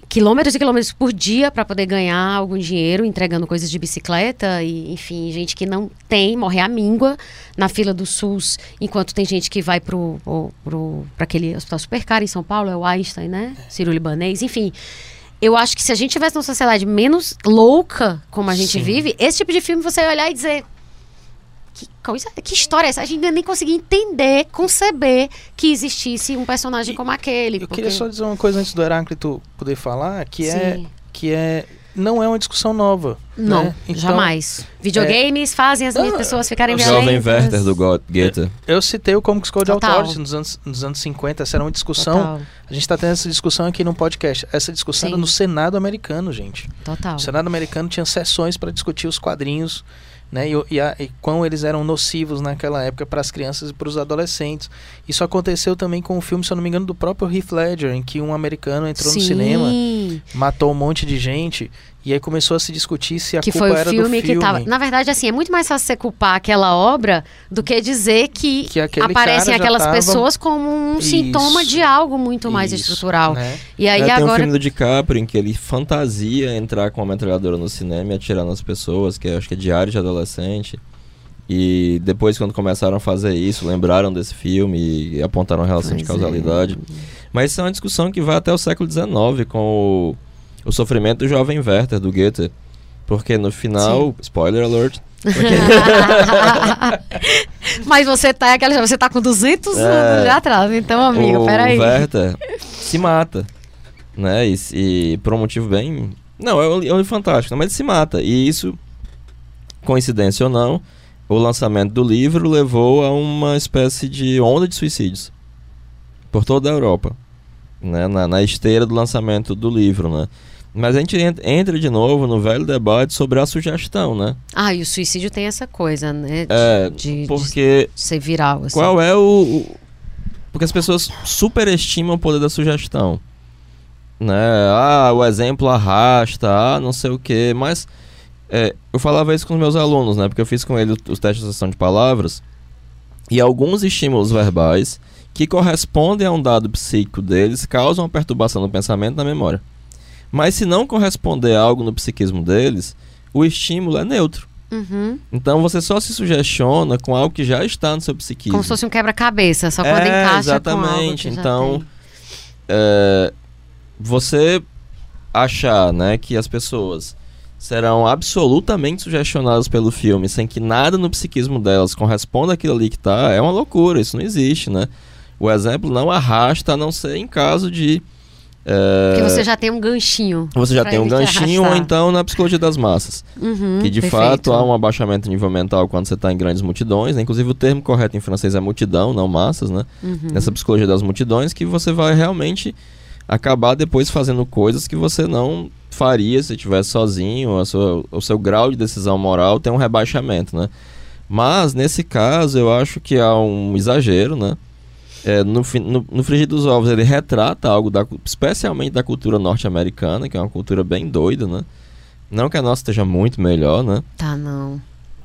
quilômetros e quilômetros por dia para poder ganhar algum dinheiro, entregando coisas de bicicleta e, enfim, gente que não tem, morre à míngua na fila do SUS, enquanto tem gente que vai para aquele hospital super caro em São Paulo, é o Einstein, né? Sírio-Libanês, enfim. Eu acho que se a gente tivesse uma sociedade menos louca como a gente vive, esse tipo de filme você vai olhar e dizer... Que história é essa? A gente nem conseguia entender, conceber que existisse um personagem como aquele. Eu queria só dizer uma coisa antes do Heráclito poder falar, que não é uma discussão nova. Não, né? Então, jamais. Videogames fazem as pessoas ficarem violentas. Jovem Werther do Goethe. Eu citei o Comics Code Authority nos anos 50. Essa era uma discussão. Total. A gente está tendo essa discussão aqui no podcast. Essa discussão era no Senado americano, gente. Total. O Senado americano tinha sessões para discutir os quadrinhos, né, e quão eles eram nocivos naquela época para as crianças e para os adolescentes. Isso aconteceu também com o filme, se eu não me engano, do próprio Heath Ledger, em que um americano entrou no cinema, matou um monte de gente, e aí começou a se discutir se a culpa era do filme. Que tava... Na verdade, assim, é muito mais fácil você culpar aquela obra do que dizer que aparecem aquelas pessoas como um sintoma de algo muito mais estrutural. Né? E aí tem agora... um filme do DiCaprio em que ele fantasia entrar com uma metralhadora no cinema e atirar nas pessoas, que acho que é Diário de Adolescente. E depois, quando começaram a fazer isso, lembraram desse filme e apontaram a relação de causalidade. Mas isso é uma discussão que vai até o século XIX, com o sofrimento do jovem Werther, do Goethe. Porque no final, spoiler alert... Mas você tá com 200 anos já atrás, então, amigo, peraí. O Werther se mata, né? E por um motivo bem... Não, é um livro fantástico, mas ele se mata. E isso, coincidência ou não, o lançamento do livro levou a uma espécie de onda de suicídios por toda a Europa, né? Na esteira do lançamento do livro, né? Mas a gente entra de novo no velho debate sobre a sugestão, né? E o suicídio tem essa coisa, né? De ser viral, assim. Qual é porque as pessoas superestimam o poder da sugestão, né? O exemplo arrasta, não sei o quê. Mas eu falava isso com os meus alunos, né? Porque eu fiz com eles os testes de associação de palavras. E alguns estímulos verbais que correspondem a um dado psíquico deles causam uma perturbação no pensamento e na memória. Mas se não corresponder a algo no psiquismo deles, o estímulo é neutro. Então você só se sugestiona com algo que já está no seu psiquismo. Como se fosse um quebra-cabeça, só quando encaixa exatamente. Com algo que então, você achar, né, que as pessoas serão absolutamente sugestionadas pelo filme sem que nada no psiquismo delas corresponda àquilo ali que está, é uma loucura, isso não existe, né? O exemplo não arrasta, a não ser em caso de... Porque você já tem um ganchinho. Você já tem um ganchinho, ou então na psicologia das massas. Que de fato há um abaixamento de nível mental quando você está em grandes multidões, né? Inclusive o termo correto em francês é multidão, não massas, né? Nessa psicologia das multidões, que você vai realmente acabar depois fazendo coisas que você não faria se estivesse sozinho. O seu grau de decisão moral tem um rebaixamento, né? Mas nesse caso eu acho que há um exagero, né? No Frigir dos Ovos ele retrata algo especialmente da cultura norte-americana, que é uma cultura bem doida, né? Não que a nossa esteja muito melhor, né? Tá, não.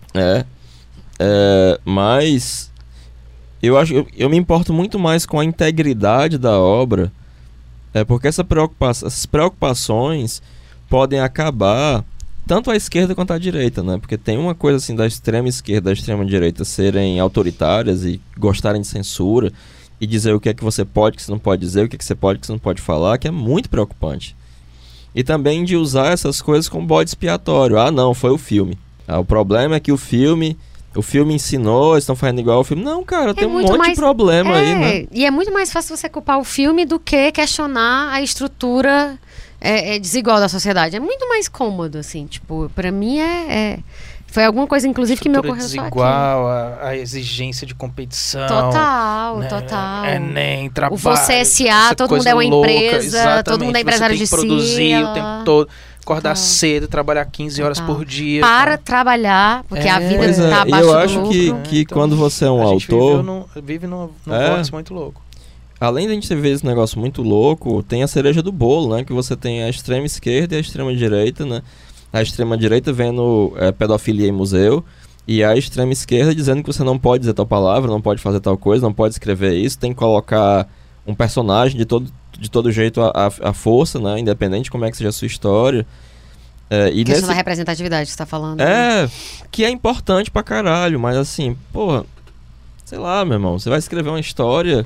Mas eu me importo muito mais com a integridade da obra, porque essas preocupações podem acabar tanto à esquerda quanto à direita, né? Porque tem uma coisa assim da extrema esquerda e da extrema direita serem autoritárias e gostarem de censura e dizer o que é que você pode, o que você não pode dizer, o que é que você pode, o que você não pode falar, que é muito preocupante. E também de usar essas coisas como bode expiatório. Não, foi o filme. O problema é que o filme ensinou, eles estão fazendo igual ao filme. Não, cara, tem um monte de problema aí, né? E é muito mais fácil você culpar o filme do que questionar a estrutura desigual da sociedade. É muito mais cômodo, assim. Tipo, pra mim foi alguma coisa, inclusive, que me ocorreu só aqui. Desigual, a exigência de competição. Total. Nem trabalho. O você S.A., todo mundo é uma empresa, todo mundo é empresário de si. Você tem que produzir o tempo todo, acordar cedo, trabalhar 15 horas por dia. Para trabalhar, porque a vida está abaixo do lucro. Eu acho que então, quando você é um autor... vive num vórtice muito louco. Além de a gente ver esse negócio muito louco, tem a cereja do bolo, né? Que você tem a extrema esquerda e a extrema direita, né? A extrema-direita vendo pedofilia em museu, e a extrema-esquerda dizendo que você não pode dizer tal palavra, não pode fazer tal coisa, não pode escrever isso, tem que colocar um personagem de tudo de todo jeito a força, né? Independente de como é que seja a sua história. E questão da representatividade que você tá falando. Que é importante pra caralho, mas assim, porra, sei lá, meu irmão, você vai escrever uma história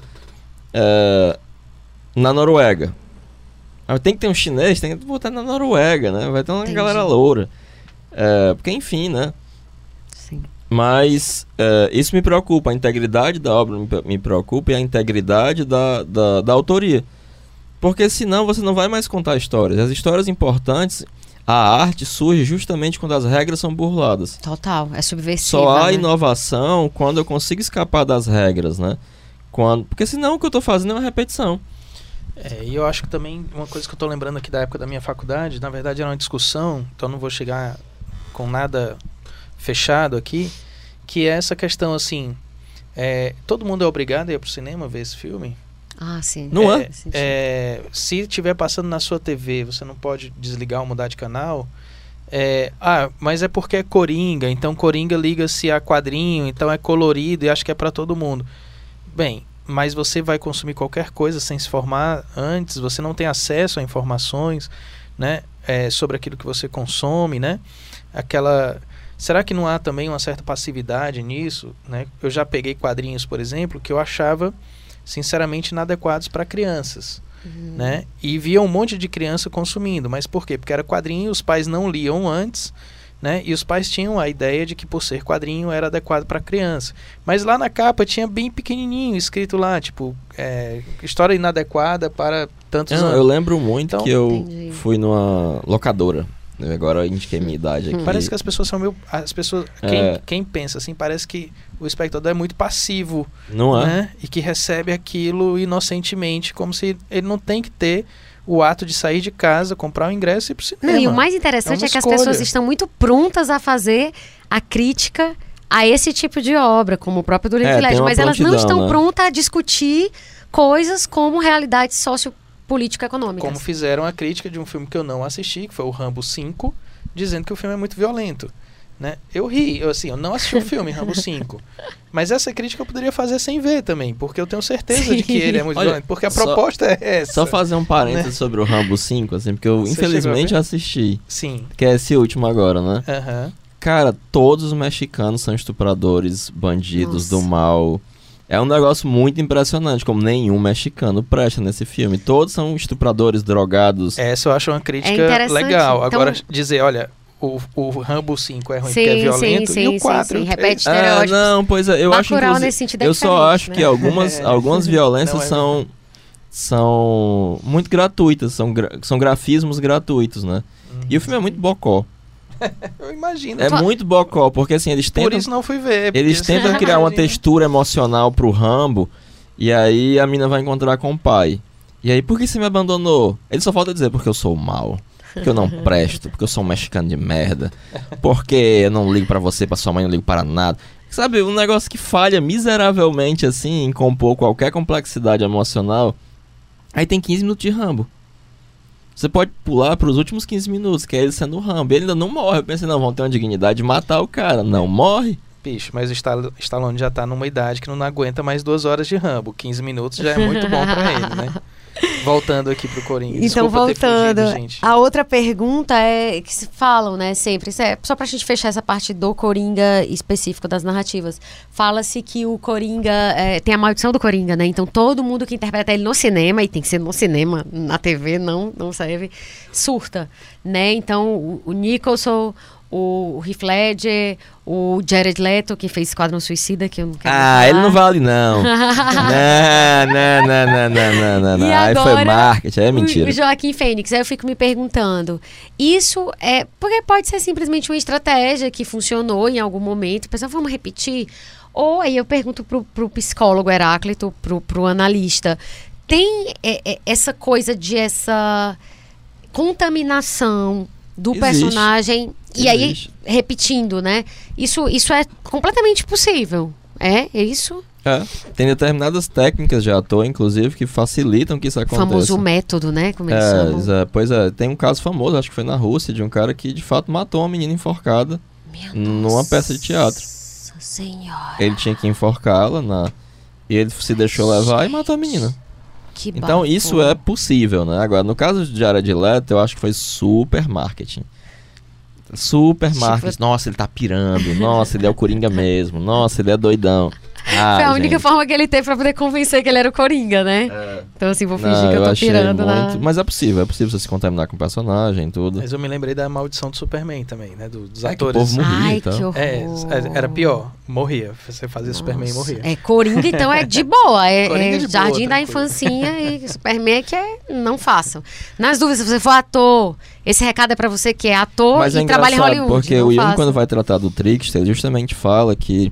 na Noruega. Tem que ter um chinês, tem que botar na Noruega, né? Vai ter uma galera loura. Porque, enfim, né? Sim. Mas isso me preocupa, a integridade da obra me preocupa e a integridade da autoria. Porque senão você não vai mais contar histórias. As histórias importantes, a arte surge justamente quando as regras são burladas. Total, é subversiva. Só há né? inovação quando eu consigo escapar das regras, né? Porque senão o que eu tô fazendo é uma repetição. E eu acho que também, uma coisa que eu tô lembrando aqui da época da minha faculdade, na verdade era uma discussão, então não vou chegar com nada fechado aqui, que é essa questão assim, todo mundo é obrigado a ir pro cinema ver esse filme? Ah, sim. Não é? Se estiver passando na sua TV, você não pode desligar ou mudar de canal. Mas é porque é Coringa, então Coringa liga-se a quadrinho, então é colorido e acho que é para todo mundo. Bem, mas você vai consumir qualquer coisa sem se formar antes, você não tem acesso a informações, né, sobre aquilo que você consome, né? Será que não há também uma certa passividade nisso, né? Eu já peguei quadrinhos, por exemplo, que eu achava sinceramente inadequados para crianças, né? E via um monte de criança consumindo, mas por quê? Porque era quadrinho, os pais não liam antes, né? E os pais tinham a ideia de que por ser quadrinho era adequado para criança, mas lá na capa tinha bem pequenininho escrito lá, tipo, história inadequada para tantos anos. Eu lembro muito que eu entendi. Fui numa locadora. Agora eu indiquei minha idade aqui. Parece que as pessoas são meio... Quem pensa assim, parece que o espectador é muito passivo. Não é? Né? E que recebe aquilo inocentemente, como se ele não tem que ter o ato de sair de casa, comprar o ingresso e ir pro cinema. Não, e o mais interessante é que as pessoas estão muito prontas a fazer a crítica a esse tipo de obra, como o próprio do Privilégio, mas elas não estão prontas a discutir coisas como realidades sociopolítico-econômicas. Como fizeram a crítica de um filme que eu não assisti, que foi o Rambo 5, dizendo que o filme é muito violento. Né? Eu ri, eu não assisti o filme Rambo 5, mas essa crítica eu poderia fazer sem ver também, porque eu tenho certeza de que ele é muito violento, porque a proposta é essa. Só fazer um parênteses, né, sobre o Rambo 5, assim, porque eu infelizmente assisti. Sim. Que é esse último agora, né? Uhum. Cara, todos os mexicanos são estupradores, bandidos do mal. É um negócio muito impressionante, como nenhum mexicano presta nesse filme. Todos são estupradores, drogados. Essa eu acho uma crítica legal. Então... Agora, dizer, olha... O Rambo 5 é ruim porque é violento e o 4 repete estereótipos. Não, pois é, eu acho que eu só acho que algumas violências são muito gratuitas, são grafismos gratuitos, né? E o filme é muito bocó. Eu imagino. É muito bocó, porque assim, eles tentam... Por isso não fui ver. Eles tentam criar uma textura emocional pro Rambo, e aí a mina vai encontrar com o pai. E aí, por que você me abandonou? Ele só falta dizer, porque eu sou mal. Porque eu não presto, porque eu sou um mexicano de merda, porque eu não ligo pra você, pra sua mãe, não ligo para nada. Sabe, um negócio que falha miseravelmente, assim, em compor qualquer complexidade emocional. Aí tem 15 minutos de Rambo. Você pode pular pros últimos 15 minutos, que é ele sendo o Rambo. Ele ainda não morre. Eu pensei, não, vão ter uma dignidade de matar o cara. Não morre. Bicho, mas o Stallone já tá numa idade que não aguenta mais 2 horas de Rambo. 15 minutos já é muito bom pra ele, né? Voltando aqui pro Coringa. Então, voltando, gente. A outra pergunta é que se falam, né, sempre, só pra gente fechar essa parte do Coringa específico das narrativas. Fala-se que o Coringa, tem a maldição do Coringa, né? Então todo mundo que interpreta ele no cinema, e tem que ser no cinema, na TV não serve, surta, né? Então o Nicholson, o Heath Ledger, o Jared Leto, que fez Esquadrão Suicida, que eu não quero falar. Ele não vale, não. não. E aí agora, foi marketing, é mentira. O Joaquim Fênix, aí eu fico me perguntando, isso é... Porque pode ser simplesmente uma estratégia que funcionou em algum momento, pessoal, vamos repetir? Ou aí eu pergunto pro psicólogo Heráclito, pro analista, tem essa coisa de essa contaminação do personagem, e aí, repetindo, né? Isso é completamente possível. É isso? Tem determinadas técnicas de ator, inclusive, que facilitam que isso aconteça. O famoso método, né? Como eles chamam. Pois é, tem um caso famoso, acho que foi na Rússia, de um cara que de fato matou uma menina enforcada numa peça de teatro. Nossa Senhora. Ele tinha que enforcá-la e ele se deixou levar e matou a menina. Então bafo. isso é possível, né? Agora, no caso de Jared Leto, eu acho que foi super marketing. Super marketing. Nossa, ele tá pirando. Nossa, ele é o Coringa mesmo. Nossa, ele é doidão. Foi a única forma que ele teve pra poder convencer que ele era o Coringa, né? Então assim, vou fingir que eu tô pirando muito... Mas é possível você se contaminar com o personagem e tudo. Mas eu me lembrei da maldição do Superman também, né? Dos que atores. O povo morria. Ai, então. que horror. Era pior, morria. Você fazia Superman e morria. Coringa então é de boa, é de jardim boa, da infancinha e Superman que não façam. Nas dúvidas, se você for ator, esse recado é pra você que é ator mas e trabalha em Hollywood. Porque o Jung, quando vai tratar do Trickster, ele justamente fala que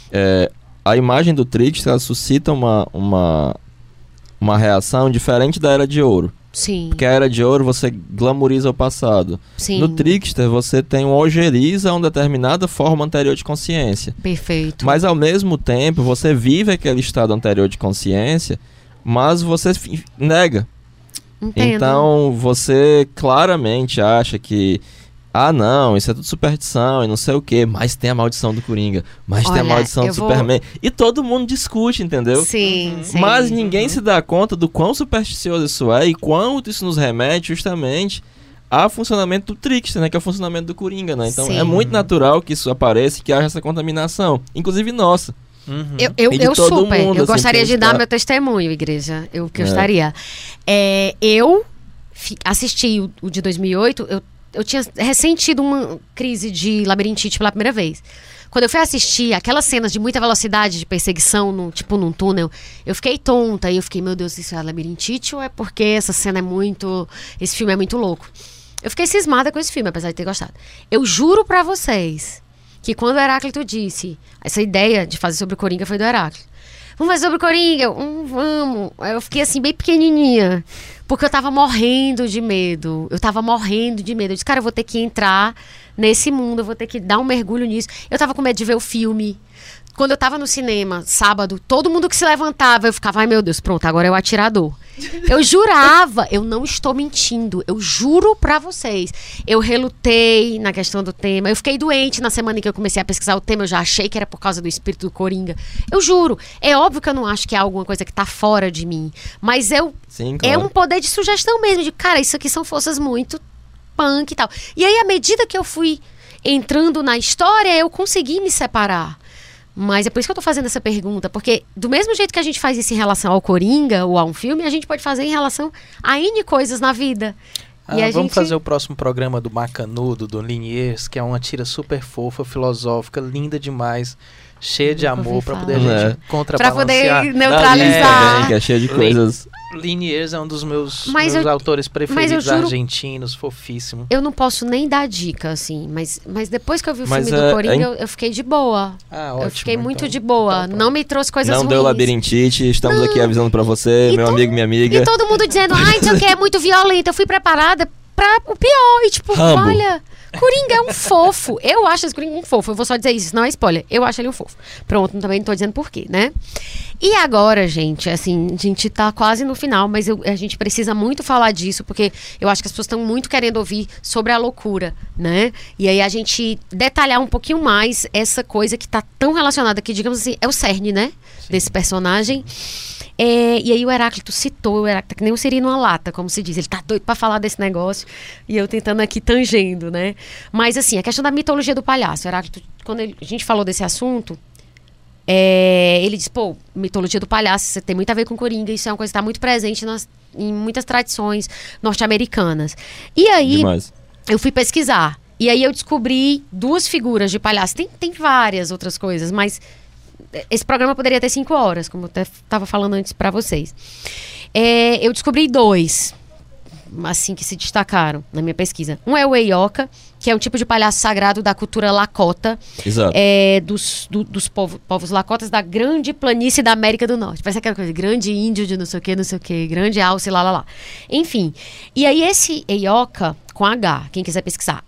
a imagem do Trickster ela suscita uma reação diferente da Era de Ouro. Sim. Porque a Era de Ouro você glamoriza o passado. Sim. No Trickster você tem um ojeriza uma determinada forma anterior de consciência. Perfeito. Mas ao mesmo tempo você vive aquele estado anterior de consciência, mas você nega. Entendo. Então você claramente acha que não, isso é tudo superstição e não sei o que, mas tem a maldição do Coringa, mas tem a maldição do Superman. E todo mundo discute, entendeu? Sim, sim. Mas ninguém se dá conta do quão supersticioso isso é e quanto isso nos remete justamente ao funcionamento do Trickster, né? Que é o funcionamento do Coringa, né? Então é muito natural que isso apareça e que haja essa contaminação, inclusive nossa. Eu super. Mundo, eu assim, gostaria de dar meu testemunho, igreja. Eu gostaria. Eu assisti o de 2008, eu tinha ressentido uma crise de labirintite pela primeira vez. Quando eu fui assistir aquelas cenas de muita velocidade de perseguição, num túnel, eu fiquei tonta. E eu fiquei, meu Deus, isso é labirintite ou é porque essa cena esse filme é muito louco? Eu fiquei cismada com esse filme, apesar de ter gostado. Eu juro pra vocês que quando o Heráclito disse, essa ideia de fazer sobre o Coringa foi do Heráclito. Vamos fazer sobre o Coringa? Vamos. Eu fiquei assim, bem pequenininha. Porque eu tava morrendo de medo. Eu disse, cara, eu vou ter que entrar nesse mundo. Eu vou ter que dar um mergulho nisso. Eu tava com medo de ver o filme. Quando eu tava no cinema, sábado, todo mundo que se levantava, eu ficava, ai meu Deus, pronto, agora é o atirador. Eu jurava, eu não estou mentindo, eu juro pra vocês. Eu relutei na questão do tema, eu fiquei doente na semana em que eu comecei a pesquisar o tema, eu já achei que era por causa do espírito do Coringa. Eu juro, é óbvio que eu não acho que é alguma coisa que tá fora de mim, mas Sim, claro. É um poder de sugestão mesmo, de cara, isso aqui são forças muito punk e tal. E aí, à medida que eu fui entrando na história, eu consegui me separar. Mas é por isso que eu tô fazendo essa pergunta, porque do mesmo jeito que a gente faz isso em relação ao Coringa ou a um filme, a gente pode fazer em relação a N coisas na vida. Vamos fazer o próximo programa do Macanudo, do Liniers, que é uma tira super fofa, filosófica, linda demais, cheia de amor, pra poder a gente contrabalancear. Pra poder neutralizar. Também, que é cheia de coisas. Liniers é um dos meus autores preferidos, argentinos, fofíssimo. Eu não posso nem dar dica, assim, mas depois que eu vi o filme do Coringa, eu fiquei de boa. Ótimo, eu fiquei muito de boa. Não me trouxe coisas ruins. Não deu labirintite, estamos aqui avisando pra você, meu amigo, minha amiga. E todo mundo dizendo, não sei o que, é muito violento. Eu fui preparada pra o pior. E tipo, Rambo. olha, Coringa é um fofo. Eu acho esse Coringa um fofo. Eu vou só dizer isso, não é spoiler. Eu acho ele um fofo. Pronto, também não tô dizendo porquê, né? E agora, gente, assim, a gente tá quase no final, mas a gente precisa muito falar disso, porque eu acho que as pessoas estão muito querendo ouvir sobre a loucura, né? E aí a gente detalhar um pouquinho mais essa coisa que tá tão relacionada, que, digamos assim, é o cerne, né? Sim. Desse personagem. E aí o Heráclito citou, que nem um siri numa lata, como se diz. Ele tá doido pra falar desse negócio e eu tentando aqui tangendo, né? Mas assim, a questão da mitologia do palhaço. O Heráclito, quando a gente falou desse assunto, ele disse, mitologia do palhaço, você tem muito a ver com Coringa, isso é uma coisa que está muito presente em muitas tradições norte-americanas. E aí, Demais. Eu fui pesquisar. E aí eu descobri 2 figuras de palhaço. Tem várias outras coisas, mas esse programa poderia ter 5 horas, como eu até estava falando antes para vocês. Eu descobri 2, assim, que se destacaram na minha pesquisa. Um é o Eioka, que é um tipo de palhaço sagrado da cultura Lakota. Exato. Dos povos Lakotas da grande planície da América do Norte. Parece aquela coisa, grande índio de não sei o que, grande alce, lá. Enfim, e aí esse Eioka, com H, quem quiser pesquisar,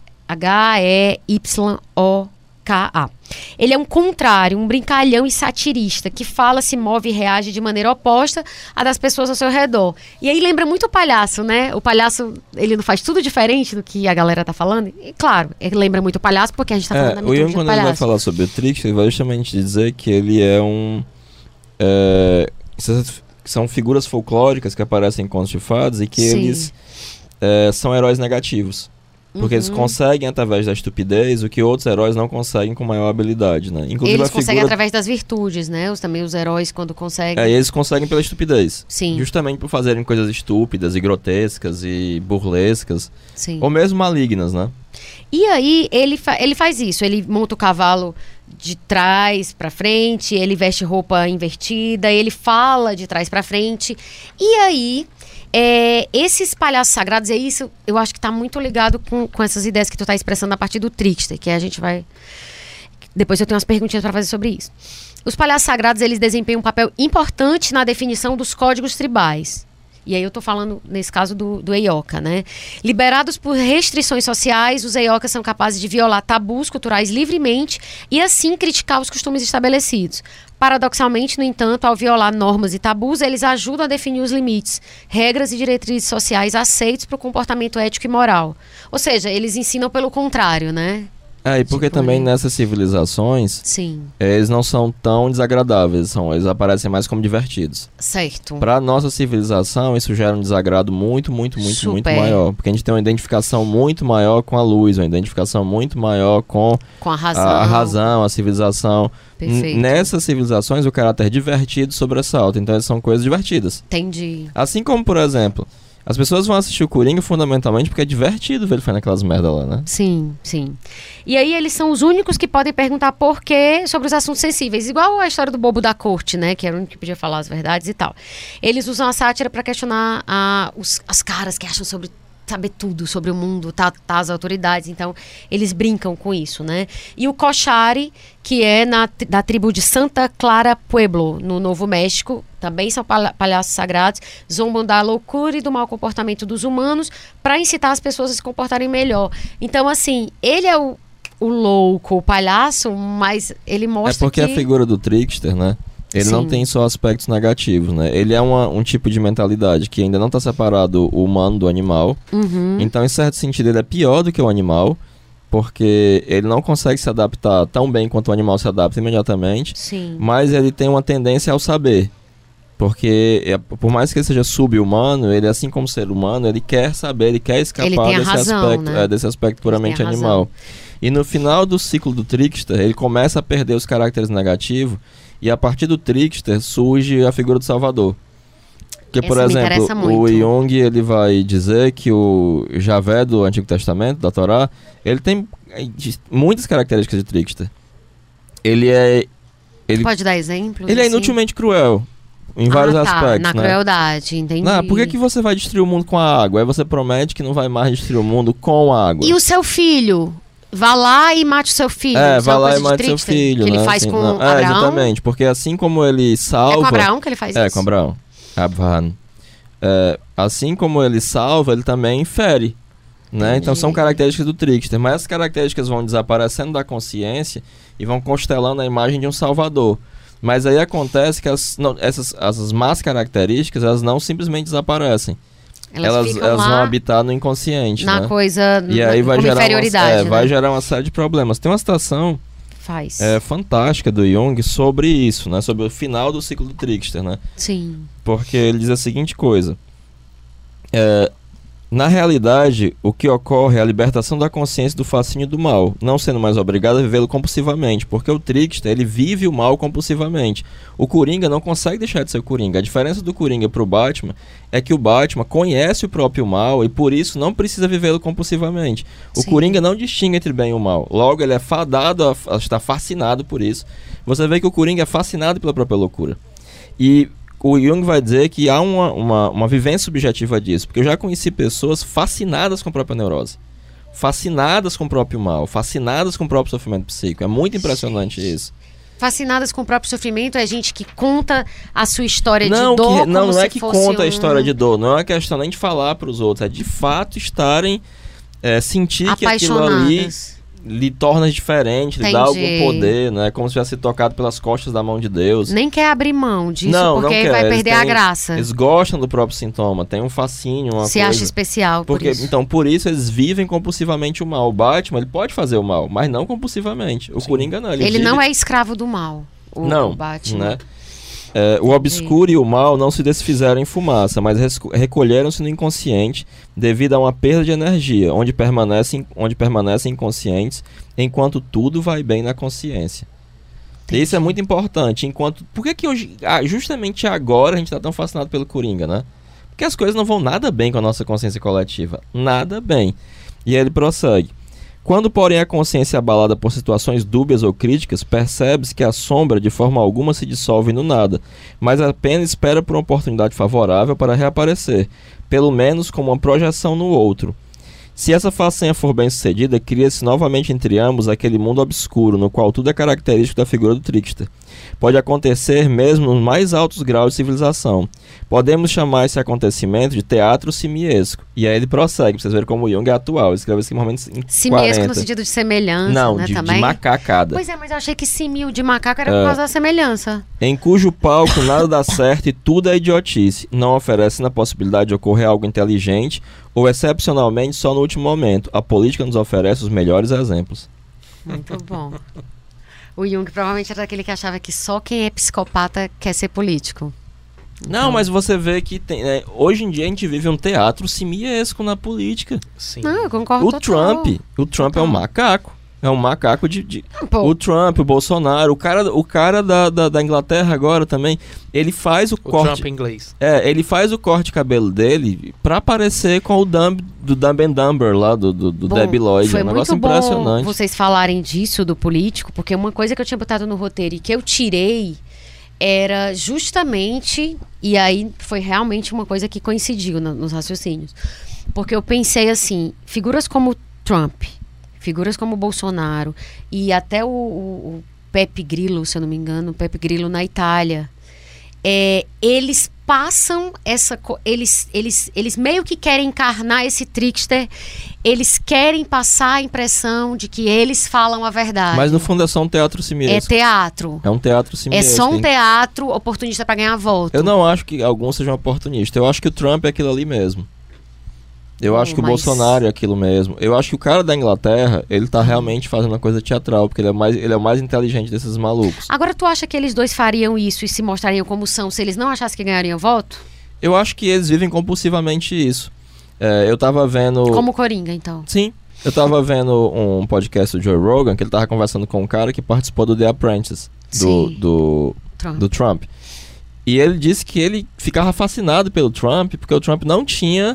H-E-Y-O-K-A. Ele é um contrário, um brincalhão e satirista, que fala, se move e reage de maneira oposta à das pessoas ao seu redor. E aí lembra muito o palhaço, né? O palhaço, ele não faz tudo diferente do que a galera tá falando. E claro, ele lembra muito o palhaço, porque a gente tá falando da mitologia do palhaço. Quando ele vai falar sobre o Trickster, ele vai justamente dizer que ele é um... se são figuras folclóricas que aparecem em contos de fadas e que Sim. eles são heróis negativos. Porque eles conseguem, através da estupidez, o que outros heróis não conseguem com maior habilidade, né? Inclusive, eles conseguem através das virtudes, né? Também os heróis, quando conseguem... eles conseguem pela estupidez. Sim. Justamente por fazerem coisas estúpidas e grotescas e burlescas. Sim. Ou mesmo malignas, né? E aí, ele faz isso. Ele monta o cavalo de trás pra frente, ele veste roupa invertida, ele fala de trás pra frente. E aí... esses palhaços sagrados, isso eu acho que está muito ligado com essas ideias que tu está expressando a partir do Trickster, que a gente vai... Depois eu tenho umas perguntinhas para fazer sobre isso. Os palhaços sagrados, eles desempenham um papel importante na definição dos códigos tribais. E aí eu tô falando, nesse caso, do Eioka, né? Liberados por restrições sociais, os Eiokas são capazes de violar tabus culturais livremente e assim criticar os costumes estabelecidos. Paradoxalmente, no entanto, ao violar normas e tabus, eles ajudam a definir os limites, regras e diretrizes sociais aceitos para o comportamento ético e moral. Ou seja, eles ensinam pelo contrário, né? E porque também nessas civilizações, sim, eles não são tão desagradáveis, eles aparecem mais como divertidos. Certo. Para nossa civilização, isso gera um desagrado muito maior. Porque a gente tem uma identificação muito maior com a luz, uma identificação muito maior com a razão. A razão, a civilização. Perfeito. Nessas civilizações, o caráter divertido sobressalta. Então, elas são coisas divertidas. Entendi. Assim como, por exemplo... As pessoas vão assistir o Coringa fundamentalmente porque é divertido ver ele fazendo aquelas merda lá, né? Sim, sim. E aí eles são os únicos que podem perguntar por quê sobre os assuntos sensíveis. Igual a história do bobo da corte, né? Que era o único que podia falar as verdades e tal. Eles usam a sátira para questionar as caras que acham saber tudo sobre o mundo, as autoridades. Então, eles brincam com isso, né? E o Cochari, que é da tribo de Santa Clara Pueblo, no Novo México, também são palhaços sagrados, zombam da loucura e do mau comportamento dos humanos para incitar as pessoas a se comportarem melhor. Então, assim, ele é o louco, o palhaço, mas ele mostra que... É porque a figura do Trickster, né? Ele Sim. não tem só aspectos negativos, né? Ele é um tipo de mentalidade que ainda não está separado o humano do animal. Então, em certo sentido, ele é pior do que o animal, porque ele não consegue se adaptar tão bem quanto o animal se adapta imediatamente. Sim. Mas ele tem uma tendência ao saber. Porque, por mais que ele seja sub-humano, ele, assim como ser humano, ele quer saber, ele quer escapar desse aspecto puramente animal. E no final do ciclo do Trickster, ele começa a perder os caracteres negativos. E a partir do Trickster surge a figura do Salvador. Porque, por exemplo, o Jung ele vai dizer que o Javé do Antigo Testamento, da Torá, ele tem muitas características de Trickster. Tu pode dar exemplos? Ele é inutilmente cruel. Em vários aspectos, na crueldade, entendi. Não, por que você vai destruir o mundo com a água? Aí você promete que não vai mais destruir o mundo com a água. E o seu filho? Vá lá e mate o seu filho. Vá lá e mate seu filho. Que ele faz com Abraão. Exatamente, porque assim como ele salva... É com Abraão que ele faz isso? É, com Abraão. Assim como ele salva, ele também fere. Né? Então são características do Trickster. Mas essas características vão desaparecendo da consciência e vão constelando a imagem de um salvador. Mas aí acontece que essas más características, elas não simplesmente desaparecem. Elas vão habitar no inconsciente, na né? coisa, e aí vai gerar inferioridade, vai gerar uma série de problemas. Tem uma citação fantástica do Jung sobre isso, né? Sobre o final do ciclo do Trickster, né? Sim. Porque ele diz a seguinte coisa. Na realidade, o que ocorre é a libertação da consciência do fascínio do mal, não sendo mais obrigado a vivê-lo compulsivamente, porque o Trickster, ele vive o mal compulsivamente. O Coringa não consegue deixar de ser o Coringa. A diferença do Coringa pro Batman é que o Batman conhece o próprio mal e por isso não precisa vivê-lo compulsivamente. O Coringa não distingue entre bem e o mal. Logo, ele é fadado a estar fascinado por isso. Você vê que o Coringa é fascinado pela própria loucura. E o Jung vai dizer que há uma vivência subjetiva disso, porque eu já conheci pessoas fascinadas com a própria neurose, fascinadas com o próprio mal, fascinadas com o próprio sofrimento psíquico. É muito impressionante isso. Fascinadas com o próprio sofrimento é gente que conta a sua história de dor. Não é que conta a história de dor, não é uma questão nem de falar para os outros, é de fato estarem, sentir que aquilo ali lhe torna diferente, lhe dá algum poder, né? Como se tivesse tocado pelas costas da mão de Deus. Nem quer abrir mão disso, porque não vai perder a graça. Eles gostam do próprio sintoma, tem um fascínio, uma coisa. Acha especial por isso. Então, por isso eles vivem compulsivamente o mal. O Batman, ele pode fazer o mal, mas não compulsivamente. O Coringa não. Ele não é escravo do mal, o Batman. Né? O obscuro e o mal não se desfizeram em fumaça, mas recolheram-se no inconsciente devido a uma perda de energia, onde permanecem inconscientes, enquanto tudo vai bem na consciência. E isso é muito importante. Por que hoje, justamente agora, a gente está tão fascinado pelo Coringa, né? Porque as coisas não vão nada bem com a nossa consciência coletiva. Nada bem. E aí ele prossegue. Quando, porém, a consciência é abalada por situações dúbias ou críticas, percebe-se que a sombra, de forma alguma, se dissolve no nada, mas apenas espera por uma oportunidade favorável para reaparecer, pelo menos como uma projeção no outro. Se essa façanha for bem sucedida, cria-se novamente entre ambos aquele mundo obscuro, no qual tudo é característico da figura do trickster. Pode acontecer mesmo nos mais altos graus de civilização. Podemos chamar esse acontecimento de teatro simiesco. E aí ele prossegue, pra vocês verem como o Jung é atual. Ele escreve esse momento em simiesco 40. No sentido de semelhança, não, né, de também? macacada. Pois é, mas eu achei que simil de macaco era por causa da semelhança. Em cujo palco nada dá certo e tudo é idiotice. Não oferece na possibilidade de ocorrer algo inteligente ou excepcionalmente só no último momento. A política nos oferece os melhores exemplos. Muito bom. O Jung provavelmente era aquele que achava que só quem é psicopata quer ser político. Não, mas você vê que hoje em dia a gente vive um teatro simiesco na política. Sim. Não, eu concordo O Trump é um macaco. É um macaco o Trump, o Bolsonaro, o cara da Inglaterra agora também, ele faz o corte... Trump inglês. Ele faz o corte de cabelo dele pra parecer com o do Dumb and Dumber lá, do Debi Lloyd. Foi um negócio muito impressionante. bom vocês falarem disso, do político, porque uma coisa que eu tinha botado no roteiro e que eu tirei era justamente, e aí foi realmente uma coisa que coincidiu nos raciocínios, porque eu pensei assim, figuras como Trump, figuras como Bolsonaro e até o Pepe Grillo, se eu não me engano, o Pepe Grillo na Itália, eles passam eles meio que querem encarnar esse trickster, eles querem passar a impressão de que eles falam a verdade. Mas no fundo é só um teatro simiesco. É teatro. É um teatro simiesco. É só um teatro oportunista para ganhar voto. Eu não acho que alguns sejam oportunistas. Eu acho que o Trump é aquilo ali mesmo. Eu acho que o Bolsonaro é aquilo mesmo. Eu acho que o cara da Inglaterra, ele tá realmente fazendo uma coisa teatral, porque ele é o mais inteligente desses malucos. Agora, tu acha que eles dois fariam isso e se mostrariam como são se eles não achassem que ganhariam voto? Eu acho que eles vivem compulsivamente isso. Eu tava vendo... Como Coringa, então. Sim. Eu tava vendo um podcast do Joe Rogan, que ele tava conversando com um cara que participou do The Apprentice, do Trump. E ele disse que ele ficava fascinado pelo Trump, porque o Trump não tinha...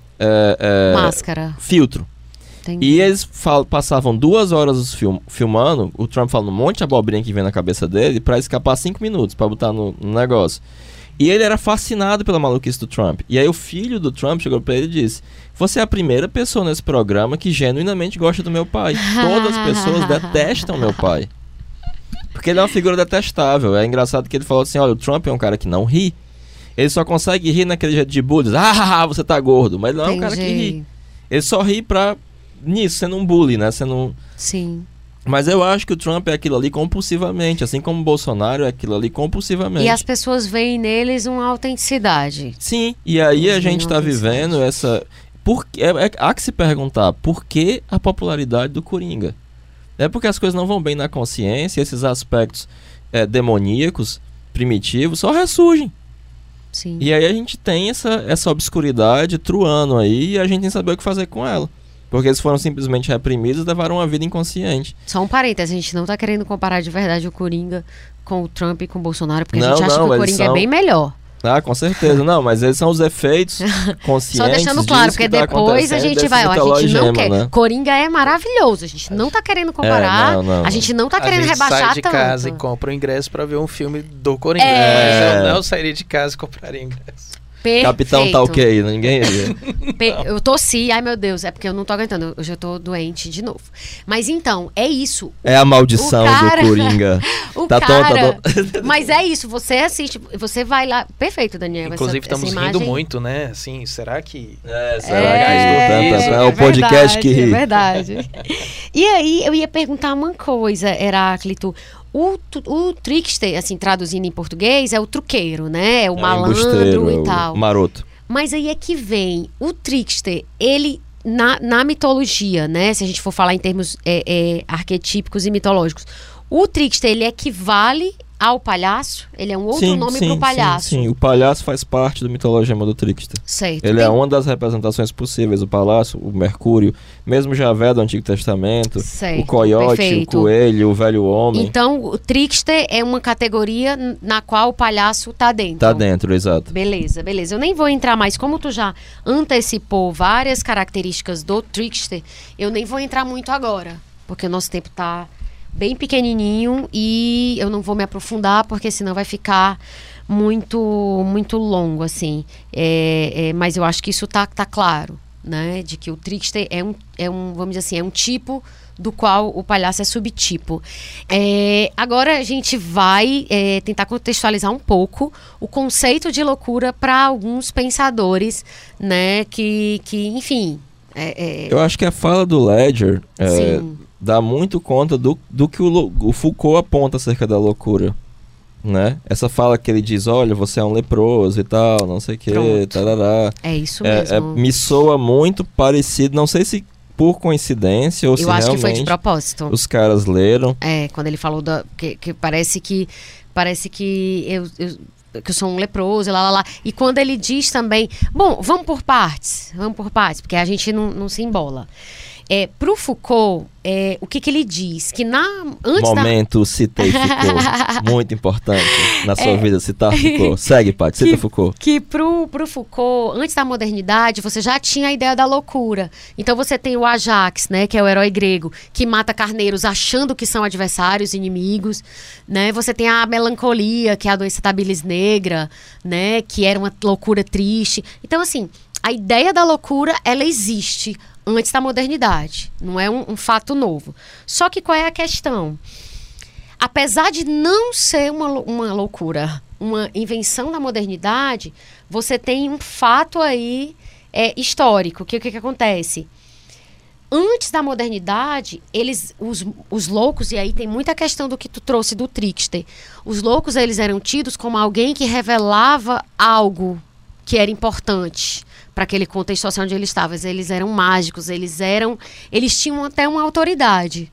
máscara. Filtro. Entendi. E eles passavam 2 horas filmando, o Trump falando um monte de abobrinha que vem na cabeça dele, pra escapar 5 minutos, pra botar no negócio. E ele era fascinado pela maluquice do Trump. E aí o filho do Trump chegou pra ele e disse: você é a primeira pessoa nesse programa que genuinamente gosta do meu pai. Todas as pessoas detestam meu pai. Porque ele é uma figura detestável. É engraçado que ele falou assim: olha, o Trump é um cara que não ri. Ele só consegue rir naquele jeito de bullies. Você tá gordo. Mas ele não é um cara que ri. Ele só ri nisso, sendo um bully, né? Sim. Mas eu acho que o Trump é aquilo ali compulsivamente. Assim como o Bolsonaro é aquilo ali compulsivamente. E as pessoas veem neles uma autenticidade. Sim. E aí a gente tá vivendo essa... Há que se perguntar, por que a popularidade do Coringa? É porque as coisas não vão bem na consciência. Esses aspectos demoníacos, primitivos, só ressurgem. Sim. E aí a gente tem essa obscuridade truando aí e a gente tem que saber o que fazer com ela. Porque eles foram simplesmente reprimidos e levaram uma vida inconsciente. Só um parênteses, a gente não tá querendo comparar de verdade o Coringa com o Trump e com o Bolsonaro, porque a gente acha que o Coringa é bem melhor. Ah, com certeza. Não, mas eles são os efeitos conscientes. Só deixando claro, porque depois a gente vai... A gente não quer. Né? Coringa é maravilhoso. A gente não tá querendo comparar. A gente não tá querendo rebaixar tanto. A gente sai de casa e compra o ingresso pra ver um filme do Coringa. Mas eu não sairia de casa e compraria ingresso. Perfeito. Capitão tá ok, ninguém iria. Eu tossi, ai meu Deus, é porque eu não tô aguentando, eu já tô doente de novo. Mas então, é isso. É a maldição do Coringa. Mas é isso, você assiste, você vai lá. Perfeito, Daniel. Inclusive estamos rindo muito, né? Assim, será que... É o podcast que ri. É verdade. E aí, eu ia perguntar uma coisa, Heráclito. O trickster, assim, traduzindo em português, é o truqueiro, né? É o malandro e tal. O maroto. Mas aí é que vem o trickster, ele, na mitologia, né? Se a gente for falar em termos arquetípicos e mitológicos, o trickster, ele equivale ao palhaço? Ele é um outro nome para o palhaço? Sim, o palhaço faz parte do mitologema do Trickster. Certo. Ele é uma das representações possíveis, o palhaço, o Mercúrio, mesmo Javé do Antigo Testamento, certo, o coiote, perfeito, o coelho, o velho homem. Então, o Trickster é uma categoria na qual o palhaço tá dentro. Tá dentro, exato. Beleza. Eu nem vou entrar mais, como tu já antecipou várias características do Trickster, eu nem vou entrar muito agora, porque o nosso tempo tá bem pequenininho e eu não vou me aprofundar, porque senão vai ficar muito longo, assim. Mas eu acho que isso tá claro, né? De que o Trickster é um, vamos dizer assim, é um tipo do qual o palhaço é subtipo. Agora a gente vai tentar contextualizar um pouco o conceito de loucura para alguns pensadores, né? Que enfim... Eu acho que a fala do Ledger dá muito conta do que o Foucault aponta acerca da loucura, né? Essa fala que ele diz, olha, você é um leproso e tal, não sei o que, tarará. É isso mesmo. Me soa muito parecido, não sei se por coincidência ou se realmente... Eu acho que foi de propósito. Os caras leram. Quando ele falou que parece que eu sou um leproso, lá. E quando ele diz também... Bom, vamos por partes, porque a gente não se embola. Pro Foucault, o que ele diz? Que citei Foucault. Muito importante na sua vida citar Foucault. Segue, Paty, cita Foucault. Que pro Foucault, antes da modernidade, você já tinha a ideia da loucura. Então você tem o Ajax, né, que é o herói grego, que mata carneiros achando que são adversários, inimigos, né? Você tem a melancolia, que é a doença da bilis negra, né, que era uma loucura triste. Então, assim, a ideia da loucura, ela existe antes da modernidade, não é um fato novo. Só que qual é a questão? Apesar de não ser uma loucura, uma invenção da modernidade, você tem um fato aí histórico. Que o que acontece? Antes da modernidade, os loucos, e aí tem muita questão do que tu trouxe do Trickster, os loucos, eles eram tidos como alguém que revelava algo que era importante para aquele contexto social onde eles estavam. Eles eram mágicos, eles tinham até uma autoridade.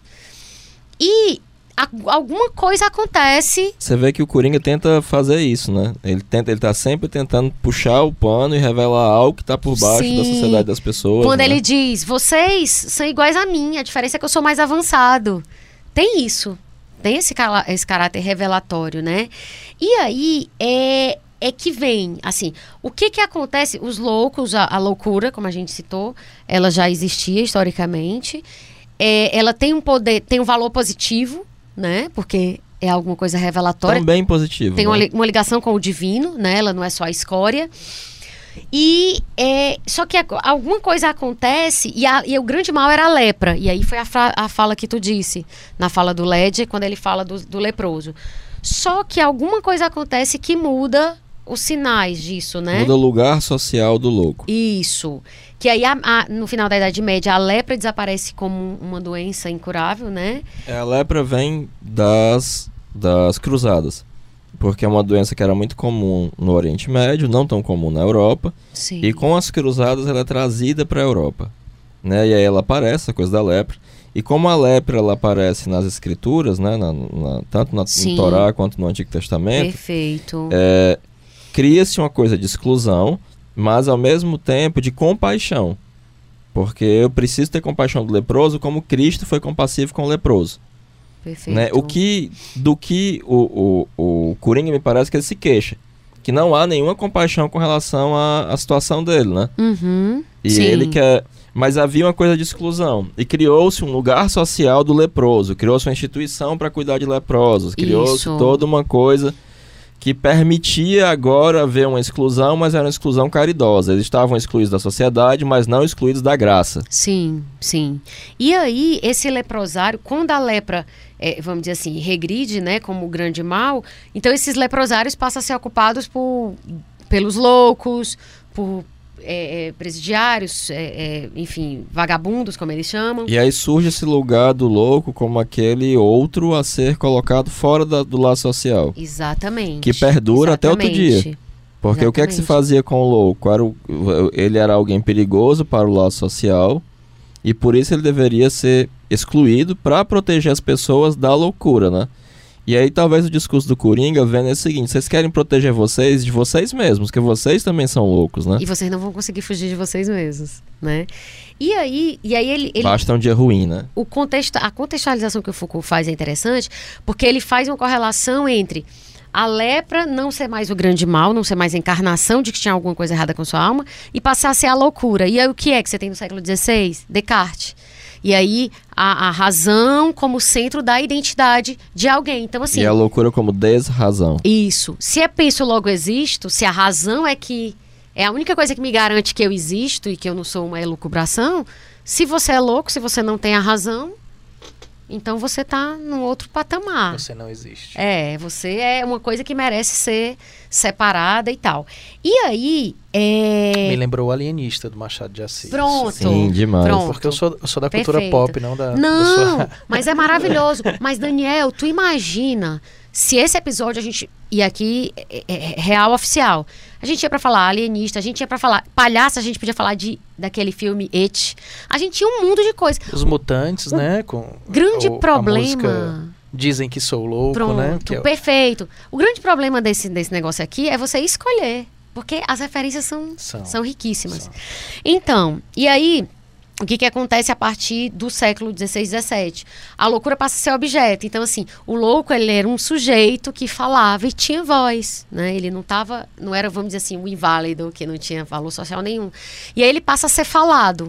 E alguma coisa acontece. Você vê que o Coringa tenta fazer isso, né? Ele tá sempre tentando puxar o pano e revelar algo que tá por baixo da sociedade das pessoas. Quando ele diz, vocês são iguais a mim, a diferença é que eu sou mais avançado. Tem isso. Tem esse caráter revelatório, né? E aí, que vem, assim, o que acontece? Os loucos, a loucura, como a gente citou, ela já existia historicamente, ela tem um poder, tem um valor positivo, né, porque é alguma coisa revelatória. Também positivo. Tem uma ligação com o divino, né, ela não é só a escória. E só que alguma coisa acontece e o grande mal era a lepra. E aí foi a fala que tu disse, na fala do Ledger, quando ele fala do leproso. Só que alguma coisa acontece que muda os sinais disso, né? Muda o lugar social do louco. Isso. Que aí, no final da Idade Média, a lepra desaparece como uma doença incurável, né? A lepra vem das cruzadas. Porque é uma doença que era muito comum no Oriente Médio, não tão comum na Europa. Sim. E com as cruzadas ela é trazida para a Europa, né? E aí ela aparece, a coisa da lepra. E como a lepra ela aparece nas escrituras, né? Tanto no Torá quanto no Antigo Testamento. Perfeito. Cria-se uma coisa de exclusão, mas ao mesmo tempo de compaixão. Porque eu preciso ter compaixão do leproso como Cristo foi compassivo com o leproso. Perfeito. Né? Do que o Coringa me parece que ele se queixa. Que não há nenhuma compaixão com relação à situação dele, né? Uhum, e sim. Ele quer... Mas havia uma coisa de exclusão. E criou-se um lugar social do leproso. Criou-se uma instituição para cuidar de leprosos. Criou-se toda uma coisa que permitia agora haver uma exclusão, mas era uma exclusão caridosa. Eles estavam excluídos da sociedade, mas não excluídos da graça. Sim, sim. E aí, esse leprosário, quando a lepra, vamos dizer assim, regride, né, como o grande mal, então esses leprosários passam a ser ocupados pelos loucos, por presidiários, enfim, vagabundos, como eles chamam. E aí surge esse lugar do louco como aquele outro a ser colocado fora do laço social. Exatamente. Que perdura até outro dia. Porque o que é que se fazia com o louco? Ele era alguém perigoso para o laço social e por isso ele deveria ser excluído para proteger as pessoas da loucura, né? E aí talvez o discurso do Coringa venha nesse seguinte: vocês querem proteger vocês de vocês mesmos, porque vocês também são loucos, né? E vocês não vão conseguir fugir de vocês mesmos, né? E aí ele basta um dia ruim, né? A contextualização que o Foucault faz é interessante, porque ele faz uma correlação entre a lepra não ser mais o grande mal, não ser mais a encarnação de que tinha alguma coisa errada com sua alma, e passar a ser a loucura. E aí o que é que você tem no século XVI? Descartes. E aí a razão como centro da identidade de alguém. Então, assim, e a loucura como desrazão. Isso. Se é penso, logo existo, se a razão é a única coisa que me garante que eu existo e que eu não sou uma elucubração, se você é louco, se você não tem a razão, então você está num outro patamar. Você não existe. Você é uma coisa que merece ser separada e tal. E aí... Me lembrou o Alienista do Machado de Assis. Pronto. Sim, demais. Pronto. Porque eu sou da cultura pop, não da... Não, da sua... mas é maravilhoso. Mas, Daniel, tu imagina se esse episódio a gente... E aqui é real oficial. A gente ia pra falar alienista, a gente ia pra falar palhaço, a gente podia falar daquele filme It. A gente tinha um mundo de coisas. Os Mutantes, né? Com grande problema... A música Dizem que Sou Louco, pronto, né? Perfeito. O grande problema desse negócio aqui é você escolher. Porque as referências são riquíssimas. Então, e aí... O que acontece a partir do século XVI, XVII? A loucura passa a ser objeto. Então, assim, o louco, ele era um sujeito que falava e tinha voz, né? Ele não era, vamos dizer assim, um inválido, que não tinha valor social nenhum. E aí ele passa a ser falado.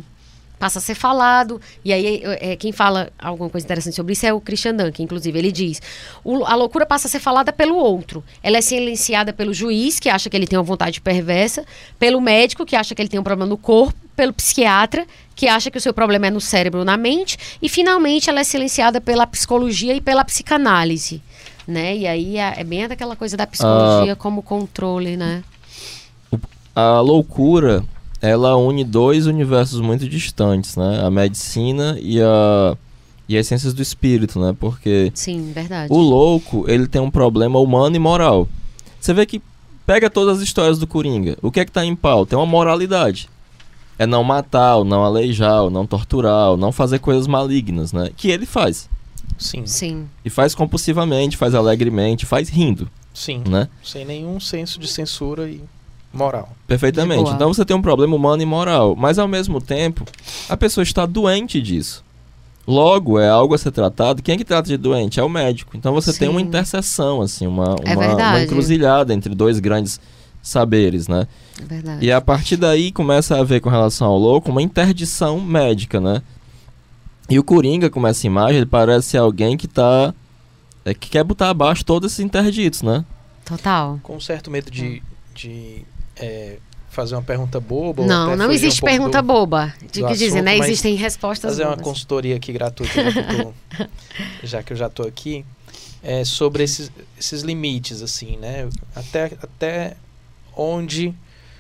E aí quem fala alguma coisa interessante sobre isso é o Christian Duncan, inclusive. Ele diz, a loucura passa a ser falada pelo outro. Ela é silenciada pelo juiz, que acha que ele tem uma vontade perversa, pelo médico, que acha que ele tem um problema no corpo, pelo psiquiatra, que acha que o seu problema é no cérebro ou na mente, e finalmente ela é silenciada pela psicologia e pela psicanálise, né? E aí é bem daquela coisa da psicologia como controle, né? A loucura, ela une dois universos muito distantes, né? A medicina e as ciências do espírito, né? Porque sim, verdade. O louco, ele tem um problema humano e moral. Você vê que pega todas as histórias do Coringa. O que é que tá em pauta? É uma moralidade. É não matar, ou não aleijar, ou não torturar, ou não fazer coisas malignas, né? Que ele faz. Sim. E faz compulsivamente, faz alegremente, faz rindo. Sim. Né? Sem nenhum senso de censura e moral. Perfeitamente. Então você tem um problema humano e moral. Mas ao mesmo tempo, a pessoa está doente disso. Logo, é algo a ser tratado. Quem é que trata de doente? É o médico. Então você tem uma interseção, assim, uma encruzilhada entre dois grandes saberes, né? É verdade. E a partir daí começa a haver com relação ao louco uma interdição médica, né? E o Coringa, com essa imagem, ele parece alguém que que quer botar abaixo todos esses interditos, né? Total. Com um certo medo de fazer uma pergunta boba. Não existe pergunta boba. De que dizem, né? Existem respostas fazer bobas. Uma consultoria aqui gratuita, já que eu já estou aqui, sobre esses limites, assim, né? Até onde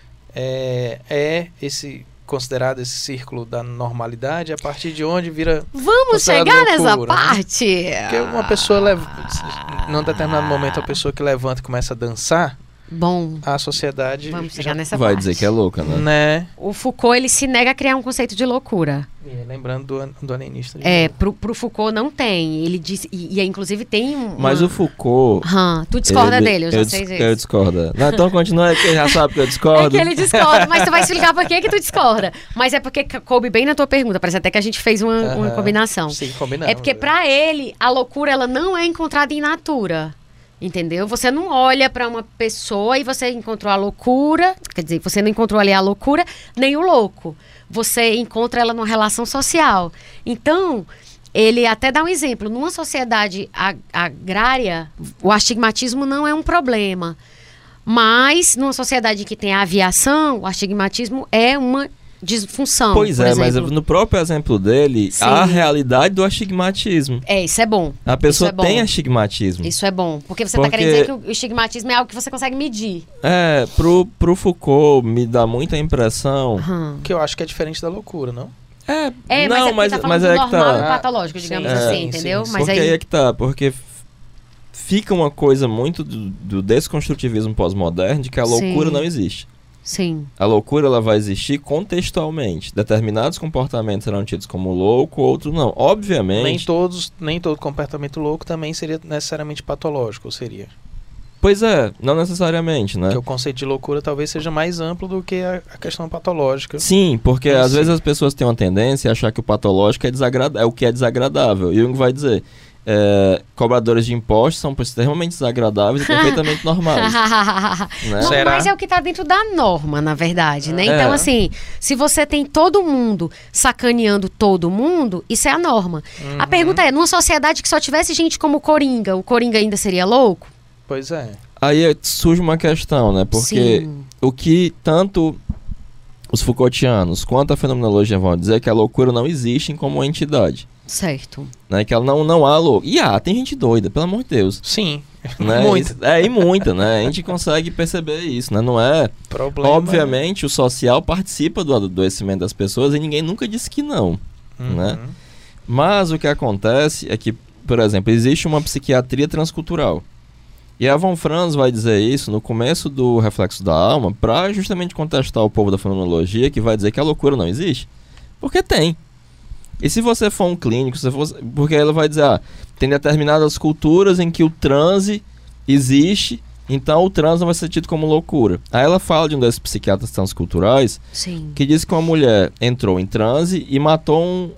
esse considerado esse círculo da normalidade, a partir de onde vira... Vamos chegar loucura, nessa né? parte! Porque uma pessoa num determinado momento, a pessoa que levanta e começa a dançar, bom, a sociedade vamos chegar nessa vai parte. dizer que é louca, né? O Foucault, ele se nega a criar um conceito de loucura. Lembrando do alienista. Pro Foucault não tem. Ele diz, e inclusive tem Mas o Foucault... tu discorda dele, eu já sei disso. Eu discordo. Não, então continua, que já sabe que eu discordo. É que ele discorda, mas tu vai explicar por que tu discorda. Mas é porque coube bem na tua pergunta, parece até que a gente fez uma combinação. Sim, combinamos. É porque pra ele, a loucura, ela não é encontrada in natura. Entendeu? Você não olha para uma pessoa e você encontrou a loucura, quer dizer, você não encontrou ali a loucura nem o louco. Você encontra ela numa relação social. Então, ele até dá um exemplo. Numa sociedade agrária, o astigmatismo não é um problema. Mas, numa sociedade que tem a aviação, o astigmatismo é uma disfunção. Pois é, mas no próprio exemplo dele, sim, há a realidade do astigmatismo. Isso é bom. A pessoa tem astigmatismo. Isso é bom. Porque você está querendo dizer que o estigmatismo é algo que você consegue medir. Pro Foucault me dá muita impressão... Que eu acho que é diferente da loucura, não? Não, mas tá é que normal tá. e patológico, digamos assim, entendeu? Sim. Mas porque aí é que tá, porque fica uma coisa muito do desconstrutivismo pós-moderno de que a loucura não existe. Sim. A loucura ela vai existir contextualmente. Determinados comportamentos serão tidos como louco, outros não. Obviamente... Nem todo comportamento louco também seria necessariamente patológico, ou seria? Pois é, não necessariamente, né? Porque o conceito de loucura talvez seja mais amplo do que a questão patológica. Sim, porque às vezes as pessoas têm uma tendência a achar que o patológico é o que é desagradável. E Jung vai dizer, cobradores de impostos são extremamente desagradáveis e perfeitamente normais. Né? Não, mas é o que está dentro da norma, na verdade, né? Então, assim, se você tem todo mundo sacaneando todo mundo, isso é a norma. A pergunta é, numa sociedade que só tivesse gente como o Coringa ainda seria louco? Pois é. Aí surge uma questão, né? Porque o que tanto os Foucaultianos quanto a fenomenologia vão dizer é que a loucura não existe como uma entidade. Certo. Né? Que ela não há louco. E tem gente doida, pelo amor de Deus. Sim. Né? Muita. E muita, né? A gente consegue perceber isso, né? Não é... Problema. Obviamente, o social participa do adoecimento das pessoas e ninguém nunca disse que não, né? Mas o que acontece é que, por exemplo, existe uma psiquiatria transcultural. E a Von Franz vai dizer isso no começo do Reflexo da Alma para justamente contestar o povo da fenomenologia, que vai dizer que a loucura não existe. Porque tem. E se você for um clínico, porque ela vai dizer, tem determinadas culturas em que o transe existe, então o transe não vai ser tido como loucura. Aí ela fala de um desses psiquiatras transculturais que diz que uma mulher entrou em transe e matou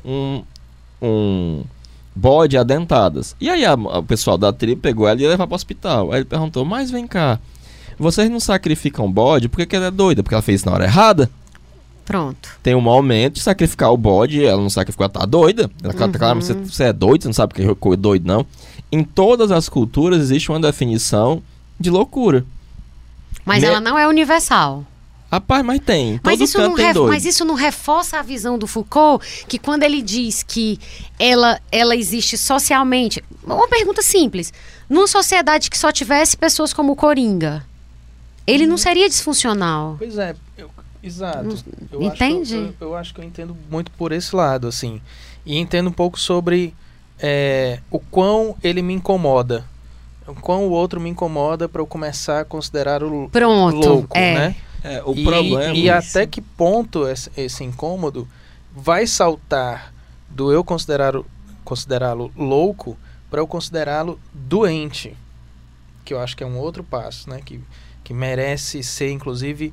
um bode a dentadas. E aí o pessoal da tribo pegou ela e ia levar para o hospital. Aí ele perguntou, mas vem cá, vocês não sacrificam bode? Por que ela é doida? Porque ela fez isso na hora errada? Pronto. Tem um momento de sacrificar o bode, ela não sacrificou, ela tá doida. Ela claro, você é doido, você não sabe porque é doido, não. Em todas as culturas existe uma definição de loucura. Mas ela não é universal. Rapaz, mas tem. Mas isso não reforça a visão do Foucault, que quando ele diz que ela existe socialmente... Uma pergunta simples. Numa sociedade que só tivesse pessoas como o Coringa, ele não seria disfuncional? Pois é, exato. Entende? Eu acho que eu entendo muito por esse lado, assim. E entendo um pouco sobre o quão ele me incomoda. O quão o outro me incomoda para eu começar a considerar o louco, né? O problema... E até que ponto esse incômodo vai saltar do eu considerá-lo louco para eu considerá-lo doente, que eu acho que é um outro passo, né? Que merece ser, inclusive,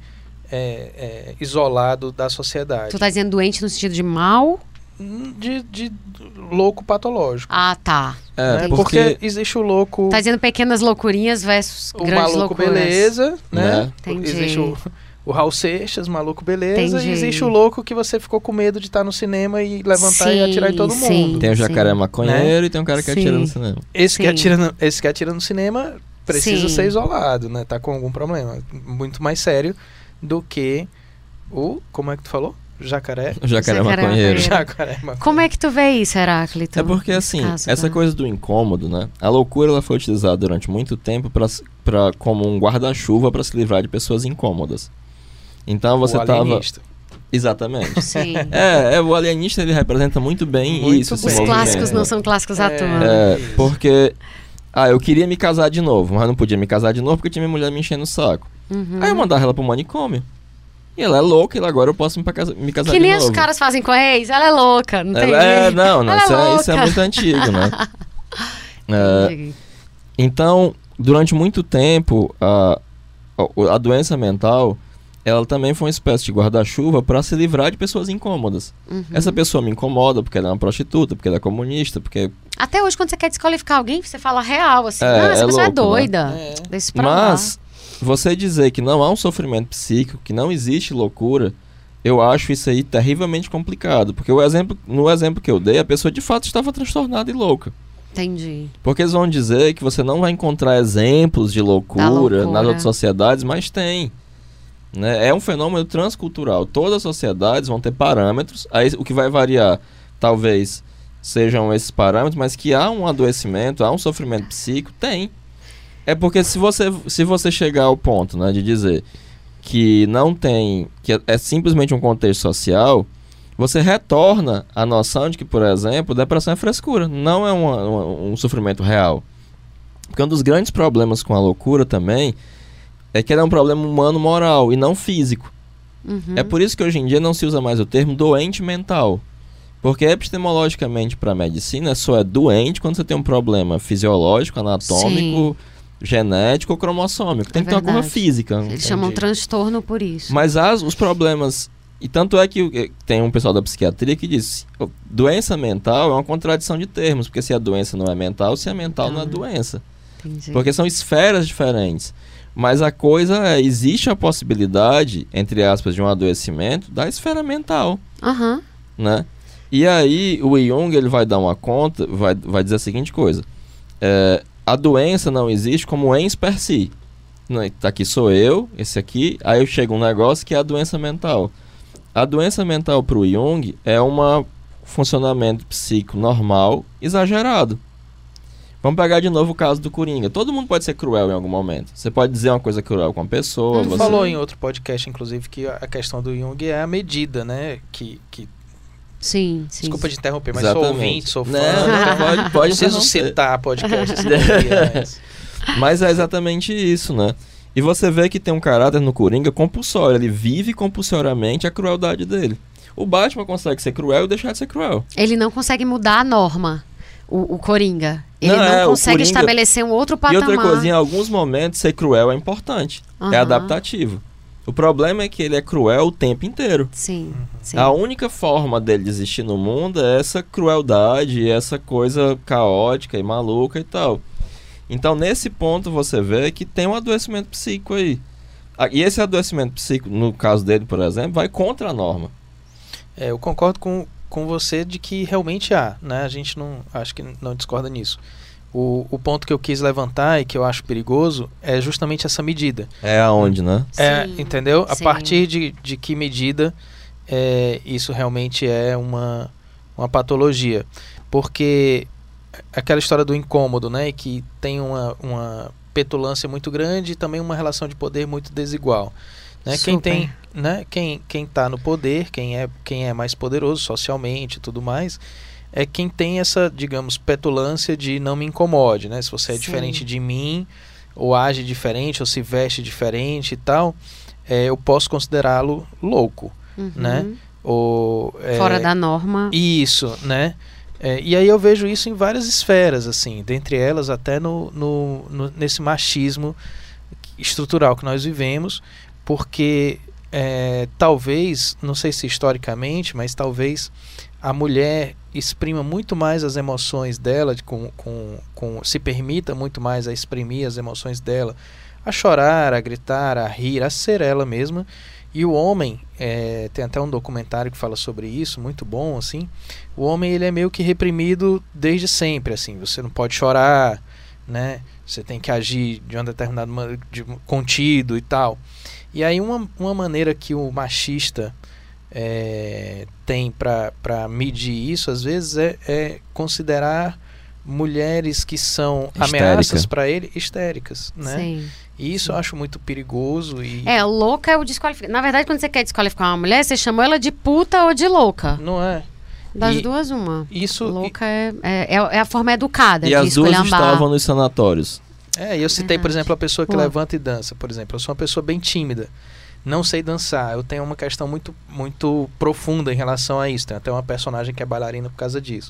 isolado da sociedade. Tu tá dizendo doente no sentido de mal? De louco patológico. Ah, tá. Porque existe o louco... Tá dizendo pequenas loucurinhas versus grandes maluco loucuras. Beleza, né? Entendi. Existe o Raul Seixas, maluco beleza. Entendi. E existe o louco que você ficou com medo de estar no cinema e levantar e atirar em todo mundo. Tem o jacaré maconheiro, né? E tem um cara que atira no cinema. Esse que atira no cinema precisa ser isolado, né? Tá com algum problema. Muito mais sério do que como é que tu falou? Jacaré maconheiro. Como é que tu vê isso, Heráclito? É porque, assim, essa coisa do incômodo, né? A loucura ela foi utilizada durante muito tempo como um guarda-chuva para se livrar de pessoas incômodas. Então você tava... Exatamente. Sim. O alienista ele representa muito bem isso. Os clássicos não são clássicos à toa. Porque... eu queria me casar de novo, mas não podia me casar de novo porque tinha minha mulher me enchendo o saco. Aí eu mandava ela pro manicômio. E ela é louca, e agora eu posso me casar de novo. Que nem os caras fazem com a ex, ela é louca, não tem isso é muito antigo, né? Então, durante muito tempo, a doença mental, ela também foi uma espécie de guarda-chuva para se livrar de pessoas incômodas. Essa pessoa me incomoda porque ela é uma prostituta, porque ela é comunista, porque... Até hoje, quando você quer desqualificar alguém, você fala real, assim, essa pessoa é doida. Né? Mas... Você dizer que não há um sofrimento psíquico, que não existe loucura, eu acho isso aí terrivelmente complicado. Porque no exemplo que eu dei, a pessoa de fato estava transtornada e louca. Entendi. Porque eles vão dizer que você não vai encontrar exemplos de loucura nas outras sociedades, mas tem. Né? É um fenômeno transcultural. Todas as sociedades vão ter parâmetros, aí o que vai variar talvez sejam esses parâmetros, mas que há um adoecimento, há um sofrimento psíquico, tem. É porque se você chegar ao ponto, né, de dizer que não tem, que é simplesmente um contexto social, você retorna à noção de que, por exemplo, depressão é frescura, não é um sofrimento real. Porque um dos grandes problemas com a loucura também é que ele é um problema humano moral e não físico. É por isso que hoje em dia não se usa mais o termo doente mental. Porque epistemologicamente para a medicina só é doente quando você tem um problema fisiológico, anatômico, genético ou cromossômico. Tem que ter uma coisa física. Eles chamam transtorno por isso. Mas os problemas... E tanto é que tem um pessoal da psiquiatria que diz doença mental é uma contradição de termos, porque se a doença não é mental, se é mental não é doença. Entendi. Porque são esferas diferentes. Mas a coisa é, existe a possibilidade, entre aspas, de um adoecimento da esfera mental. Né? E aí o Jung ele vai dar uma conta, vai dizer a seguinte coisa. A doença não existe como ens per si. Aqui sou eu, esse aqui, aí chega um negócio que é a doença mental. A doença mental para o Jung é um funcionamento psíquico normal exagerado. Vamos pegar de novo o caso do Coringa. Todo mundo pode ser cruel em algum momento. Você pode dizer uma coisa cruel com a pessoa. Você falou em outro podcast, inclusive, que a questão do Jung é a medida, né? Sim. Desculpa te interromper, mas Exatamente. sou ouvinte, sou fã. Não, pode preciso citar podcasts. Mas é exatamente isso, né? E você vê que tem um caráter no Coringa compulsório. Ele vive compulsoriamente a crueldade dele. O Batman consegue ser cruel e deixar de ser cruel. Ele não consegue mudar a norma, o Coringa. Ele não consegue estabelecer um outro patamar. E outra coisa, em alguns momentos ser cruel é importante. É adaptativo. O problema é que ele é cruel o tempo inteiro. Sim. A única forma dele de existir no mundo é essa crueldade, essa coisa caótica e maluca e tal. Então, nesse ponto, você vê que tem um adoecimento psíquico aí. E esse adoecimento psíquico, no caso dele, por exemplo, vai contra a norma. Eu concordo com você de que realmente há, né? A gente acho que não discorda nisso. O ponto que eu quis levantar e que eu acho perigoso é justamente essa medida. É aonde, né? Entendeu? Sim. A partir de que medida isso realmente é uma patologia. Porque aquela história do incômodo, né? Que tem uma petulância muito grande e também uma relação de poder muito desigual. Né? Quem está no poder, quem é mais poderoso socialmente e tudo mais, é quem tem essa, digamos, petulância de não me incomode, né? Se você é diferente de mim, ou age diferente, ou se veste diferente e tal, eu posso considerá-lo louco, né? Fora da norma. Isso, né? E aí eu vejo isso em várias esferas, assim, dentre elas até nesse machismo estrutural que nós vivemos, porque talvez, não sei se historicamente, mas talvez a mulher exprima muito mais as emoções dela, se permita muito mais a exprimir as emoções dela, a chorar, a gritar, a rir, a ser ela mesma. E o homem, tem até um documentário que fala sobre isso, muito bom, assim. O homem, ele é meio que reprimido desde sempre, assim. Você não pode chorar, né? Você tem que agir de uma determinada maneira, contido e tal. E aí uma maneira que o machista tem para medir isso, às vezes, é considerar mulheres que são ameaças para ele histéricas, né? Sim. E isso eu acho muito perigoso. Louca é o desqualificar. Na verdade, quando você quer desqualificar uma mulher, você chamou ela de puta ou de louca. Não é? Das duas, uma. Isso, louca é a forma educada e de as duas esculhambar. estavam nos sanatórios. E eu citei, por exemplo, a pessoa que levanta e dança. Por exemplo, eu sou uma pessoa bem tímida. Não sei dançar. Eu tenho uma questão muito, muito profunda em relação a isso. Tem até uma personagem que é bailarina por causa disso.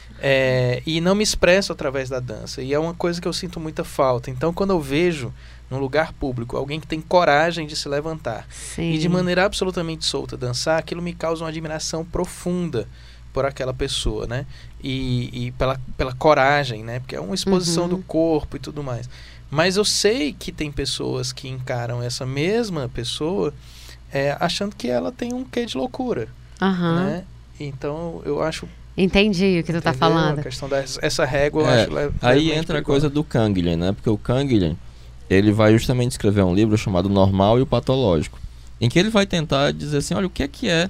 E não me expresso através da dança. E é uma coisa que eu sinto muita falta. Então, quando eu vejo num lugar público alguém que tem coragem de se levantar e de maneira absolutamente solta dançar, aquilo me causa uma admiração profunda por aquela pessoa, né? E pela coragem, né? Porque é uma exposição do corpo e tudo mais. Mas eu sei que tem pessoas que encaram essa mesma pessoa achando que ela tem um quê de loucura, né? Então eu acho... Entendi o que tu tá falando. A questão dessa régua, eu acho... Aí entra a coisa do Canguilhem, né? Porque o Canguilhem, ele vai justamente escrever um livro chamado Normal e o Patológico, em que ele vai tentar dizer assim, olha, o que é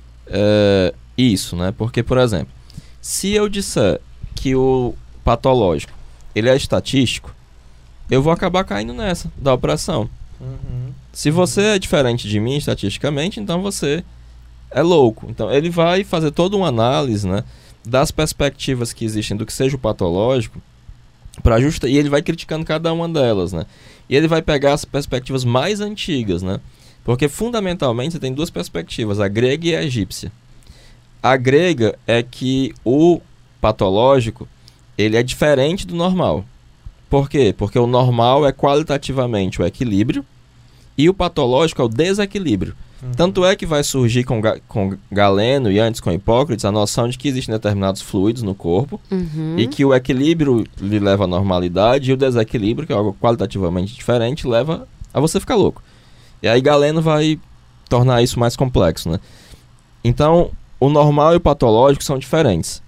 isso, né? Porque, por exemplo, se eu disser que o patológico, ele é estatístico, eu vou acabar caindo nessa, da opressão. Se você é diferente de mim estatisticamente, então você é louco. Então ele vai fazer toda uma análise, né, das perspectivas que existem do que seja o patológico, e ele vai criticando cada uma delas, né? E ele vai pegar as perspectivas mais antigas, né? Porque, fundamentalmente, você tem duas perspectivas, a grega e a egípcia. A grega é que o patológico, ele é diferente do normal. Por quê? Porque o normal é qualitativamente o equilíbrio e o patológico é o desequilíbrio. Tanto é que vai surgir com Galeno e antes com Hipócrates a noção de que existem determinados fluidos no corpo e que o equilíbrio lhe leva à normalidade e o desequilíbrio, que é algo qualitativamente diferente, leva a você ficar louco. E aí Galeno vai tornar isso mais complexo, né? Então, o normal e o patológico são diferentes.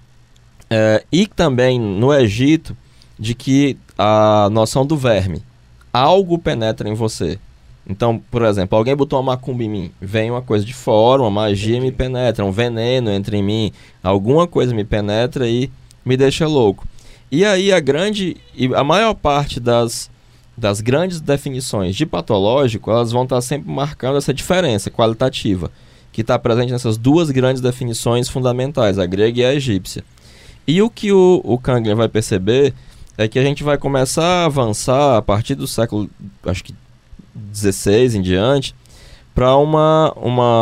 E também no Egito, de que a noção do verme, algo penetra em você. Então, por exemplo, alguém botou uma macumba em mim, vem uma coisa de fora, uma magia me penetra, um veneno entra em mim, alguma coisa me penetra e me deixa louco. E aí a maior parte das grandes definições de patológico, elas vão estar sempre marcando essa diferença qualitativa, que está presente nessas duas grandes definições fundamentais, a grega e a egípcia. E o que o Kangler vai perceber é que a gente vai começar a avançar a partir do século, acho que 16 em diante, para uma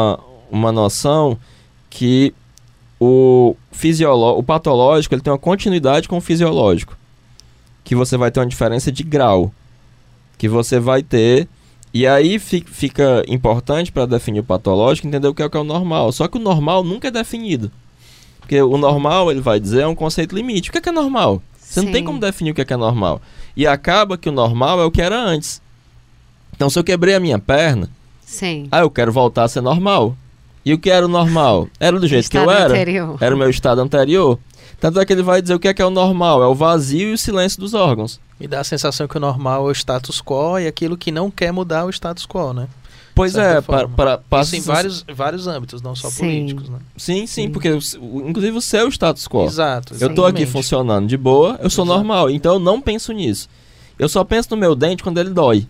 noção que o patológico ele tem uma continuidade com o fisiológico, que você vai ter uma diferença de grau, que você vai ter, e aí fica importante para definir o patológico entender o que é o normal. Só que o normal nunca é definido, porque o normal, ele vai dizer, é um conceito limite. O que é normal? Você não tem como definir o que é normal. E acaba que o normal é o que era antes. Então, se eu quebrei a minha perna, eu quero voltar a ser normal. E o que era o normal? Era do jeito que eu era. Anterior. Era o meu estado anterior. Tanto é que ele vai dizer o que é o normal. É o vazio e o silêncio dos órgãos. Me dá a sensação que o normal é o status quo e aquilo que não quer mudar o status quo, né? Pois é, isso em vários âmbitos, não só políticos, né? Sim, porque inclusive o seu status quo. Exato. Eu tô aqui funcionando de boa, eu sou normal, então eu não penso nisso. Eu só penso no meu dente quando ele dói.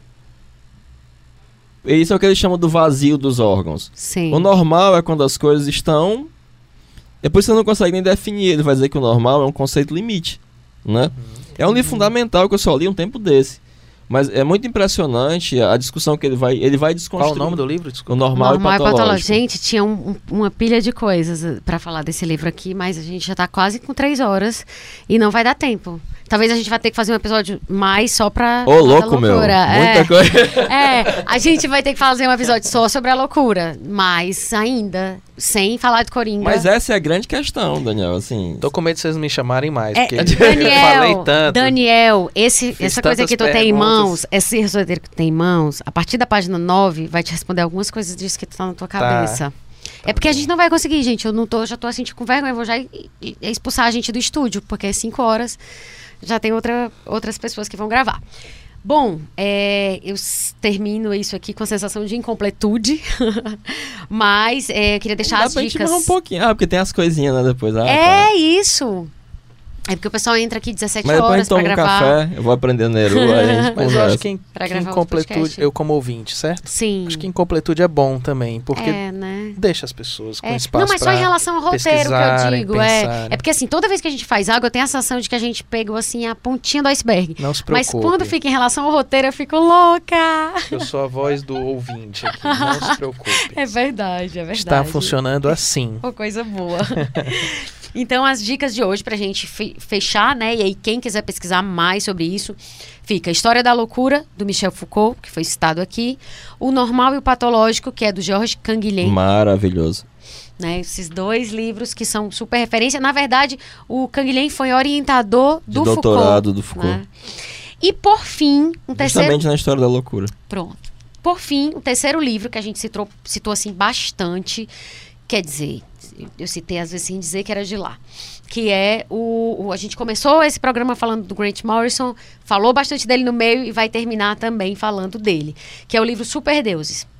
Isso é o que eles chamam do vazio dos órgãos. Sim. O normal é quando as coisas estão... Depois você não consegue nem definir. Ele vai dizer que o normal é um conceito limite, né? É um livro fundamental que eu só li um tempo desse. Mas é muito impressionante a discussão que ele vai desconstruir. Qual o nome do livro? Desculpa. O normal e patológico. Gente, tinha uma pilha de coisas para falar desse livro aqui, mas a gente já tá quase com 3 horas e não vai dar tempo. Talvez a gente vai ter que fazer um episódio mais só pra... Ô, louco, meu. Muita coisa. A gente vai ter que fazer um episódio só sobre a loucura. Mas ainda, sem falar de Coringa. Mas essa é a grande questão, Daniel, assim... Tô com medo de vocês me chamarem mais, porque Daniel, eu falei tanto. Daniel, essa coisa que tu tem em mãos, esse roteiro que tu tem em mãos, a partir da página 9, vai te responder algumas coisas disso que tá na tua cabeça. É porque a gente não vai conseguir, gente. Já tô assim, com vergonha. Eu vou já expulsar a gente do estúdio, porque é 5 horas... Já tem outras pessoas que vão gravar. Bom, eu termino isso aqui com a sensação de incompletude. Mas eu queria deixar as dicas. Dá pra gente um pouquinho. Porque tem as coisinhas, né, depois. Isso. É porque o pessoal entra aqui 17 horas pra gravar. Mas depois a gente toma um café, eu vou aprender Neru, a gente Mas eu acho que em incompletude, eu como ouvinte, certo? Sim. Acho que incompletude é bom também, porque né? deixa as pessoas com espaço. Não, mas só em relação ao roteiro que eu digo. Pensarem. É porque assim, toda vez que a gente faz algo, eu tenho a sensação de que a gente pegou assim a pontinha do iceberg. Não se preocupe. Mas quando fica em relação ao roteiro, eu fico louca. Eu sou a voz do ouvinte aqui, não se preocupe. É verdade. Está funcionando assim. Uma coisa boa. Então, as dicas de hoje pra gente fechar, né? E aí, quem quiser pesquisar mais sobre isso, fica História da Loucura, do Michel Foucault, que foi citado aqui. O Normal e o Patológico, que é do Georges Canguilhem. Maravilhoso. Né, esses 2 livros que são super referência. Na verdade, o Canguilhem foi orientador do Foucault. Doutorado do Foucault. Né? E, por fim, um terceiro... Justamente na História da Loucura. Pronto. Por fim, o terceiro livro que a gente citou assim, bastante, quer dizer... Eu citei às vezes sem dizer que era de lá. Que é a gente começou esse programa falando do Grant Morrison, falou bastante dele no meio e vai terminar também falando dele. Que é o livro Superdeuses.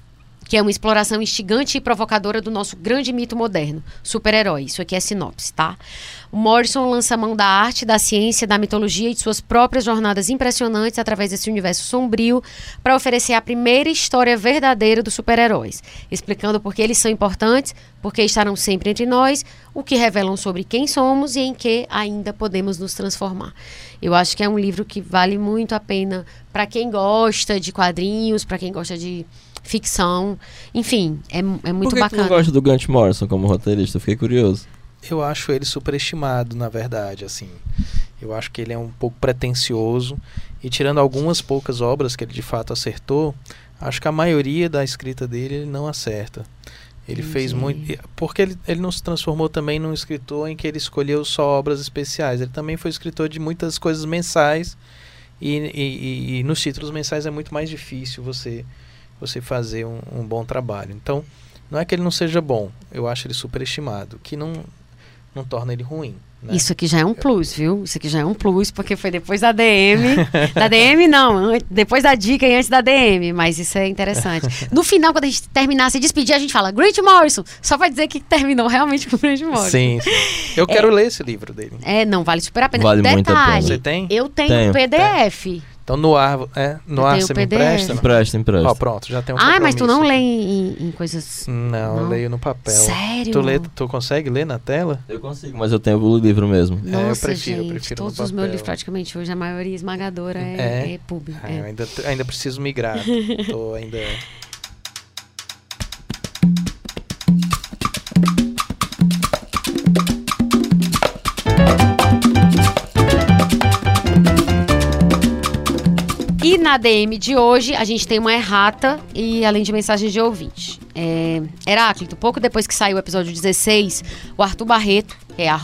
que é uma exploração instigante e provocadora do nosso grande mito moderno, super-herói. Isso aqui é sinopse, tá? O Morrison lança a mão da arte, da ciência, da mitologia e de suas próprias jornadas impressionantes através desse universo sombrio para oferecer a primeira história verdadeira dos super-heróis, explicando por que eles são importantes, por que estarão sempre entre nós, o que revelam sobre quem somos e em que ainda podemos nos transformar. Eu acho que é um livro que vale muito a pena para quem gosta de quadrinhos, para quem gosta de ficção, enfim, é muito bacana. Por que tu não gosta do Grant Morrison como roteirista? Eu fiquei curioso. Eu acho ele superestimado, na verdade, assim. Eu acho que ele é um pouco pretensioso e, tirando algumas poucas obras que ele de fato acertou, acho que a maioria da escrita dele ele não acerta. Ele fez muito... Porque ele não se transformou também num escritor em que ele escolheu só obras especiais. Ele também foi escritor de muitas coisas mensais e nos títulos mensais é muito mais difícil você fazer um bom trabalho. Então, não é que ele não seja bom, eu acho ele superestimado, que não torna ele ruim. Né? Isso aqui já é um plus, viu? Isso aqui já é um plus, porque foi depois da DM. Da DM não, depois da dica e antes da DM, mas isso é interessante. No final, quando a gente terminar, se despedir, a gente fala Grant Morrison, só pra dizer que terminou realmente com o Grant Morrison. Sim. Eu quero ler esse livro dele. Não, vale super a pena. Vale muito a pena. Você tem? Eu tenho PDF. Então no ar você me empresta? Empresta. Ó, pronto, já tem um compromisso. Mas tu não lê em coisas... Não, eu leio no papel. Sério? Tu consegue ler na tela? Eu consigo, mas eu tenho o livro mesmo. Nossa, eu prefiro todos no papel. Os meus livros praticamente hoje, a maioria esmagadora é pub. Eu ainda preciso migrar. Tô ainda... E na DM de hoje, a gente tem uma errata e além de mensagens de ouvinte. Heráclito, pouco depois que saiu o episódio 16, o Arthur Barreto, que é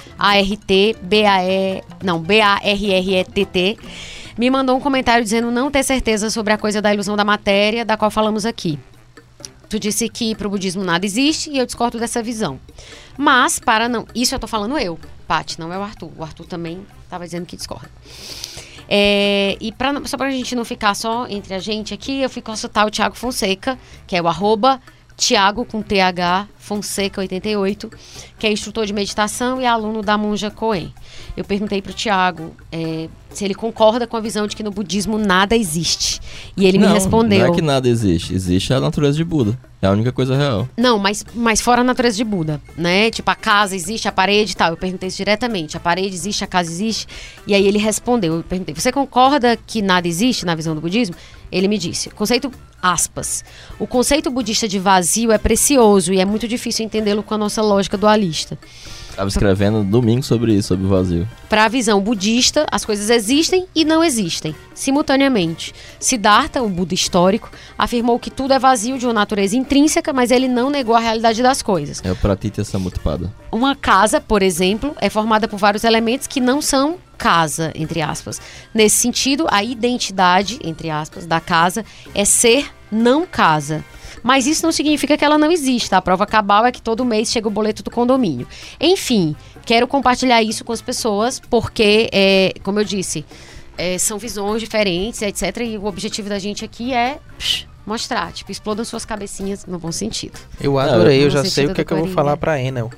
@BARRETT, me mandou um comentário dizendo não ter certeza sobre a coisa da ilusão da matéria, da qual falamos aqui. Tu disse que pro budismo nada existe e eu discordo dessa visão. Mas, isso eu tô falando eu, Paty, não é o Arthur. O Arthur também estava dizendo que discorda. Só pra gente não ficar só entre a gente aqui, eu fui consultar o Thiago Fonseca, que é o @Thiago com TH Fonseca 88, que é instrutor de meditação e aluno da Monja Coen. Eu perguntei pro Thiago se ele concorda com a visão de que no budismo nada existe. E ele me respondeu... Não é que nada existe. Existe a natureza de Buda. É a única coisa real. Não, mas fora a natureza de Buda, né? Tipo, a casa existe, a parede e tal. Eu perguntei isso diretamente. A parede existe, a casa existe. E aí ele respondeu. Eu perguntei, você concorda que nada existe na visão do budismo? Ele me disse, aspas, o conceito budista de vazio é precioso e é muito difícil entendê-lo com a nossa lógica dualista. Estava escrevendo domingo sobre isso, sobre o vazio. Para a visão budista, as coisas existem e não existem, simultaneamente. Siddhartha, o Buda histórico, afirmou que tudo é vazio de uma natureza intrínseca, mas ele não negou a realidade das coisas. É o Pratitya Samutpada. Uma casa, por exemplo, é formada por vários elementos que não são casa, entre aspas. Nesse sentido, a identidade, entre aspas, da casa é ser não casa. Mas isso não significa que ela não exista. A prova cabal é que todo mês chega o boleto do condomínio. Enfim, quero compartilhar isso com as pessoas porque, como eu disse, são visões diferentes, etc. E o objetivo da gente aqui é mostrar. Tipo, explodam suas cabecinhas no bom sentido. Eu adorei, eu já sei o que eu vou falar pra Enel.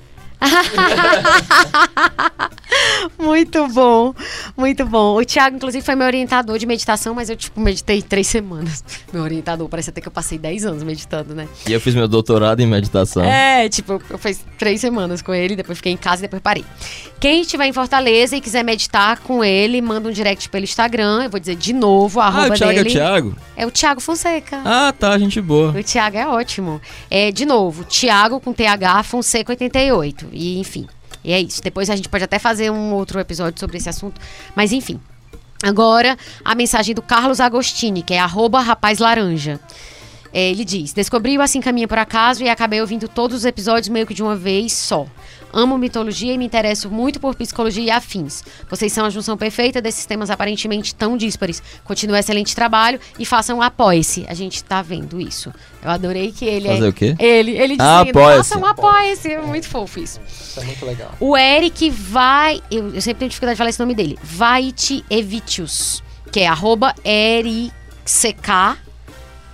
Muito bom, muito bom. O Thiago, inclusive, foi meu orientador de meditação, mas eu, meditei 3 semanas. Meu orientador, parece até que eu passei 10 anos meditando, né? E eu fiz meu doutorado em meditação. Eu fiz 3 semanas com ele, depois fiquei em casa e depois parei. Quem estiver em Fortaleza e quiser meditar com ele, manda um direct pelo Instagram. Eu vou dizer de novo, a arroba o Thiago dele. É o Thiago? É o Thiago Fonseca. Ah, tá, gente boa. O Thiago é ótimo. De novo, Thiago com TH Fonseca 88. E, enfim, e é isso. Depois a gente pode até fazer um outro episódio sobre esse assunto. Mas, enfim. Agora, a mensagem do Carlos Agostini, que é @rapazlaranja. Ele diz, descobri o Assim Caminha por acaso e acabei ouvindo todos os episódios meio que de uma vez só. Amo mitologia e me interesso muito por psicologia e afins. Vocês são a junção perfeita desses temas aparentemente tão díspares. Continue excelente trabalho e façam um apoie-se. A gente tá vendo isso. Eu adorei que ele Fazer o quê? Ele dizendo, apoia-se. Façam um apoie-se. É muito fofo isso. Isso é muito legal. O Eric vai... Eu sempre tenho dificuldade de falar esse nome dele. Vaiti Evitius, que é @erick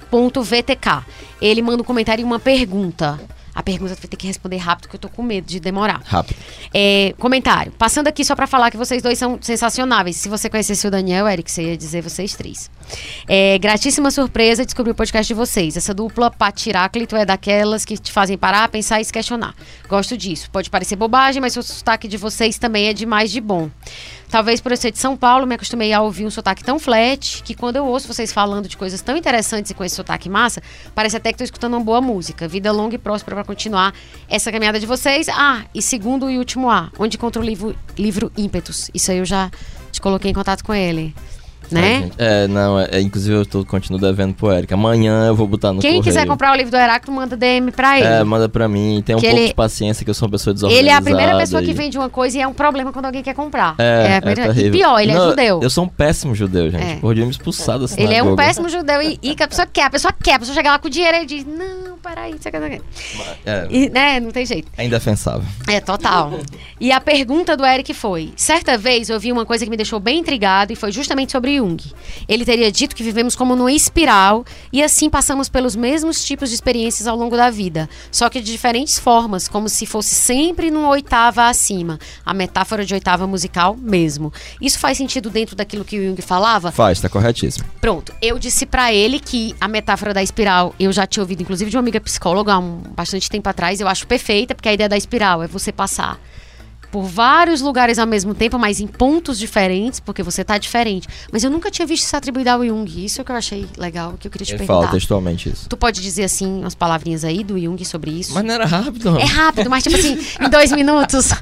eric.vtk. Ele manda um comentário e uma pergunta. A pergunta vai ter que responder rápido, porque eu tô com medo de demorar. Rápido. Comentário. Passando aqui só pra falar que vocês dois são sensacionáveis. Se você conhecesse o Daniel, Eric, você ia dizer vocês três. Gratíssima surpresa descobrir o podcast de vocês. Essa dupla Patiráclito é daquelas que te fazem parar, pensar e se questionar. Gosto disso. Pode parecer bobagem, mas o sotaque de vocês também é demais de bom. Talvez por eu ser de São Paulo, me acostumei a ouvir um sotaque tão flat que quando eu ouço vocês falando de coisas tão interessantes e com esse sotaque massa, parece até que estou escutando uma boa música. Vida longa e próspera para continuar essa caminhada de vocês. E segundo e último onde encontro o livro Ímpetos. Isso aí eu já te coloquei em contato com ele. Né? Inclusive eu continuo devendo pro Eric. Amanhã eu vou botar no Quem correio. quiser comprar o livro do Heráclito, manda DM pra ele. Manda pra mim. Tem um pouco de paciência que eu sou uma pessoa desorganizada. Ele é a primeira pessoa que vende uma coisa e é um problema quando alguém quer comprar. Terrível. E pior, ele é judeu. Eu sou um péssimo judeu, gente. Podia me expulsar da sinagoga. Ele é um péssimo judeu e que a pessoa quer. A pessoa chega lá com o dinheiro e diz, não, peraí, você quer. Não tem jeito. É indefensável. Total. E a pergunta do Eric foi, certa vez eu ouvi uma coisa que me deixou bem intrigado e foi justamente sobre Jung. Ele teria dito que vivemos como numa espiral e assim passamos pelos mesmos tipos de experiências ao longo da vida, só que de diferentes formas, como se fosse sempre numa oitava acima. A metáfora de oitava musical mesmo. Isso faz sentido dentro daquilo que o Jung falava? Faz, tá corretíssimo. Pronto, eu disse pra ele que a metáfora da espiral, eu já tinha ouvido inclusive de uma amiga psicóloga há bastante tempo atrás, eu acho perfeita, porque a ideia da espiral é você passar por vários lugares ao mesmo tempo, mas em pontos diferentes, porque você tá diferente. Mas eu nunca tinha visto isso atribuído ao Jung. Isso é o que eu achei legal, que eu queria te perguntar. Ele fala textualmente isso. Tu pode dizer, assim, umas palavrinhas aí do Jung sobre isso? Mas não era rápido, não. É rápido, mas tipo assim, em 2 minutos.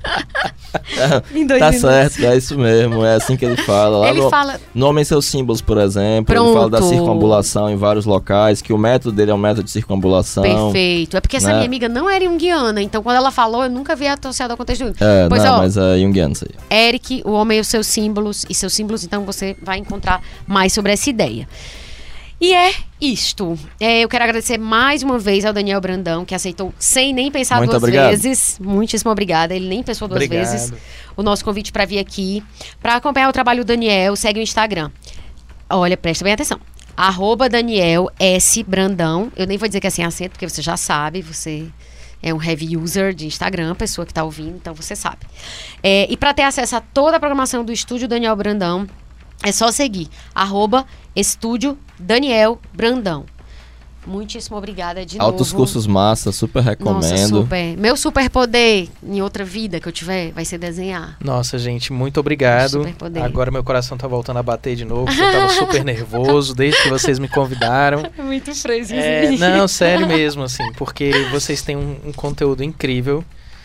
Em 2 minutos. Certo, é isso mesmo. É assim que ele fala. Lá ele fala... Nome seus símbolos, por exemplo. Pronto. Ele fala da circunambulação em vários locais, que o método dele é um método de circunambulação. Perfeito. É porque essa minha amiga não era junguiana, então quando ela falou, eu nunca vi associado ao contexto do Jung. Mas é junguiano isso aí. Eric, o homem e os seus símbolos. E seus símbolos, então você vai encontrar mais sobre essa ideia. E é isto. Eu quero agradecer mais uma vez ao Daniel Brandão, que aceitou sem nem pensar duas vezes. Muitíssimo obrigada. Ele nem pensou duas vezes o nosso convite para vir aqui. Para acompanhar o trabalho do Daniel, segue o Instagram. Olha, presta bem atenção. @Daniel S. Brandão. Eu nem vou dizer que é sem acento, porque você já sabe, você é um heavy user de Instagram, pessoa que está ouvindo, então você sabe. E para ter acesso a toda a programação do Estúdio Daniel Brandão, é só seguir @Estúdio Daniel Brandão. Muitíssimo obrigada de novo. Altos cursos massa, super recomendo. Nossa, super. Meu superpoder em outra vida que eu tiver vai ser desenhar. Nossa, gente, muito obrigado. Agora meu coração tá voltando a bater de novo. Eu tava super nervoso desde que vocês me convidaram. É muito frezinho. Não, sério mesmo, assim, porque vocês têm um conteúdo incrível.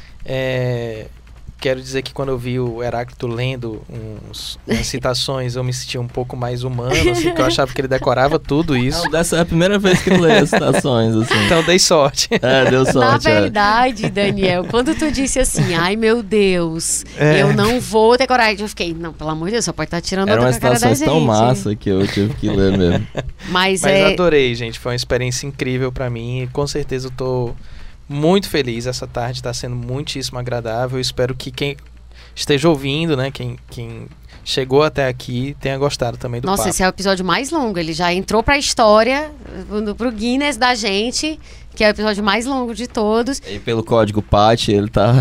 Quero dizer que quando eu vi o Heráclito lendo umas citações, eu me senti um pouco mais humano, assim, porque eu achava que ele decorava tudo isso. Não, dessa é a primeira vez que ele lê as citações, assim. Então dei sorte. Deu sorte. Na verdade, Daniel, quando tu disse assim, ai meu Deus, eu não vou ter coragem, eu fiquei, não, pelo amor de Deus, só pode estar tirando outra cara da gente. Eram umas citações tão massa que eu tive que ler mesmo. Mas adorei, gente, foi uma experiência incrível pra mim e com certeza eu tô muito feliz, essa tarde está sendo muitíssimo agradável. Eu espero que quem esteja ouvindo, né, quem chegou até aqui, tenha gostado também do papo. Nossa, esse é o episódio mais longo, ele já entrou pra história, pro Guinness da gente, que é o episódio mais longo de todos. E pelo código PAT, ele tá...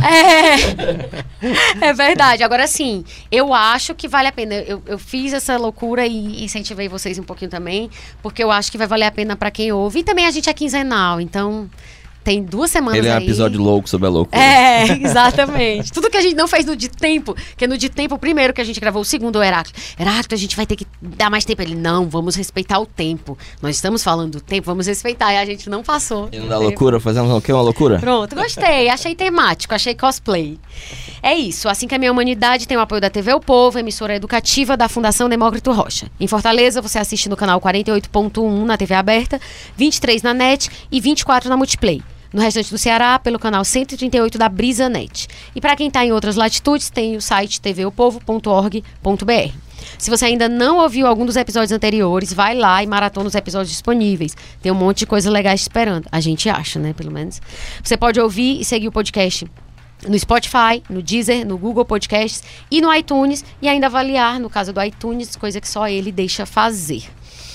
É verdade. Agora sim, eu acho que vale a pena. Eu fiz essa loucura e incentivei vocês um pouquinho também, porque eu acho que vai valer a pena pra quem ouve. E também a gente é quinzenal, então... Tem 2 semanas aí. Ele é um episódio louco sobre a loucura. Exatamente. Tudo que a gente não fez no De Tempo, que no De Tempo, o primeiro que a gente gravou, o segundo, o Heráclito, a gente vai ter que dar mais tempo. Ele, não, vamos respeitar o tempo. Nós estamos falando do tempo, vamos respeitar. E a gente não passou. E não dá loucura? Fazemos o quê? Uma loucura? Pronto, gostei. Achei temático, achei cosplay. É isso. Assim que a minha humanidade tem o apoio da TV O Povo, emissora educativa da Fundação Demócrito Rocha. Em Fortaleza, você assiste no canal 48.1 na TV aberta, 23 na NET e 24 na Multiplay. No restante do Ceará, pelo canal 138 da BrisaNet. E para quem está em outras latitudes, tem o site tvopovo.org.br. Se você ainda não ouviu algum dos episódios anteriores, vai lá e maratona os episódios disponíveis. Tem um monte de coisa legal esperando. A gente acha, né, pelo menos. Você pode ouvir e seguir o podcast no Spotify, no Deezer, no Google Podcasts e no iTunes. E ainda avaliar, no caso do iTunes, coisa que só ele deixa fazer.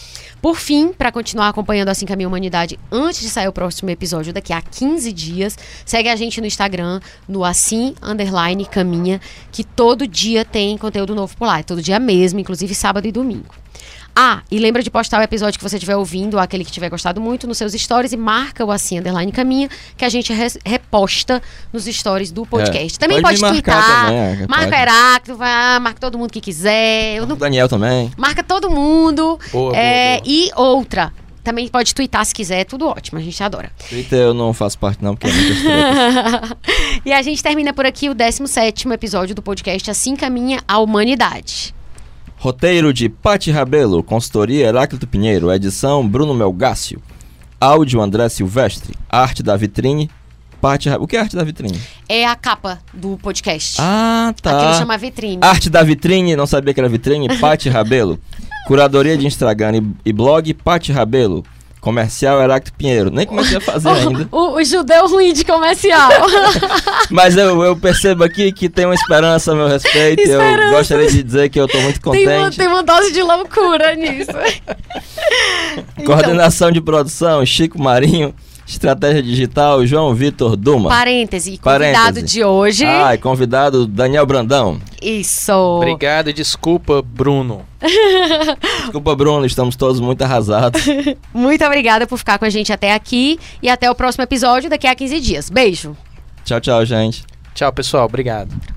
Por fim, para continuar acompanhando Assim Caminha a Humanidade antes de sair o próximo episódio daqui a 15 dias, segue a gente no Instagram, no Assim_Caminha, que todo dia tem conteúdo novo por lá. É todo dia mesmo, inclusive sábado e domingo. E lembra de postar o episódio que você estiver ouvindo, aquele que tiver gostado muito, nos seus stories e marca o Assim_Caminha, que a gente reposta nos stories do podcast. Também pode twittar, também, marca o Heráclito, marca todo mundo que quiser. O Daniel também. Marca todo mundo. Boa. E outra, também pode twittar se quiser, tudo ótimo, a gente adora. Twitter eu não faço parte não, porque é muito estreito. E a gente termina por aqui o 17º episódio do podcast Assim Caminha a Humanidade. Roteiro de Pati Rabelo, consultoria Heráclito Pinheiro, edição Bruno Melgácio, áudio André Silvestre, arte da vitrine, O que é arte da vitrine? É a capa do podcast. Tá. Aquilo chama vitrine. Arte da vitrine, não sabia que era vitrine, Pati Rabelo. Curadoria de Instagram e blog Pati Rabelo. Comercial Heráclito Pinheiro. Nem comecei a fazer ainda. O judeu ruim de comercial. Mas eu percebo aqui que tem uma esperança a meu respeito. Eu gostaria de dizer que eu estou muito contente. Tem uma dose de loucura nisso. Coordenação de produção, Chico Marinho. Estratégia digital, João Vitor Duma. Convidado de hoje. Convidado Daniel Brandão. Isso. Obrigado e desculpa, Bruno. Desculpa, Bruno, estamos todos muito arrasados. Muito obrigada por ficar com a gente até aqui e até o próximo episódio daqui a 15 dias. Beijo. Tchau, tchau, gente. Tchau, pessoal. Obrigado.